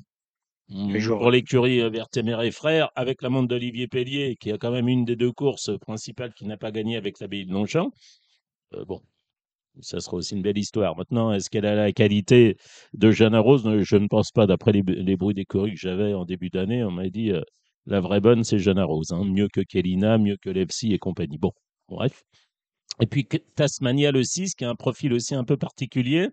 pour l'écurie Vertemer Frères, avec la montre d'Olivier Pellier, qui a quand même une des 2 courses principales qui n'a pas gagné avec l'abbaye de Longchamp. Bon, ça sera aussi une belle histoire. Maintenant, est-ce qu'elle a la qualité de Jana Rose? Je ne pense pas, d'après les bruits d'écurie que j'avais en début d'année. On m'a dit la vraie bonne, c'est Jana Rose. Hein, mieux que Kelina, mieux que l'FC et compagnie. Bon, bref. Et puis Tasmania le 6, qui a un profil aussi un peu particulier.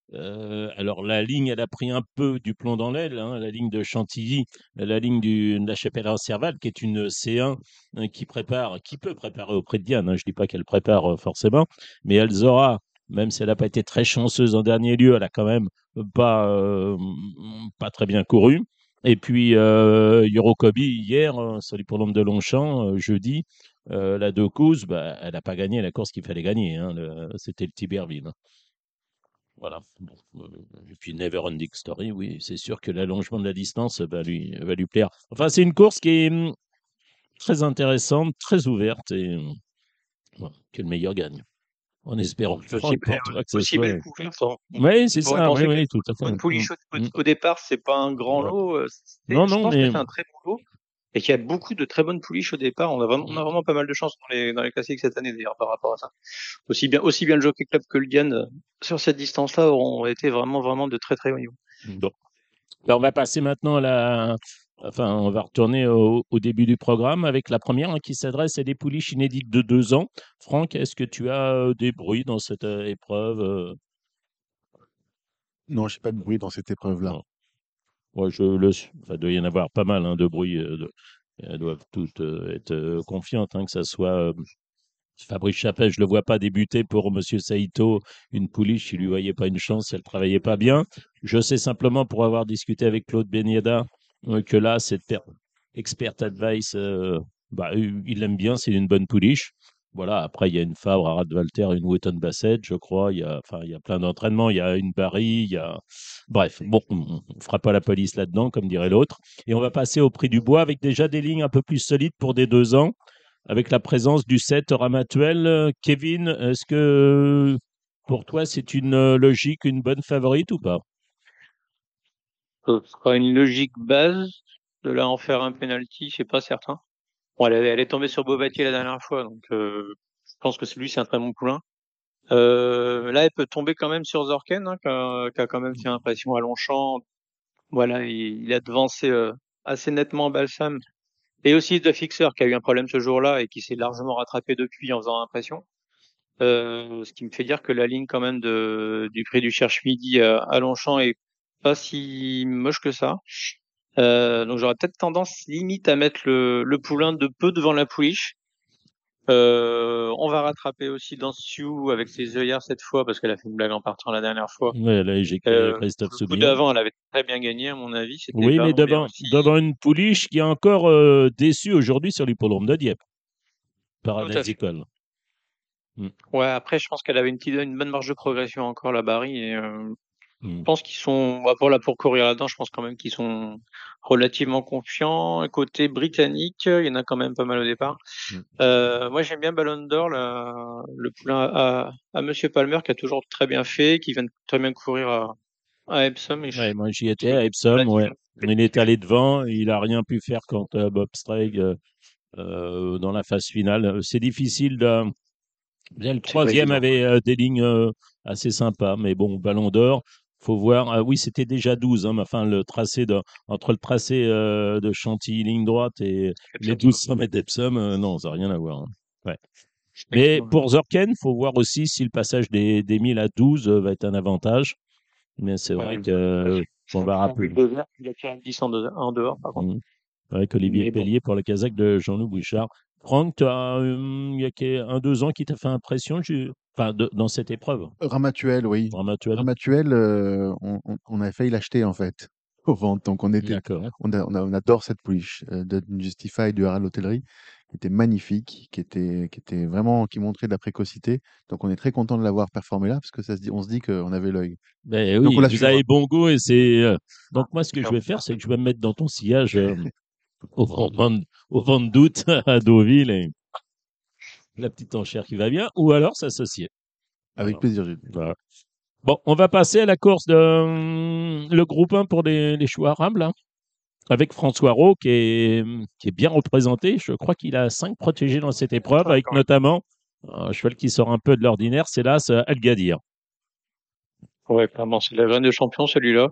Alors la ligne, elle a pris un peu du plomb dans l'aile, hein, la ligne de Chantilly, la ligne de la Chapelle-en-Serval, qui est une C1 qui peut préparer auprès de Diane. Hein, je dis pas qu'elle prépare forcément, mais elle aura, même si elle n'a pas été très chanceuse en dernier lieu, elle a quand même pas très bien couru. Et puis Eurocobi hier, sur l'hippodrome de Longchamp, jeudi, la Decouze, elle n'a pas gagné la course qu'il fallait gagner. Hein, c'était le Tiberville. Hein. Voilà. Bon, et puis Never Ending Story, oui, c'est sûr que l'allongement de la distance va lui plaire. Enfin, c'est une course qui est très intéressante, très ouverte et que le meilleur gagne. En espérant que ce soit. Belle couverte. Oui, c'est ça, oui, tout à fait. Au départ, c'est pas un grand lot. Je pense que c'est un très bon lot. Et qu'il y a beaucoup de très bonnes pouliches au départ. On a vraiment pas mal de chance dans les classiques cette année, d'ailleurs, par rapport à ça. Aussi bien le Jockey Club que le Diane, sur cette distance-là, auront été vraiment de très très haut niveau. Bon. Ben, on va passer maintenant on va retourner au début du programme avec la première qui s'adresse à des pouliches inédites de 2 ans. Franck, est-ce que tu as des bruits dans cette épreuve? Non, je n'ai pas de bruit dans cette épreuve-là. Ouais, il doit y en avoir pas mal de bruit. Elles doivent toutes être confiantes, que ça soit Fabrice Chappet, je ne le vois pas débuter pour M. Saito, une pouliche, il ne lui voyait pas une chance si elle ne travaillait pas bien. Je sais simplement, pour avoir discuté avec Claude Beniada, que là, cette expert advice, il l'aime bien, c'est une bonne pouliche. Voilà, après, il y a une Fabre, Arad Walter, une Wotton Bassett, je crois. Il y a plein d'entraînements. Il y a une Barry, Bref, bon, on ne fera pas la police là-dedans, comme dirait l'autre. Et on va passer au prix du bois avec déjà des lignes un peu plus solides pour des 2 ans, avec la présence du 7 Ramatuel. Kevin, est-ce que pour toi, c'est une logique, une bonne favorite ou pas? Ce sera une logique base. De là en faire un penalty, c'est pas certain. Bon, elle est tombée sur Bobatier la dernière fois, donc je pense que celui c'est un très bon poulain. Là, elle peut tomber quand même sur Zorken, qui a quand même fait impression à Longchamp. Voilà, il a devancé assez nettement Balsam. Et aussi The Fixer, qui a eu un problème ce jour-là et qui s'est largement rattrapé depuis en faisant impression. Ce qui me fait dire que la ligne quand même du prix du Cherche-Midi à Longchamp est pas si moche que ça. Donc j'aurais peut-être tendance limite à mettre le poulain de peu devant la pouliche. On va rattraper aussi dans Sioux avec ses œillères cette fois parce qu'elle a fait une blague en partant la dernière fois. Ouais, elle a éjecté Christophe Le coup Soumillon. d'avant, elle avait très bien gagné à mon avis. C'était Oui, mais vraiment bien aussi. devant une pouliche qui est encore déçue aujourd'hui sur l'hippodrome de Dieppe. Paradisicole. Ouais, après, je pense qu'elle avait une bonne marge de progression encore, la Barry. Et je pense qu'ils sont, pour courir là-dedans, je pense quand même qu'ils sont relativement confiants. Côté britannique, il y en a quand même pas mal au départ. Moi, j'aime bien Ballon d'Or, le poulain à Monsieur Palmer, qui a toujours très bien fait, qui vient de très bien courir à Epsom. Ouais, moi, j'y étais à Epsom, ouais. Il est allé devant, il a rien pu faire quand Bob Strake dans la phase finale. C'est difficile de. Bien, le troisième avait des lignes assez sympas, mais bon, Ballon d'Or, faut voir. Oui, c'était déjà 12, hein, mais enfin, entre le tracé de Chantilly, ligne droite, et les 1200 mètres d'Epsom, non, ça n'a rien à voir. Hein. Ouais. Mais pour Zorken, faut voir aussi si le passage des 1000 à 12 va être un avantage. Mais c'est vrai qu'on va rappeler. Il a tiré 10 en dehors, par contre. Avec Olivier Pellier pour le Kazakh de Jean-Loup Bouchard. Franck, il y a 1-2 ans qui t'a fait impression dans cette épreuve. Ramatuel, oui. Ramatuel, on a failli l'acheter en fait aux ventes. Donc on adore cette pouliche de Justify du Harald Hotellerie, qui était magnifique, qui était vraiment, qui montrait de la précocité. Donc on est très content de l'avoir performé là parce que on se dit qu'on avait l'œil. Ben oui, vous avez bon goût et c'est. Donc moi, ce que je vais faire, c'est que je vais me mettre dans ton sillage au vent d'août à Deauville et la petite enchère qui va bien, ou alors s'associer. Avec plaisir, Gilles. Voilà. Bon, on va passer à la course de le groupe 1 pour les chevaux arabes, là, avec François Roux qui est bien représenté. Je crois qu'il a 5 protégés dans cette épreuve, avec notamment un cheval qui sort un peu de l'ordinaire, c'est là Al Gadir. Ouais, clairement, c'est la graine de champion, celui-là.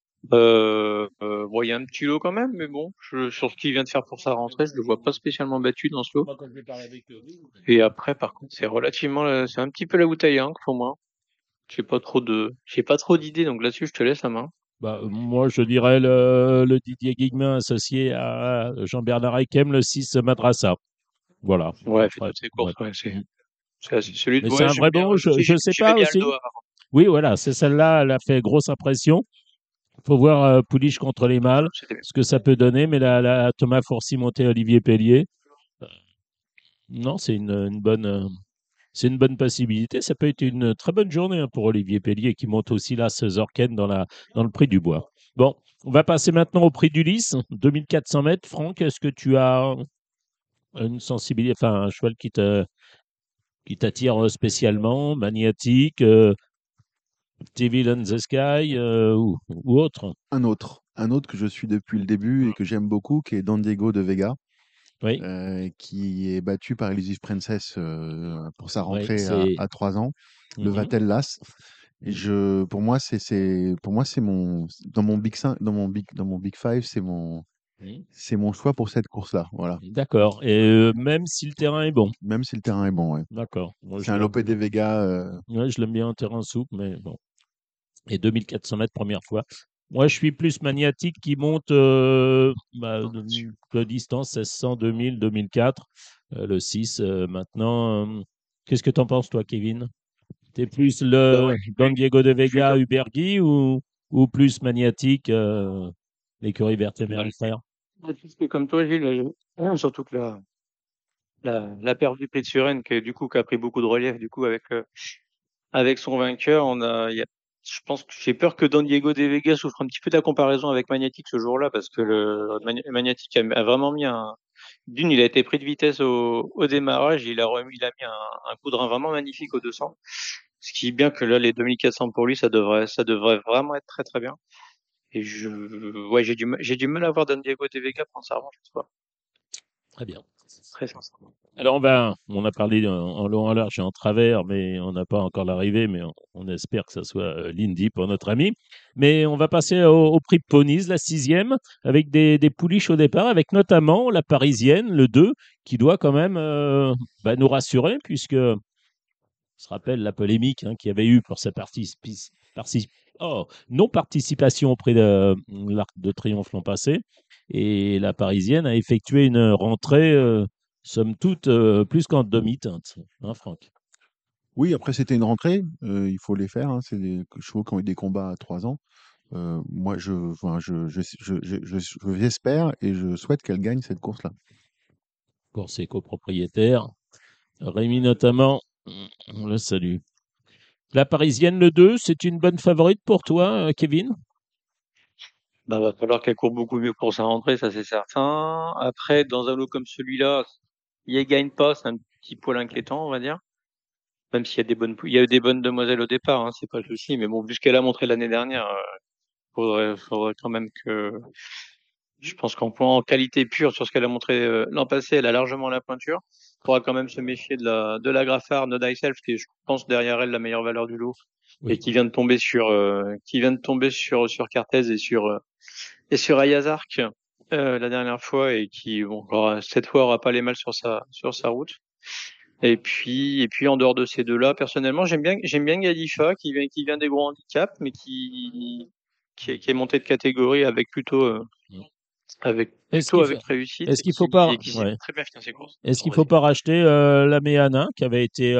Il y a un petit lot quand même, mais bon, sur ce qu'il vient de faire pour sa rentrée, je le vois pas spécialement battu dans ce lot. Et après, par contre, c'est un petit peu la bouteille hein, pour moi. J'ai pas trop d'idées, donc là-dessus, je te laisse la main. Moi, je dirais le Didier Guigmin associé à Jean-Bernard Aykem, le 6 Madrassa. Voilà. Ouais, c'est court. Ouais, c'est celui de. Mais c'est un vrai bon. Je sais pas aussi. Oui, voilà, c'est celle-là. Elle a fait grosse impression. Il faut voir Pouliche contre les mâles, ce que ça peut donner. Mais la Thomas Fourcy monté Olivier Pellier. Non, c'est une bonne possibilité. Ça peut être une très bonne journée hein, pour Olivier Pellier qui monte aussi là ce Zorken dans le prix du bois. Bon, on va passer maintenant au prix du Lys, 2400 mètres. Franck, est-ce que tu as une sensibilité, enfin un cheval qui t'attire spécialement, magnétique, Devil in the Sky ou autre? Un autre que je suis depuis le début et que j'aime beaucoup, qui est Don Diego de Vega. Oui. Qui est battu par Elusive Princess pour sa rentrée à 3 ans, le Vatel Las. Et pour moi c'est mon dans mon Big 5 c'est mon choix pour cette course-là, voilà. D'accord. Et même si le terrain est bon. Même si le terrain est bon, ouais. D'accord. C'est un Lopé de Vega. Ouais, je l'aime bien en terrain souple, mais bon. Et 2400 mètres première fois. Moi, je suis plus maniatique qui monte de distance 1600, 2000, 2004. Le 6 maintenant. Qu'est-ce que tu en penses, toi, Kevin? T'es plus le Don Diego de Vega, Ubergui ou plus maniatique l'écurie verte et Merle Frère? Comme toi, Gilles, surtout que la perte du prix de Suresnes, qui a pris beaucoup de relief, du coup, avec son vainqueur, je pense que j'ai peur que Don Diego de Vega souffre un petit peu de la comparaison avec Magnetic ce jour-là, parce que Magnetic a vraiment mis il a été pris de vitesse au démarrage, il a mis un coup de rein vraiment magnifique au 200. Ce qui est bien que là, les 2400 pour lui, ça devrait vraiment être très très bien. Et j'ai du mal à voir Don Diego de Vega prendre sa revanche cette fois. Très bien. Très sincèrement. Alors, on a parlé en long, en large et en travers, mais on n'a pas encore l'arrivée, mais on espère que ça soit l'Indy pour notre ami. Mais on va passer au prix de Ponies, la 6e, avec des pouliches au départ, avec notamment la parisienne, le 2, qui doit quand même nous rassurer, puisque se rappelle la polémique qu'il y avait eu pour sa non-participation auprès de l'Arc de Triomphe l'an passé. Et la Parisienne a effectué une rentrée, somme toute, plus qu'en demi-teinte, Franck? Oui, après, c'était une rentrée. Il faut les faire. C'est des chevaux qui ont eu des combats à 3 ans. Moi, j'espère et je souhaite qu'elle gagne cette course-là. Pour ses copropriétaires, Rémi notamment, on le salue. La Parisienne, le 2, c'est une bonne favorite pour toi, Kevin? Va falloir qu'elle court beaucoup mieux pour sa rentrée, ça c'est certain. Après, dans un lot comme celui-là, il ne gagne pas, c'est un petit poil inquiétant, on va dire. Même s'il y a il y a eu des bonnes demoiselles au départ, c'est pas le souci. Mais bon, vu ce qu'elle a montré l'année dernière, faudrait quand même que, je pense qu'en qualité pure sur ce qu'elle a montré l'an passé, elle a largement la pointure. Il faudra quand même se méfier de la Graffard, No Thyself, qui est, je pense, derrière elle la meilleure valeur du lot. Oui. Et qui vient de tomber sur Carthez et sur Ayazark la dernière fois, et qui cette fois aura pas les mal sur sa route. Et puis en dehors de ces deux-là, personnellement, j'aime bien Galifa qui vient des gros handicaps, mais qui est monté de catégorie avec avec réussite. Est-ce qu'il faut pas très bien finir ses courses. Est-ce qu'il faut pas racheter la Méana qui avait été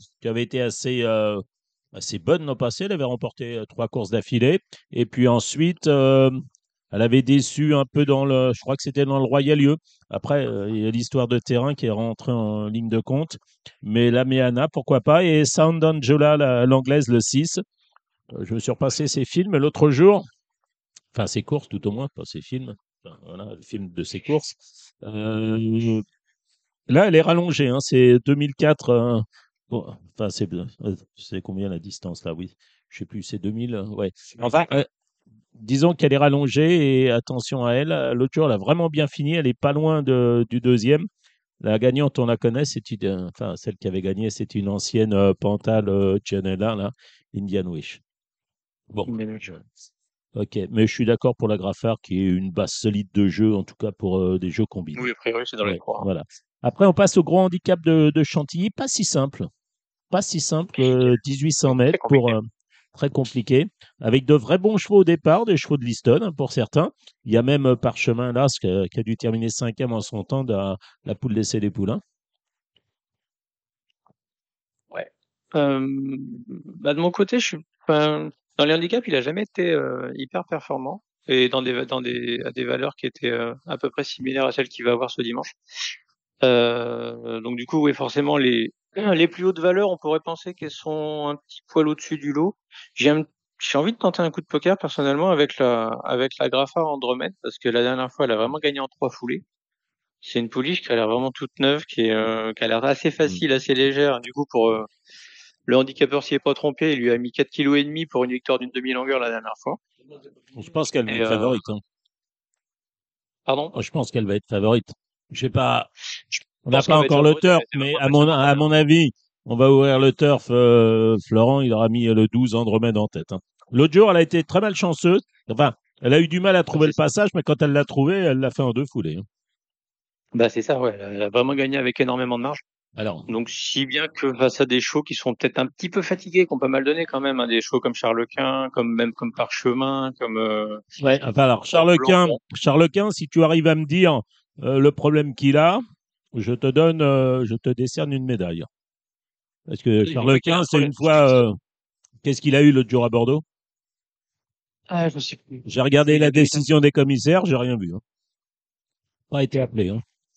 assez bonne l'an passé, elle avait remporté 3 courses d'affilée, et puis ensuite elle avait déçu un peu je crois que c'était dans le Royal-Lieu. Après, il y a l'histoire de terrain qui est rentrée en ligne de compte, mais la Méana, pourquoi pas, et Sound Angela, l'anglaise, le 6. Je me suis repassé ses films l'autre jour, enfin ses courses tout au moins, pas ses films, voilà, le film de ses courses. Là, elle est rallongée, c'est 2004. Enfin, c'est combien la distance là? Oui, je sais plus, c'est 2000. Ouais. Enfin, disons qu'elle est rallongée, et attention à elle. L'autre jour, elle a vraiment bien fini. Elle est pas loin du deuxième. La gagnante, on la connaît, celle qui avait gagné, c'est une ancienne Pantal Gianella, là, Indian Wish. Bon. Ok, mais je suis d'accord pour la Graffard, qui est une base solide de jeu, en tout cas pour des jeux combinés. Oui, a priori, c'est dans les 3. Voilà. Après, on passe au gros handicap de Chantilly. Pas si simple. 1800 mètres très compliqué, avec de vrais bons chevaux au départ, des chevaux de Liston pour certains. Il y a même Parchemin là, qui a dû terminer 5e en son temps de la poule d'essai des poulains. Ouais. De mon côté, dans les handicaps, il a jamais été hyper performant, et à des valeurs qui étaient à peu près similaires à celles qu'il va avoir ce dimanche. Donc du coup, oui, forcément, les plus hautes valeurs, on pourrait penser qu'elles sont un petit poil au-dessus du lot. J'ai envie de tenter un coup de poker personnellement avec la Graffard Andromède, parce que la dernière fois, elle a vraiment gagné en 3 foulées. C'est une pouliche qui a l'air vraiment toute neuve, qui a l'air assez facile, assez légère. Du coup, pour le handicapeur s'y est pas trompé, il lui a mis 4,5 kg pour une victoire d'une demi-longueur la dernière fois. Je pense qu'elle va être favorite. Pardon ? Je pense qu'elle va être favorite. Je sais pas. On n'a pas encore le turf, mais à mon avis, on va ouvrir le turf. Florent, il aura mis le 12 Andromède en tête. L'autre jour, elle a été très malchanceuse. Enfin, elle a eu du mal à trouver le passage, mais quand elle l'a trouvé, elle l'a fait en 2 foulées. C'est ça, ouais. Elle a vraiment gagné avec énormément de marge. Alors, donc, si bien que face à des chevaux qui sont peut-être un petit peu fatigués, qui ont pas mal donné quand même, des chevaux comme Charles-Quint, comme Parchemin, comme. Ouais. Enfin, alors Charles-Quint, si tu arrives à me dire le problème qu'il a, je te décerne une médaille. Parce que Charles-Quint, c'est une fois. Qu'est-ce qu'il a eu l'autre jour à Bordeaux? Je sais plus. J'ai regardé la décision des commissaires, j'ai rien vu. Pas été appelé.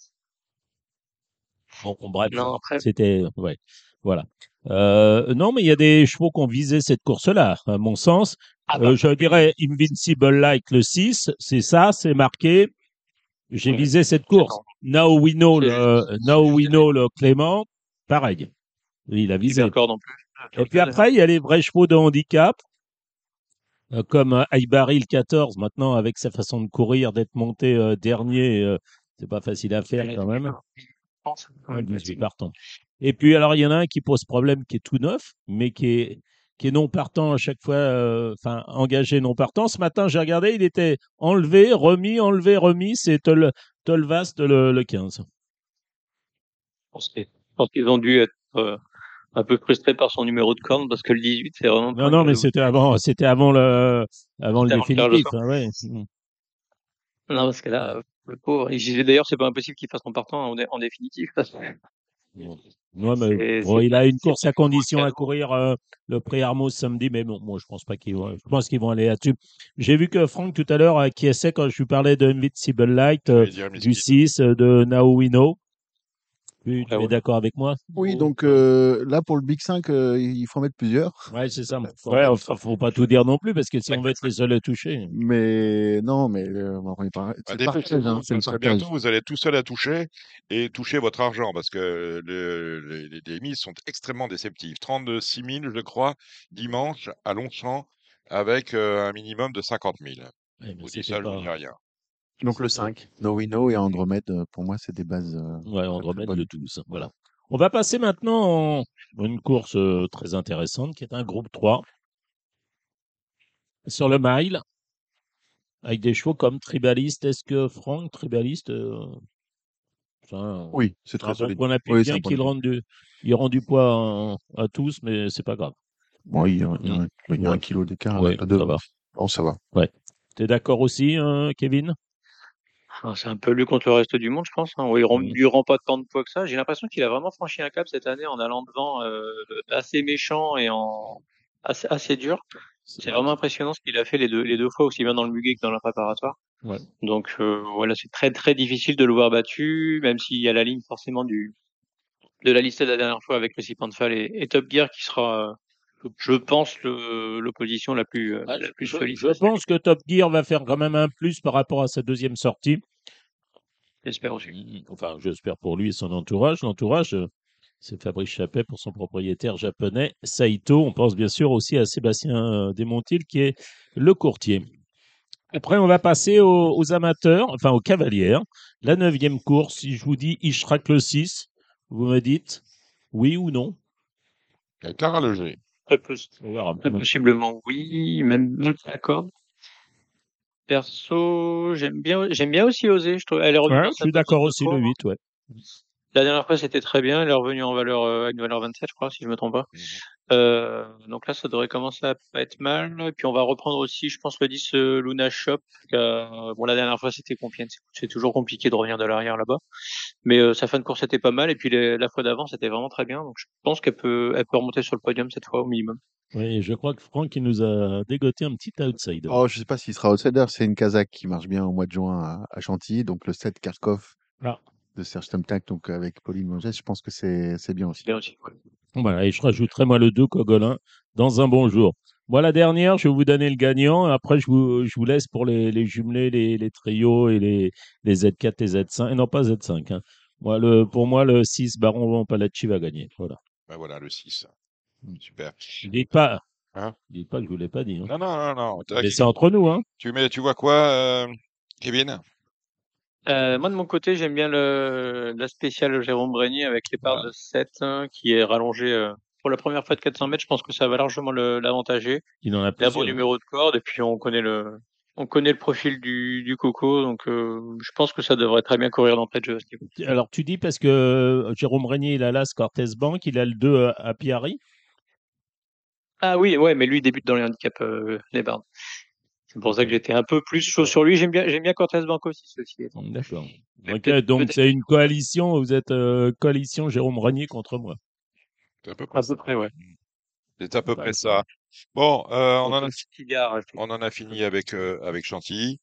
Bon, bref, non, après... c'était... Ouais, voilà. Non, mais il y a des chevaux qui ont visé cette course-là, à mon sens. Je dirais Invincible Like le 6, c'est ça, c'est marqué. J'ai visé cette course. Now we know le Clément, pareil. Il a visé. Et puis après, il y a les vrais chevaux de handicap, comme Aibari le 14, maintenant, avec sa façon de courir, d'être monté dernier, c'est pas facile à faire quand même. 18 partants. Et puis, alors, il y en a un qui pose problème, qui est tout neuf, mais qui est non partant à chaque fois, engagé non partant. Ce matin, j'ai regardé, il était enlevé, remis, c'est Tolvast le 15. Je pense qu'ils ont dû être un peu frustré par son numéro de corne parce que le 18, c'est vraiment pas Non, un non, mais cadeau. c'était avant le C'était avant le tirage au définitif. sort. Hein, ouais. Non, parce que là, le pauvre. Et je disais d'ailleurs, c'est pas impossible qu'il fasse son partant en définitif parce que Ouais, mais bon, il a une course à condition à courir le Prix Armos samedi, mais bon, moi je pense pas qu'ils vont. Je pense qu'ils vont aller là-dessus. J'ai vu que Franck tout à l'heure acquiesçait quand je lui parlais de Invincible Light, du 6, de Now We Know. Tu es d'accord avec moi? Oui, donc là, pour le Big 5, il faut en mettre plusieurs. Ouais, c'est ça. Ouais, enfin, faut pas tout dire non plus, parce que si on veut être les seuls à toucher. Mais non, mais c'est le partage, hein, c'est le Parce que partage. bientôt, vous allez tout seul à toucher et toucher votre argent parce que les mises sont extrêmement déceptives. 36 000, je crois, dimanche à Longchamp avec un minimum de 50 000. Ouais, Je vous dis ça, je vous dis rien. Donc le 5, No We Know et Andromède, pour moi, c'est des bases. Ouais, Andromède de tous. Voilà. On va passer maintenant en une course très intéressante qui est un groupe 3 sur le mile avec des chevaux comme Tribaliste. Est-ce que Franck, Tribaliste, Oui, c'est très bon solide. point d'appui, Oui, bien qu'il rend du poids à tous, mais c'est pas grave. Bon, il y a un kilo d'écart Ouais, avec la 2. ça va. Bon, ça va. Ouais. T'es d'accord aussi, Kevin? c'est un peu lui contre le reste du monde, je pense. Hein. Oui, lui rend pas tant de poids que ça. J'ai l'impression qu'il a vraiment franchi un cap cette année en allant devant assez méchant et assez dur. C'est vraiment impressionnant ce qu'il a fait les deux fois, aussi bien dans le muguet que dans la préparatoire. Ouais. Donc voilà, c'est très très difficile de le voir battu, même s'il y a la ligne forcément de la liste de la dernière fois avec Recipe Fall et Top Gear qui sera, je pense, l'opposition la plus solide. Je pense que Top Gear va faire quand même un plus par rapport à sa deuxième sortie. J'espère aussi. Enfin, j'espère pour lui et son entourage. L'entourage, c'est Fabrice Chappet pour son propriétaire japonais Saito. On pense bien sûr aussi à Sébastien Desmontil qui est le courtier. Après, on va passer aux amateurs, enfin aux cavalières. La 9e course, si je vous dis Ishrak le 6, vous me dites oui ou non? Clara Leger. Très possiblement oui, même d'accord. Perso, j'aime bien aussi Oser. Je trouve, elle est revenue dans Je sa suis bonne d'accord zone de aussi, le forme. 8, ouais. La dernière fois, c'était très bien. Elle est revenue en valeur, avec une valeur 27, je crois, si je me trompe pas. Donc là, ça devrait commencer à pas être mal. Et puis, on va reprendre aussi, je pense, le 10 Luna Shop. Bon, la dernière fois, c'était Compiègne. C'est toujours compliqué de revenir de l'arrière là-bas. Mais sa fin de course était pas mal. Et puis, la fois d'avant, c'était vraiment très bien. Donc, je pense qu'elle peut remonter sur le podium cette fois au minimum. Oui, je crois que Franck, il nous a dégoté un petit outsider. Oh, je sais pas s'il sera outsider. C'est une Kazakh qui marche bien au mois de juin à Chantilly. Donc le 7 Kharkov de Serge Temtak, donc avec Pauline Mongès, je pense que c'est bien aussi. Voilà, et je rajouterai moi le 2 Cogolin dans un bon jour. Moi, la dernière, je vais vous donner le gagnant. Après, je vous laisse pour les jumelés, les trios et les Z4 et Z5. Et non, pas Z5. Hein. Pour moi, le 6 Baron Palacci va gagner. Voilà. Ben voilà, le 6. Super. Dites pas. Hein? Dites pas que je vous l'ai pas dit. Hein. Non. Mais c'est entre nous. Hein. Tu vois quoi, Kevin? Moi, de mon côté, j'aime bien la spéciale Jérôme Brégnier avec les parts de 7 qui est rallongée pour la première fois de 400 mètres. Je pense que ça va largement l'avantager. Il en a Il a plusieurs. bon numéro de corde et puis on connaît le profil du coco. Donc, je pense que ça devrait très bien courir d'entrée de jeu. Alors, tu dis parce que Jérôme Brégnier, il a l'As Cortez Bank, il a le 2 à Piari. Ah oui, ouais, mais lui, il débute dans les handicaps, les bardes. C'est pour ça que j'étais un peu plus chaud sur lui. J'aime bien Cortez Bank aussi, ceci étant. D'accord. Ok, donc c'est une coalition, vous êtes coalition Jérôme Brégnier contre moi. C'est à peu près, ouais. C'est à peu près ça. Bon, on en a fini avec Chantilly.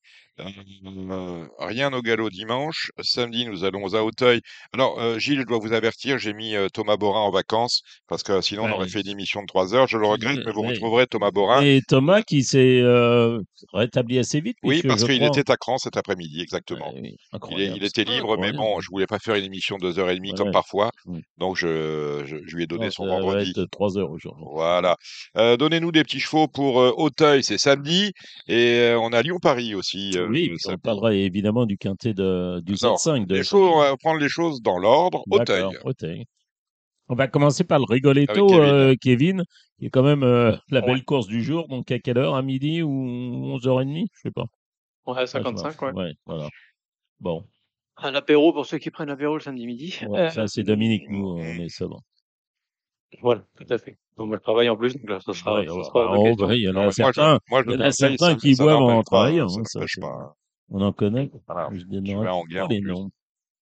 Rien au galop dimanche. Samedi, nous allons à Auteuil. Alors, Gilles, je dois vous avertir, j'ai mis Thomas Borin en vacances parce que sinon, on aurait fait une émission de 3 heures. Je le regrette, mais vous retrouverez Thomas Borin. Et Thomas qui s'est rétabli assez vite. Oui, parce qu'il était à Cran cet après-midi, exactement. Il était libre, mais bon, je voulais pas faire une émission de 2h30 comme parfois. Donc, je lui ai donné son vendredi. Ça va être 3 heures aujourd'hui. Voilà. Donnez-nous des petits chevaux pour Auteuil, c'est samedi. Et on a Lyon-Paris aussi. Oui, on parlera évidemment du quintet du Z5. On va prendre les choses dans l'ordre. Auteuil. On va commencer par le Rigoletto, Kevin, qui est quand même la belle course du jour. Donc à quelle heure? À midi ou 11h30? Je sais pas. Ouais, 55, ouais. Ouais, voilà. Bon. Un apéro pour ceux qui prennent l'apéro le samedi midi. Ouais, ça, c'est Dominique, nous, on est sobre. Voilà, tout à fait. Donc, moi, je travaille en plus, donc là, ça sera, Ouais, ça ouais, sera oh, l'occasion. bah, il y en Non, a mais certains, moi, il y je en a conseille, certains qui ça boivent en n'empêche pas, travaillant, ça hein, ça, n'empêche pas. on en connaît. Voilà, Je tu donnerai vas en pas gain en les plus. noms.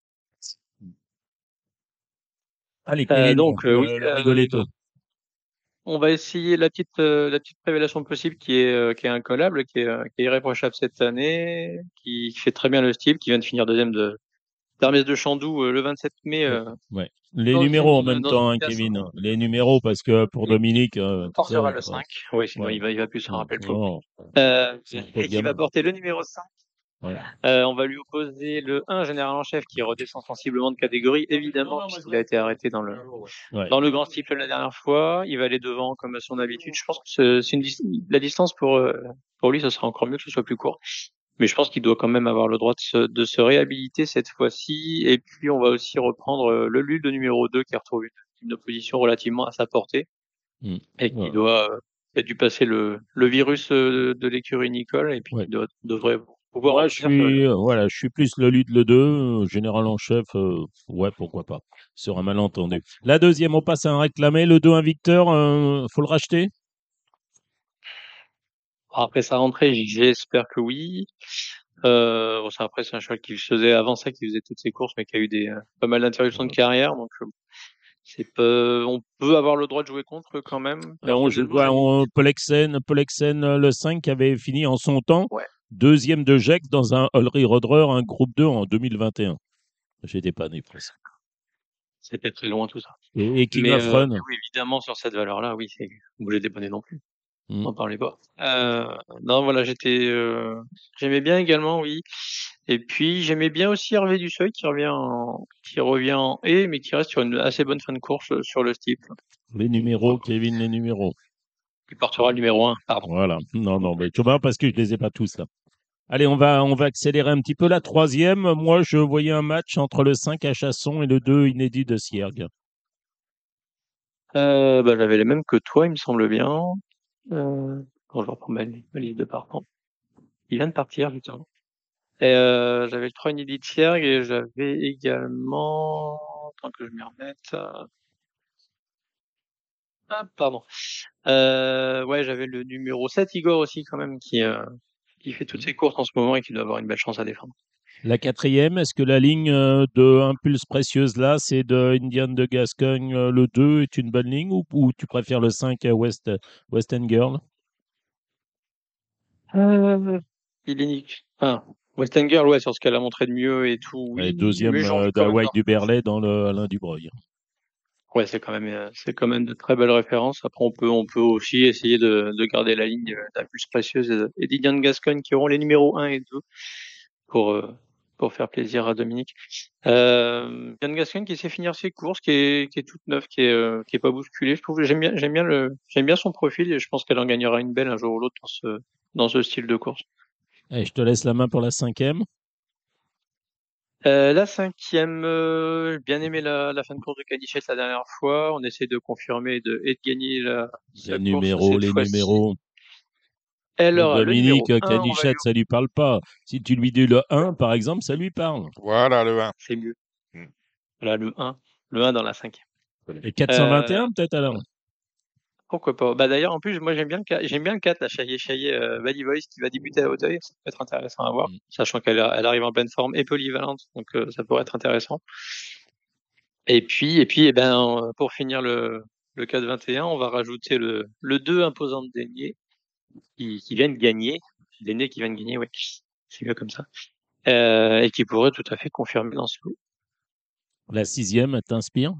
Allez, Kevin, Oui, le rigoletto. on va essayer la petite révélation possible qui est incollable, qui est irréprochable cette année, qui fait très bien le style, qui vient de finir deuxième d'Hermès de Chandoux le 27 mai Ouais. Les dans numéros en même dans temps, une hein, classe. Kevin. Les numéros, parce que pour Et Dominique, qui tu sais, portera le 5. Oui, sinon ouais. il va plus s'en rappeler le pauvre. Non, c'est pas Et qui va gamin. porter le numéro 5. Ouais. On va lui opposer le 1 général en chef qui redescend sensiblement de catégorie, évidemment, puisqu'il a été arrêté Ouais. dans le grand steeple la dernière fois. Il va aller devant comme à son habitude. Je pense que c'est la distance pour lui, ce sera encore mieux que ce soit plus court. Mais je pense qu'il doit quand même avoir le droit de se réhabiliter cette fois-ci. Et puis, on va aussi reprendre le Lude de numéro 2 qui retrouve une opposition relativement à sa portée et qui Ouais. qui a dû passer le virus de l'écurie Nicole et puis Ouais. qui devrait pouvoir Moi, revenir. je suis plus le lutte le 2, général en chef, ouais, pourquoi pas. Sur un malentendu. La deuxième, on passe à un réclamé. Le 2, un Victor, faut le racheter? Après sa rentrée, j'espère que oui. Bon, après, c'est un cheval qui faisait avant ça, qui faisait toutes ses courses, mais qui a eu pas mal d'interruptions de carrière. Donc, c'est pas, on peut avoir le droit de jouer contre quand même. Je vois Polexen, le 5 qui avait fini en son temps, Ouais. deuxième de Gex dans un Holry Rodrer, un groupe 2 en 2021. J'étais pas né presque. C'était très loin tout ça. Et King of Run. Oui, évidemment, sur cette valeur-là, oui, c'est obligé de dépanner non plus. Mm. N'en parlez pas. Non, voilà, j'aimais bien également, oui. Et puis, j'aimais bien aussi Hervé Dusseuil qui revient en et, mais qui reste sur une assez bonne fin de course sur le steeple. Les numéros, Kevin, les numéros. Il portera le numéro 1, pardon. Voilà. Non, mais tu vois, parce que je les ai pas tous là. Allez, on va accélérer un petit peu. La troisième, moi, je voyais un match entre le 5 à Chasson et le 2 inédit de Siergue. J'avais les mêmes que toi, il me semble bien. Quand je reprends ma liste de partants. Il vient de partir, justement. Et j'avais le 3 inédit de Siergue et j'avais également, tant que je m'y remette, pardon. Ouais, j'avais le numéro 7, Igor aussi, quand même, qui fait toutes ses courses en ce moment et qui doit avoir une belle chance à défendre. La quatrième, est-ce que la ligne de Impulse Précieuse là, c'est de Indian de Gascogne, le 2 est une bonne ligne ou tu préfères le 5 à West End Girl? Il est enfin, Western Girl, ouais, sur ce qu'elle a montré de mieux et tout, oui. Et deuxième Mais j'ai envie quand même d'Hawaii du Berlay dans le Alain Dubreuil. Ouais, c'est quand même de très belles références. Après, on peut aussi essayer de garder la ligne d'Impulse Précieuse et d'Indian de Gascogne qui auront les numéros 1 et 2 pour faire plaisir à Dominique. Indian de Gascogne qui sait finir ses courses, qui est toute neuve, qui est pas bousculée. Je trouve, j'aime bien son profil et je pense qu'elle en gagnera une belle un jour ou l'autre dans ce style de course. Allez, je te laisse la main pour la cinquième. La cinquième, j'ai bien aimé la fin de course de Cadichette la dernière fois. On essaie de confirmer et de gagner les numéros. Alors, Dominique, le numéro 1, Cadichette, ça lui parle pas. Si tu lui dis le 1, par exemple, ça lui parle. Voilà, le 1. C'est mieux. Voilà, le 1 dans la cinquième. Et 421, peut-être alors? Pourquoi pas? D'ailleurs, en plus, moi, j'aime bien le 4, la Chaillé, Bally Voice, qui va débuter à Hauteuil. Ça peut être intéressant à voir, sachant qu'elle arrive en pleine forme et polyvalente, donc ça pourrait être intéressant. Et puis, pour finir le 4-21, on va rajouter le 2 imposant de Dénier, qui vient de gagner. Dénier qui vient de gagner, oui. C'est mieux comme ça. Et qui pourrait tout à fait confirmer dans ce lot. La sixième t'inspire?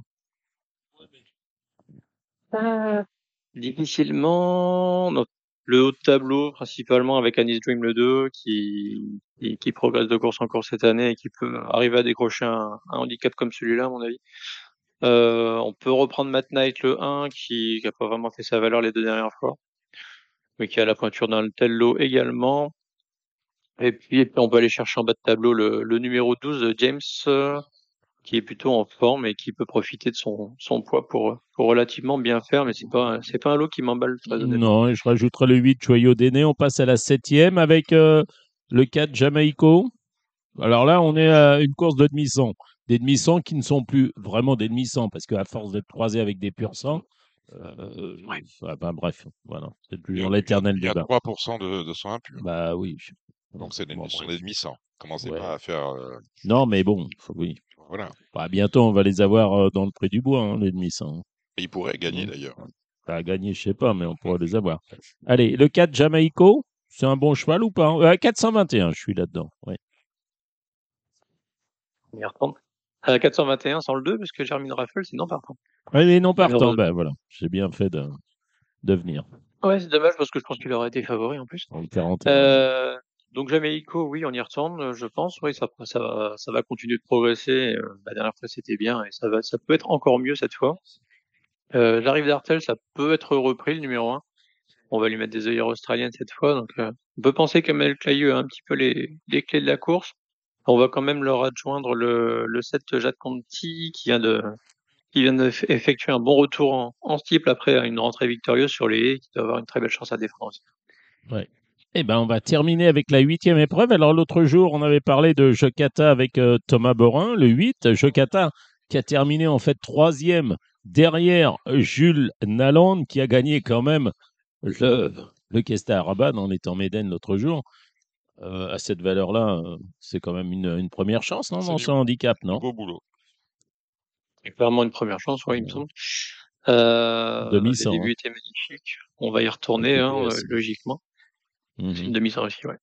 Difficilement. Donc, le haut de tableau, principalement avec Anis Dream le 2, qui progresse de course en course cette année et qui peut arriver à décrocher un handicap comme celui-là, à mon avis. On peut reprendre Matt Knight le 1, qui a pas vraiment fait sa valeur les 2 dernières fois, mais qui a la pointure d'un tel lot également. Et puis, on peut aller chercher en bas de tableau le numéro 12, James, qui est plutôt en forme et qui peut profiter de son poids pour relativement bien faire, mais c'est pas un lot qui m'emballe très honnêtement. Non, et je rajouterai le 8, Joyau d'Aîné. On passe à la septième avec le 4, Jamaïco. Alors là, on est à une course de demi-son. des demi-sang qui ne sont plus vraiment des demi-sang, parce qu'à force d'être croisés avec des purs sang, bref, voilà, c'est toujours l'éternel Il y a débat. 3% de sang impur. Bah oui. Donc, ce sont des demi-sang. Commencez Ouais. pas à faire. Non, mais bon, oui. Voilà. Bah, bientôt, on va les avoir dans le prix du bois, hein, les demi-sang. Et ils pourraient gagner d'ailleurs. À gagner, je sais pas, mais on pourrait les avoir. Allez, le 4 Jamaïco, c'est un bon cheval ou pas? 421, je suis là-dedans. Oui. On y retourne. 421 sans le 2, parce que Jermine Raffle, c'est non partant. Oui, mais non partant, ben voilà. J'ai bien fait de venir. Ouais, c'est dommage parce que je pense qu'il aurait été favori en plus. En 41. Donc Jamaïco, oui, on y retourne, je pense. Oui, ça va continuer de progresser. La dernière fois, c'était bien et ça peut être encore mieux cette fois. J'arrive d'Artel, ça peut être repris le numéro 1. On va lui mettre des œillères australiennes cette fois. Donc, on peut penser que Mel Clayeux a un petit peu les clés de la course. On va quand même leur adjoindre le 7 Jade Conti qui vient effectuer un bon retour en steeple après une rentrée victorieuse sur les haies, qui doit avoir une très belle chance à défendre aussi. Ouais. Eh ben, on va terminer avec la 8e épreuve. Alors, l'autre jour, on avait parlé de Jokata avec Thomas Borin, le 8. Jokata qui a terminé en fait 3e derrière Jules Nalande, qui a gagné quand même le Kesta Rabat en étant Médène l'autre jour. À cette valeur-là, c'est quand même une première chance, non, dans son handicap, non? Beau boulot. C'est clairement une première chance, oui, il me semble. Demi-sang. Le début était magnifique. On va y retourner, logiquement. C'est une demi-sang aussi, ouais.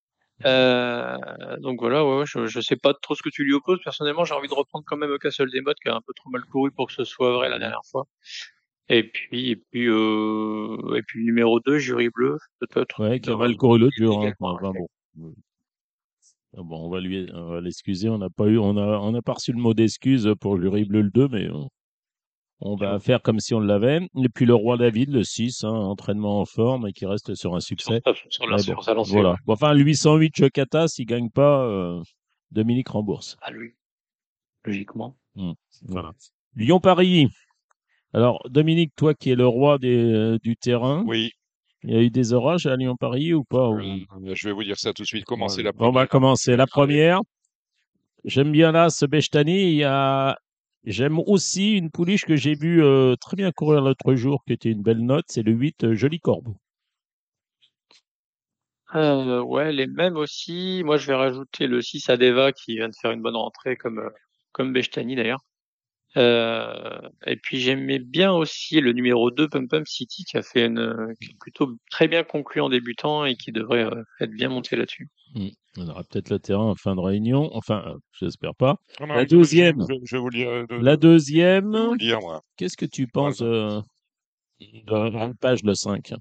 Donc voilà, ouais, je sais pas trop ce que tu lui opposes. Personnellement, j'ai envie de reprendre quand même Castle des Mottes, qui a un peu trop mal couru pour que ce soit vrai la dernière fois. Et puis le numéro 2, Jury Bleu, peut-être. Ouais, qui a mal couru l'autre jour. Hein. Enfin, bon. Bon, on va l'excuser. On n'a pas reçu le mot d'excuse pour Jury Bleu le 2, mais on va faire comme si on l'avait. Et puis le Roi David, le 6, entraînement en forme et qui reste sur un succès. Sur sa lancée, voilà. ouais. Bon, enfin, le 808 Jokata, s'il ne gagne pas, Dominique rembourse. Ah, lui. Logiquement. Voilà. Lyon-Paris. Alors, Dominique, toi qui es le roi du terrain. Oui. Il y a eu des orages à Lyon-Paris ou pas? Je vais vous dire ça tout de suite. Commencez la première. On va commencer la première. J'aime bien là ce Bechtani. J'aime aussi une pouliche que j'ai vue très bien courir l'autre jour, qui était une belle note. C'est le 8 Joli Corbeau. Ouais, les mêmes aussi. Moi, je vais rajouter le 6 Adeva qui vient de faire une bonne rentrée comme Bechtani d'ailleurs. Et puis j'aimais bien aussi le numéro 2 Pum Pum City qui a plutôt très bien conclu en débutant et qui devrait être bien monté là-dessus. On aura peut-être le terrain en fin de réunion. Enfin, j'espère pas. Non, la deuxième. Je vais vous lire. La deuxième. Lire, moi. Qu'est-ce que tu penses de page le 5?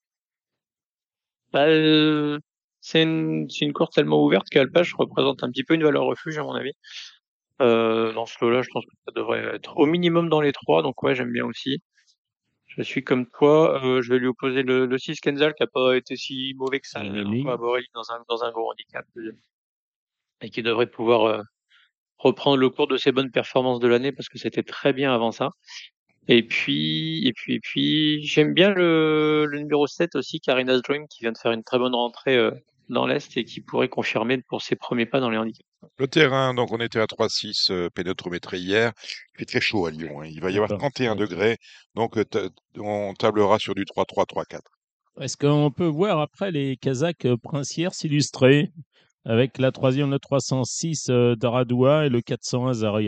C'est une course tellement ouverte qu'Alpage représente un petit peu une valeur refuge à mon avis. Dans ce lot-là, je pense que ça devrait être au minimum dans les 3, donc ouais, j'aime bien aussi. Je suis comme toi, je vais lui opposer le 6 Kenzal qui a pas été si mauvais que ça à Borelli dans un gros handicap et qui devrait pouvoir reprendre le cours de ses bonnes performances de l'année parce que c'était très bien avant ça. Et puis, j'aime bien le numéro 7 aussi, Karina's Dream, qui vient de faire une très bonne rentrée dans l'Est et qui pourrait confirmer pour ses premiers pas dans les handicaps. Le terrain, donc on était à 3,6 pénétrométré hier. Il fait très chaud à Lyon. Hein. Il va y avoir 31 degrés. Donc on tablera sur du 3,3, 3,4. Est-ce qu'on peut voir après les Kazakhs princières s'illustrer avec la troisième, le 306 d'Aradoua et le 401 Zarir?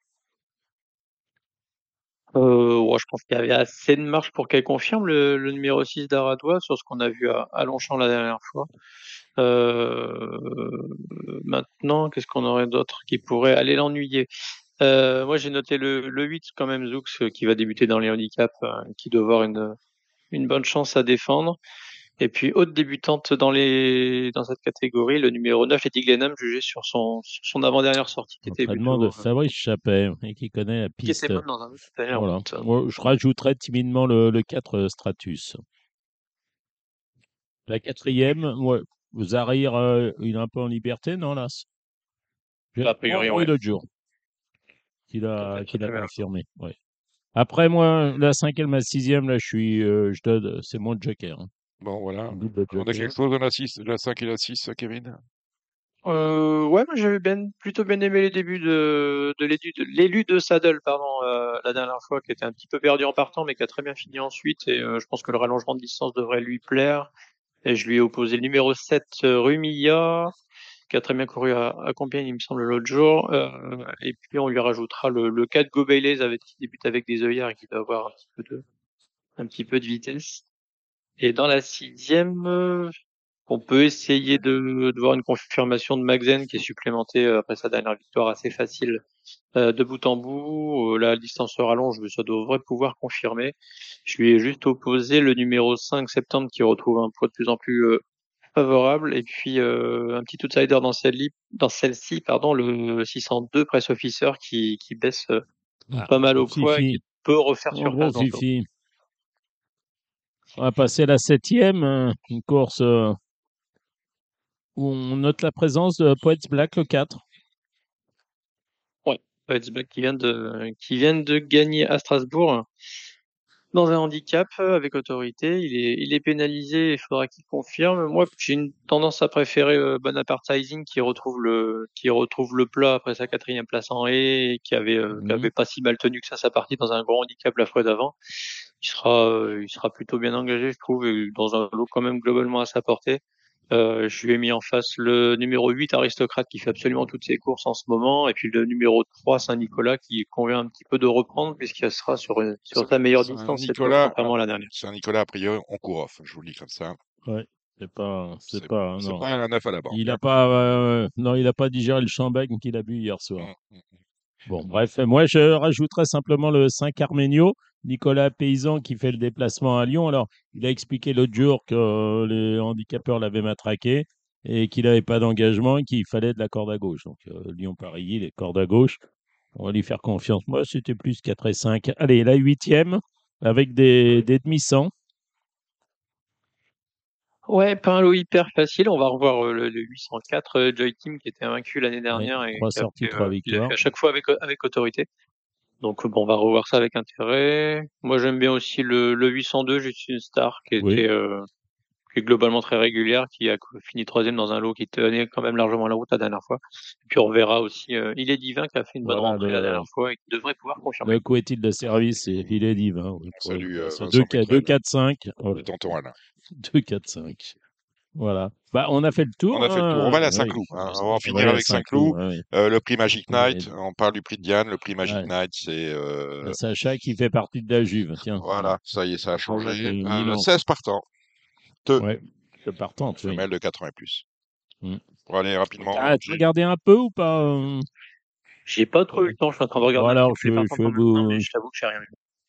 Je pense qu'il y avait assez de marge pour qu'elle confirme le numéro 6 d'Aradoua sur ce qu'on a vu à Longchamp la dernière fois. Maintenant, qu'est-ce qu'on aurait d'autre qui pourrait aller l'ennuyer? Moi, j'ai noté le 8 quand même, Zoux, qui va débuter dans les handicaps, qui doit avoir une bonne chance à défendre. Et puis, haute débutante dans cette catégorie, le numéro 9, Letty Glenham, jugé sur son avant-dernière sortie. Qui était plutôt, de Fabrice Chappet, et qui connaît la piste. Qui était bonne dans un autre tailleur. Voilà. Moi, je rajouterais timidement le 4 Stratus. La quatrième, Zarir, il est un peu en liberté, non, là? A priori, oui. L'autre jour. Qu'il a confirmé. Ouais. Après, moi, la 5e, la 6e, là, je donne, c'est mon joker. Hein. Bon, voilà. On a quelque chose dans la 5 et la 6, Kevin? Ouais, moi j'avais plutôt bien aimé les débuts de l'élu de Saddle, pardon, la dernière fois, qui était un petit peu perdu en partant, mais qui a très bien fini ensuite. Et je pense que le rallongement de distance devrait lui plaire. Et je lui ai opposé le numéro 7, Rumilla, qui a très bien couru à Compiègne, il me semble, l'autre jour. Et puis on lui rajoutera le 4 Go Bailey qui débute avec des œillères et qui va avoir un petit peu de vitesse. Et dans la 6e, on peut essayer de voir une confirmation de Magzen qui est supplémentée après sa dernière victoire assez facile de bout en bout. La distance se rallonge, mais ça devrait pouvoir confirmer. Je lui ai juste opposé le numéro 5 septembre qui retrouve un poids de plus en plus favorable. Et puis un petit outsider dans celle-ci, pardon, le 602 Press Officer qui baisse pas mal au poids et Fifi. qui peut refaire En gros, surface dans ce lot. Fifi. On va passer à la 7e, une course où on note la présence de Poets Black, le 4. Ouais, Poets Black qui vient de gagner à Strasbourg dans un handicap avec autorité. Il est pénalisé, il faudra qu'il confirme. Moi, j'ai une tendance à préférer Bonaparte Sizing qui retrouve le plat après sa 4e place en haie et qui avait pas si mal tenu que ça sa partie dans un gros handicap la fois d'avant. Il sera plutôt bien engagé, je trouve, et dans un lot quand même globalement à sa portée. Je lui ai mis en face le numéro 8 Aristocrate qui fait absolument toutes ses courses en ce moment, et puis le numéro 3 Saint-Nicolas qui convient un petit peu de reprendre puisqu'il sera sur sa meilleure distance cette fois, contrairement à la dernière. Saint-Nicolas, a priori, on court off, je vous le dis comme ça. Ouais, c'est pas non. Un 9 à la banque. Il a pas, non, il a pas digéré le champagne qu'il a bu hier soir. Bon, bref, moi je rajouterais simplement le 5 Arménio, Nicolas Paysan qui fait le déplacement à Lyon. Alors, il a expliqué l'autre jour que les handicapeurs l'avaient matraqué et qu'il n'avait pas d'engagement et qu'il fallait de la corde à gauche. Donc, Lyon-Paris, il est corde à gauche. On va lui faire confiance. Moi, c'était plus 4 et 5. Allez, la 8e avec des demi-cents. Ouais, pas un lot hyper facile. On va revoir le 804 Joy Team qui était invaincu l'année dernière et 3 sorties, 3 il a victoires. fait à chaque fois avec autorité. Donc bon, on va revoir ça avec intérêt. Moi, j'aime bien aussi le 802 Justin Star qui est globalement très régulière, qui a fini 3e dans un lot qui tenait quand même largement la route la dernière fois. Et puis on verra aussi Il est divin qui a fait une bonne rentrée la dernière fois et qui devrait pouvoir confirmer. Le co-est-il de service, c'est Il est divin. Oui, Salut, 2, 4, 5. Le tonton Alain. 2, 4, 5. Voilà. Bah, on a fait le tour. On a fait le tour. On va aller à Saint-Cloud. On va en finir avec Saint-Cloud. Le prix Magic Knight, on parle du prix de Diane. Le prix Magic Knight, c'est... Sacha qui fait partie de la Juve. Tiens. Voilà, ça y est, ça a changé. 16 partants. Ouais, partants. Femelle de 80 plus. Pour aller rapidement. Tu as regardé un peu ou pas J'ai pas trop eu le temps. Je suis en train de regarder. Alors, mais je t'avoue que j'ai rien vu.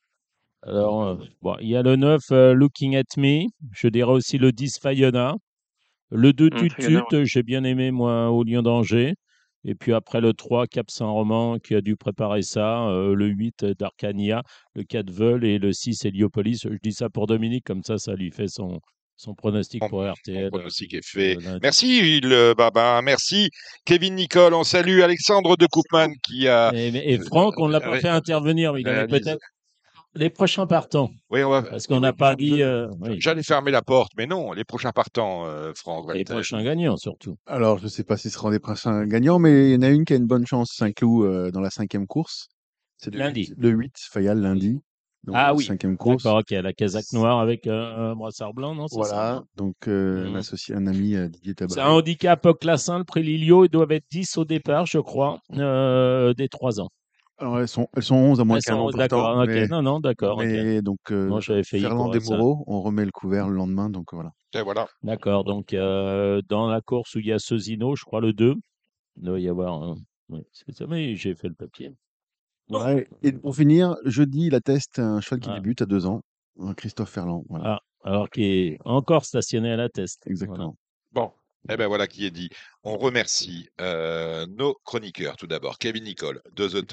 Alors, il y a le 9 Looking at Me. Je dirais aussi le 10 Fayona. Le 2 Tutut, j'ai bien aimé, moi, au Lion d'Angers. Et puis après, le 3 Cap Saint-Roman qui a dû préparer ça. Le 8 Darkania. Le 4 Veul et le 6 Héliopolis. Je dis ça pour Dominique, comme ça lui fait son pronostic pour RTL. Son pronostic est fait. Merci, merci. Kevin Nicole, on salue Alexandre de Koopman qui a... Et Franck, on ne l'a pas fait intervenir, mais il avait peut-être... Les prochains partants. Oui, parce qu'on n'a pas dit. J'allais fermer la porte, mais non, les prochains partants, Franck. Les prochains gagnants, surtout. Alors, je ne sais pas si ce seront des prochains gagnants, mais il y en a une qui a une bonne chance, Saint-Cloud, dans la 5e course. C'est lundi. Le 8, Fayal, lundi. Donc, oui. 5e course. D'accord, ok. La casaque noire avec un brassard blanc, non? Voilà. Ça, donc, un associé, un ami, Didier Tabaré. C'est un handicap classin, le prix Lilio. Ils doivent être 10 au départ, je crois, des 3 ans. Alors, elles sont 11 à moins qu'un an. D'accord, ok. Mais, non, d'accord. Mais okay. donc, moi, j'avais failli Ferland et Moreau, on remet le couvert le lendemain, donc voilà. Et voilà. D'accord, donc dans la course où il y a Sezino, je crois le 2, il doit y avoir un... Oui, c'est ça, mais j'ai fait le papier. Ouais, et pour finir, jeudi, il atteste un cheval qui débute à 2 ans, Christophe Ferland. Voilà. Alors qui est encore stationné à la teste. Exactement. Voilà. Bon. Eh bien, voilà qui est dit. On remercie nos chroniqueurs, tout d'abord. Kevin Nicole, de The Turf.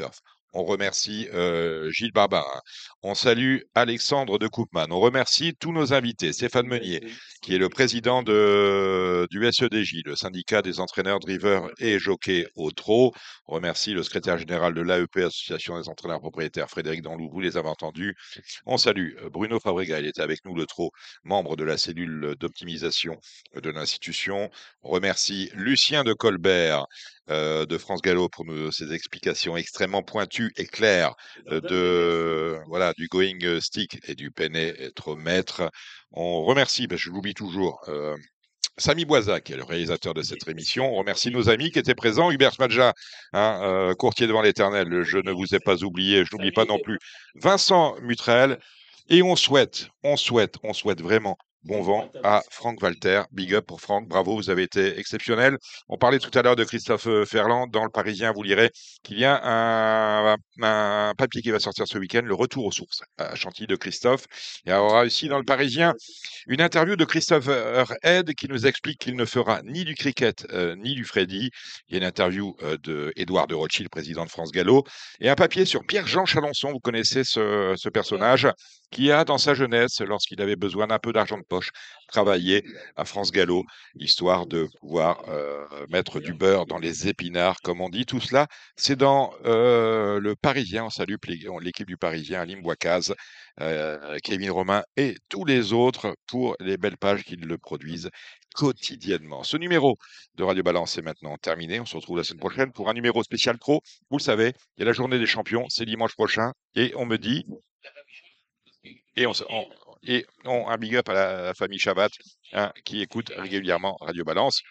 On remercie Gilles Barbarin. On salue Alexandre de Koopman. On remercie tous nos invités. Stéphane Meunier, qui est le président du SEDJ, le syndicat des entraîneurs, drivers et jockeys au trot. On remercie le secrétaire général de l'AEP, Association des entraîneurs propriétaires, Frédéric Danlou. Vous les avez entendus. On salue Bruno Fabrega. Il était avec nous, le trot, membre de la cellule d'optimisation de l'institution. On remercie Lucien de Colbert, de France Gallo, pour ses explications extrêmement pointues et claires du going stick et du pénétromètre. On remercie, je l'oublie toujours, Samy Boisa, qui est le réalisateur de cette émission. On remercie nos amis qui étaient présents. Hubert Smadja, courtier devant l'éternel, je ne vous ai pas oublié, je n'oublie pas non plus Vincent Mutrel. Et on souhaite vraiment bon vent à Franck Walter. Big up pour Franck, bravo, vous avez été exceptionnel. On parlait tout à l'heure de Christophe Ferland. Dans Le Parisien, vous lirez qu'il y a un papier qui va sortir ce week-end, le retour aux sources à Chantilly de Christophe. Il y aura aussi dans Le Parisien une interview de Christopher Head qui nous explique qu'il ne fera ni du cricket ni du Freddy. Il y a une interview de Édouard de Rothschild, président de France Gallo, et un papier sur Pierre-Jean Chalençon. Vous connaissez ce personnage qui a, dans sa jeunesse, lorsqu'il avait besoin d'un peu d'argent de poche, travaillé à France Gallo, histoire de pouvoir mettre du beurre dans les épinards, comme on dit. Tout cela, c'est dans Le Parisien. On salue l'équipe du Parisien, Alim Bouakaz, Kevin Romain et tous les autres pour les belles pages qu'ils le produisent quotidiennement. Ce numéro de Radio Balance est maintenant terminé. On se retrouve la semaine prochaine pour un numéro spécial pro. Vous le savez, il y a la journée des champions, c'est dimanche prochain, et on me dit... Et un big up à la famille Chabat, qui écoute régulièrement Radio Balance.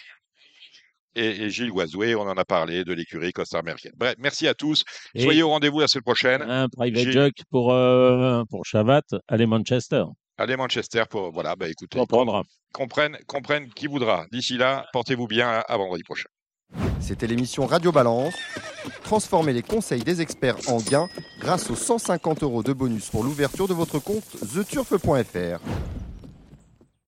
Et Gilles Oisoué, on en a parlé, de l'écurie Costa Merkel. Bref, merci à tous. Soyez au rendez-vous la semaine prochaine. Un private joke pour Chabat, allez Manchester. Allez Manchester, écoutez, comprenne qui voudra. D'ici là, portez-vous bien, à vendredi prochain. C'était l'émission Radio Balance. Transformez les conseils des experts en gains grâce aux 150 € de bonus pour l'ouverture de votre compte theturf.fr.